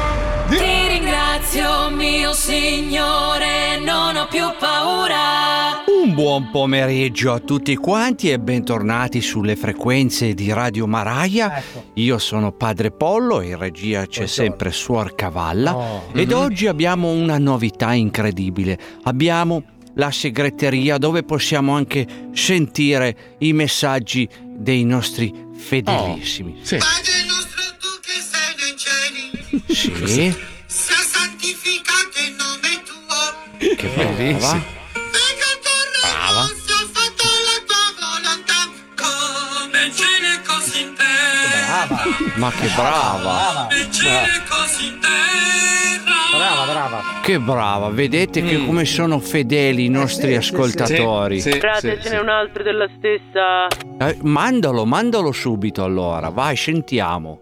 Ti ringrazio, mio Signore, non ho più paura. Un buon pomeriggio a tutti quanti e bentornati sulle frequenze di Radio Maraia. Io sono Padre Pollo, in regia c'è sempre Suor Cavalla ed Mhm. oggi abbiamo una novità incredibile. Abbiamo la segreteria dove possiamo anche sentire i messaggi dei nostri fedelissimi. Oh, sì. Padre nostro tu che sei nei cieli, Sì. sia santificato il nome tuo. Che bellissimo. Venga il tuo regno, sia fatta la tua volontà, come in cielo e così in terra. Ma che brava. Come in cielo e così in terra. Brava, brava. Che brava, vedete che come sono fedeli i nostri ascoltatori. Frate, ce n'è un altro della stessa. Eh, mandalo, mandalo subito allora, vai, sentiamo.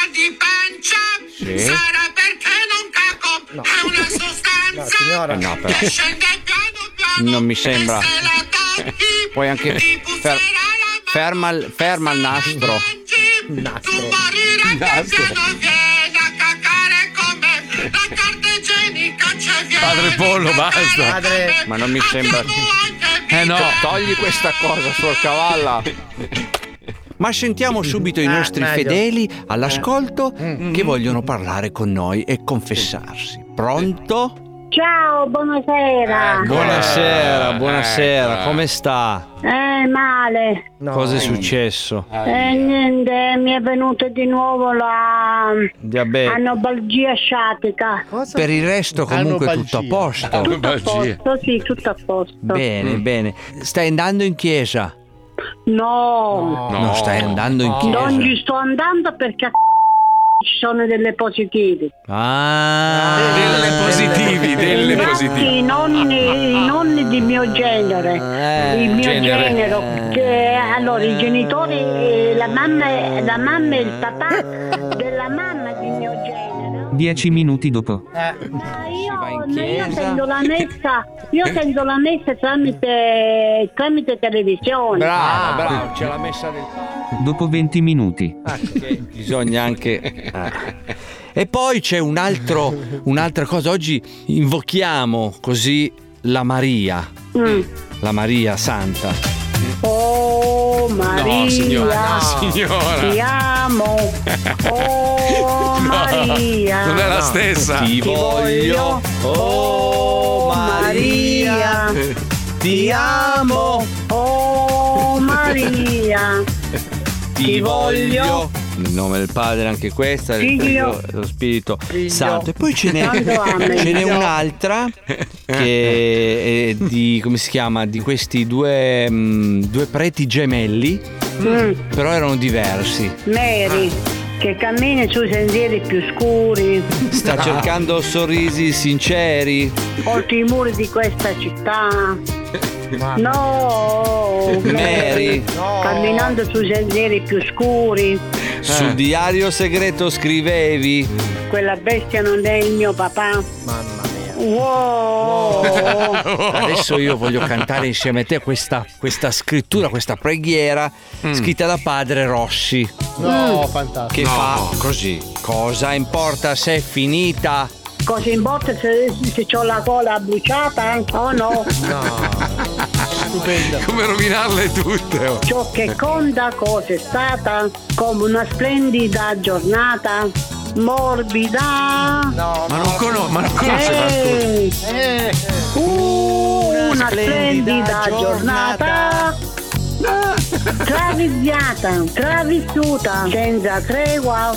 Sì. Sarà perché non caco, è una sostanza Eh, no, però. che scende piano piano. Non mi sembra. Se la tocchi, Puoi anche fer- ferma, il- ferma il nastro. tu morirai Nastro. piano, vieni a cacare con me. La carta igienica c'è, vieni. Padre Pollo, basta. Ma non mi sembra. Eh no. Togli questa cosa, suor Cavalla. Ma sentiamo subito i nostri meglio. fedeli all'ascolto che vogliono parlare con noi e confessarsi. Pronto? Ciao, buonasera. Buonasera, buonasera, come sta? Eh, male. Cosa è successo? Eh, niente, mi è venuta di nuovo la Diabete. anobalgia sciatica. Per il resto comunque tutto a posto. Tutto a posto, sì, tutto a posto. Bene, bene. Stai andando in chiesa? No. Non stai andando in chiesa? Non ci sto andando perché a ci sono delle positive. Ah, delle positivi, delle Infatti, positivi. I nonni, i nonni di mio genere, Eh, il mio genere. genero, che, allora i genitori, eh, la mamma, la mamma e il papà della mamma di mio genere. Dieci minuti dopo. Ma io, io sento la messa, io sento la messa tramite, tramite televisione. Bravo, bravo, c'è la messa del Dopo venti minuti. che bisogna anche. eh. E poi c'è un altro, un'altra cosa. Oggi invochiamo così la Maria, Mm. la Maria Santa. Oh Maria, No, signora, no, signora. ti amo. Oh Maria, Non è la stessa. Ti voglio, oh Maria, ti amo, oh Maria, ti voglio. Nel nome del Padre, anche questa, del Figlio. Figlio, dello Spirito Figlio. Santo. E poi ce n'è, Santo, amen. ce n'è un'altra che è di, come si chiama, di questi due, mh, due preti gemelli, Mm. però erano diversi. Mary, che cammini sui sentieri più scuri, Sta cercando sorrisi sinceri. oltre i muri di questa città. No, Mary. camminando sui sentieri più scuri. Sul diario segreto scrivevi. Quella bestia non è il mio papà. Mamma mia. Wow. Adesso io voglio cantare insieme a te questa, questa scrittura, questa preghiera scritta da padre Rossi. No, Mm. fantastico. Che fa così. Cosa importa se è finita? Cosa importa se, se ho la cola bruciata o no? Stupenda. Come rovinarle tutte. oh. Ciò che conta cosa è stata, come una splendida giornata, morbida. No, Ma non, cono- ma non conosce Eh, Eh, uh, una splendida giornata. Traviziata, travissuta, senza tregua.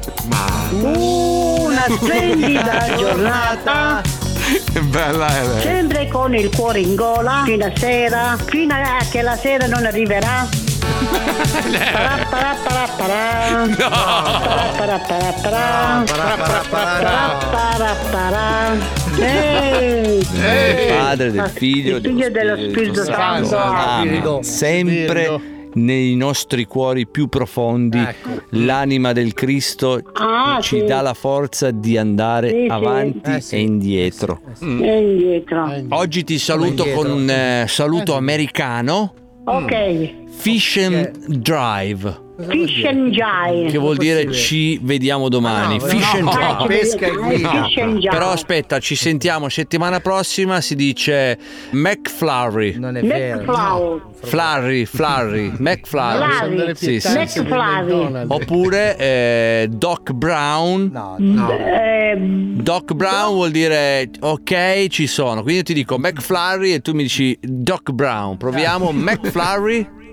Una splendida giornata. Bella è lei. Sempre con il cuore in gola, fino a sera, fino a che la sera non arriverà. Parà, parà, parà, parà. Parà, parà, parà, parà. Parà, parà, parà. Ehi, ehi. Padre, del Figlio, il figlio dello Spirito Santo. Amen. Sempre nei nostri cuori più profondi l'anima del Cristo Ah, ci sì. dà la forza di andare Sì, sì. avanti Eh, sì. e indietro. E indietro. Oggi ti saluto indietro. con un eh, saluto americano. Ok. Fish and Drive. Fish and Jive. Che vuol dire ci vediamo domani. no, Fish and no, Drive. pesca e guida. Fish and Jive. Però aspetta, ci sentiamo settimana prossima. Si dice McFlurry. Non è McFlower. Flurry, Flurry, McFlurry. Flurry. Sì, sì. McFlurry. Oppure eh, Doc Brown. Eh, Doc Brown vuol dire ok, ci sono. Quindi io ti dico McFlurry e tu mi dici Doc Brown. Proviamo McFlurry.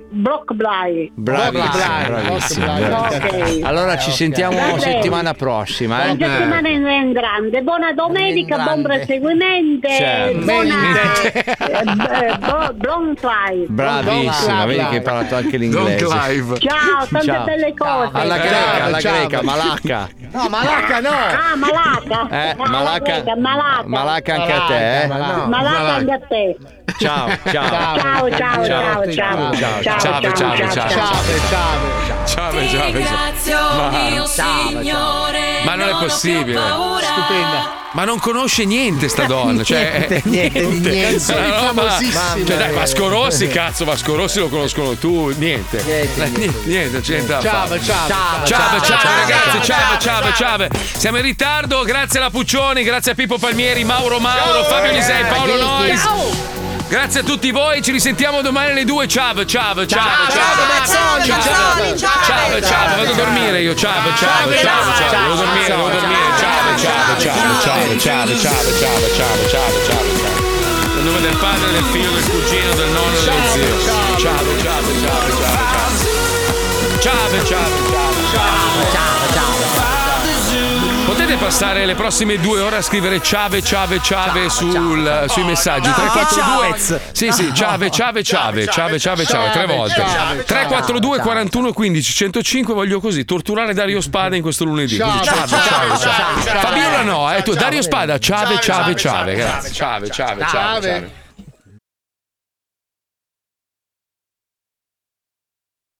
Block Bly. Bravissima, bravissima. Ok. Allora ci sentiamo Va bene. settimana prossima. Eh? Buona settimana in in grande, buona domenica, buon proseguimento, Certo. buona eh, eh, bo- buon fly. Bravissima, vedi che hai parlato anche l'inglese. Ciao, tante Ciao. belle cose. Alla greca, alla greca, malacca. No, Malacca no. Ah, Malacca. Eh, No, Malacca. Malacca, Malacca. Malacca anche a te, eh? Malacca anche a te. Ciao, ciao. Ciao, ciao, ciao, ciao. Ciao, ciao, ciao, ciao, ciao. Ciao, Ti ciao, ringrazio, mio Signore. Ma non è ho più possibile. paura. Stupenda. Ma non conosce niente sta donna, cioè Niente, niente, niente. Una roba- Famosissima. Cioè, dai, Vasco Rossi, cazzo, Vasco Rossi lo conoscono tu, niente. Niente, niente, non c'è niente da Ciao, fare. ciao. Ciao, ciao, ciao, ragazzi, ciao, ciao, ciao. Siamo in ritardo, grazie alla Puccioni, grazie a Pippo Palmieri, Mauro Mauro, Fabio Lisei, Paolo Nois. Grazie a tutti voi, ci risentiamo domani alle due. Ciao, ciao, ciao, ciao. Ciao, ciao, Ciao, ciao, vado a dormire io. Ciao, ciao, ciao, ciao. Devo dormire, devo dormire. Ciao, ciao, ciao, ciao, ciao, ciao, ciao, ciao, ciao, ciao. Il nome del padre, del figlio, del cugino, del nonno, dello zio. Ciao, ciao, ciao, ciao, ciao. Ciao, ciao, ciao, ciao, ciao. Potete passare le prossime due ore a scrivere ciave, ciave, ciave sul, sui messaggi. tre quattro due Sì, sì, ciave, ciave, ciave, ciave, ciave, ciave, tre volte. tre quattro due quarantuno quindici centocinque. Voglio così torturare Dario Spada in questo lunedì. Così, ciave, ciave, ciave. Fabiola no, eh, tu, Dario Spada, ciave, ciave, ciave. Grazie. Ciave, ciave, ciave, ciave.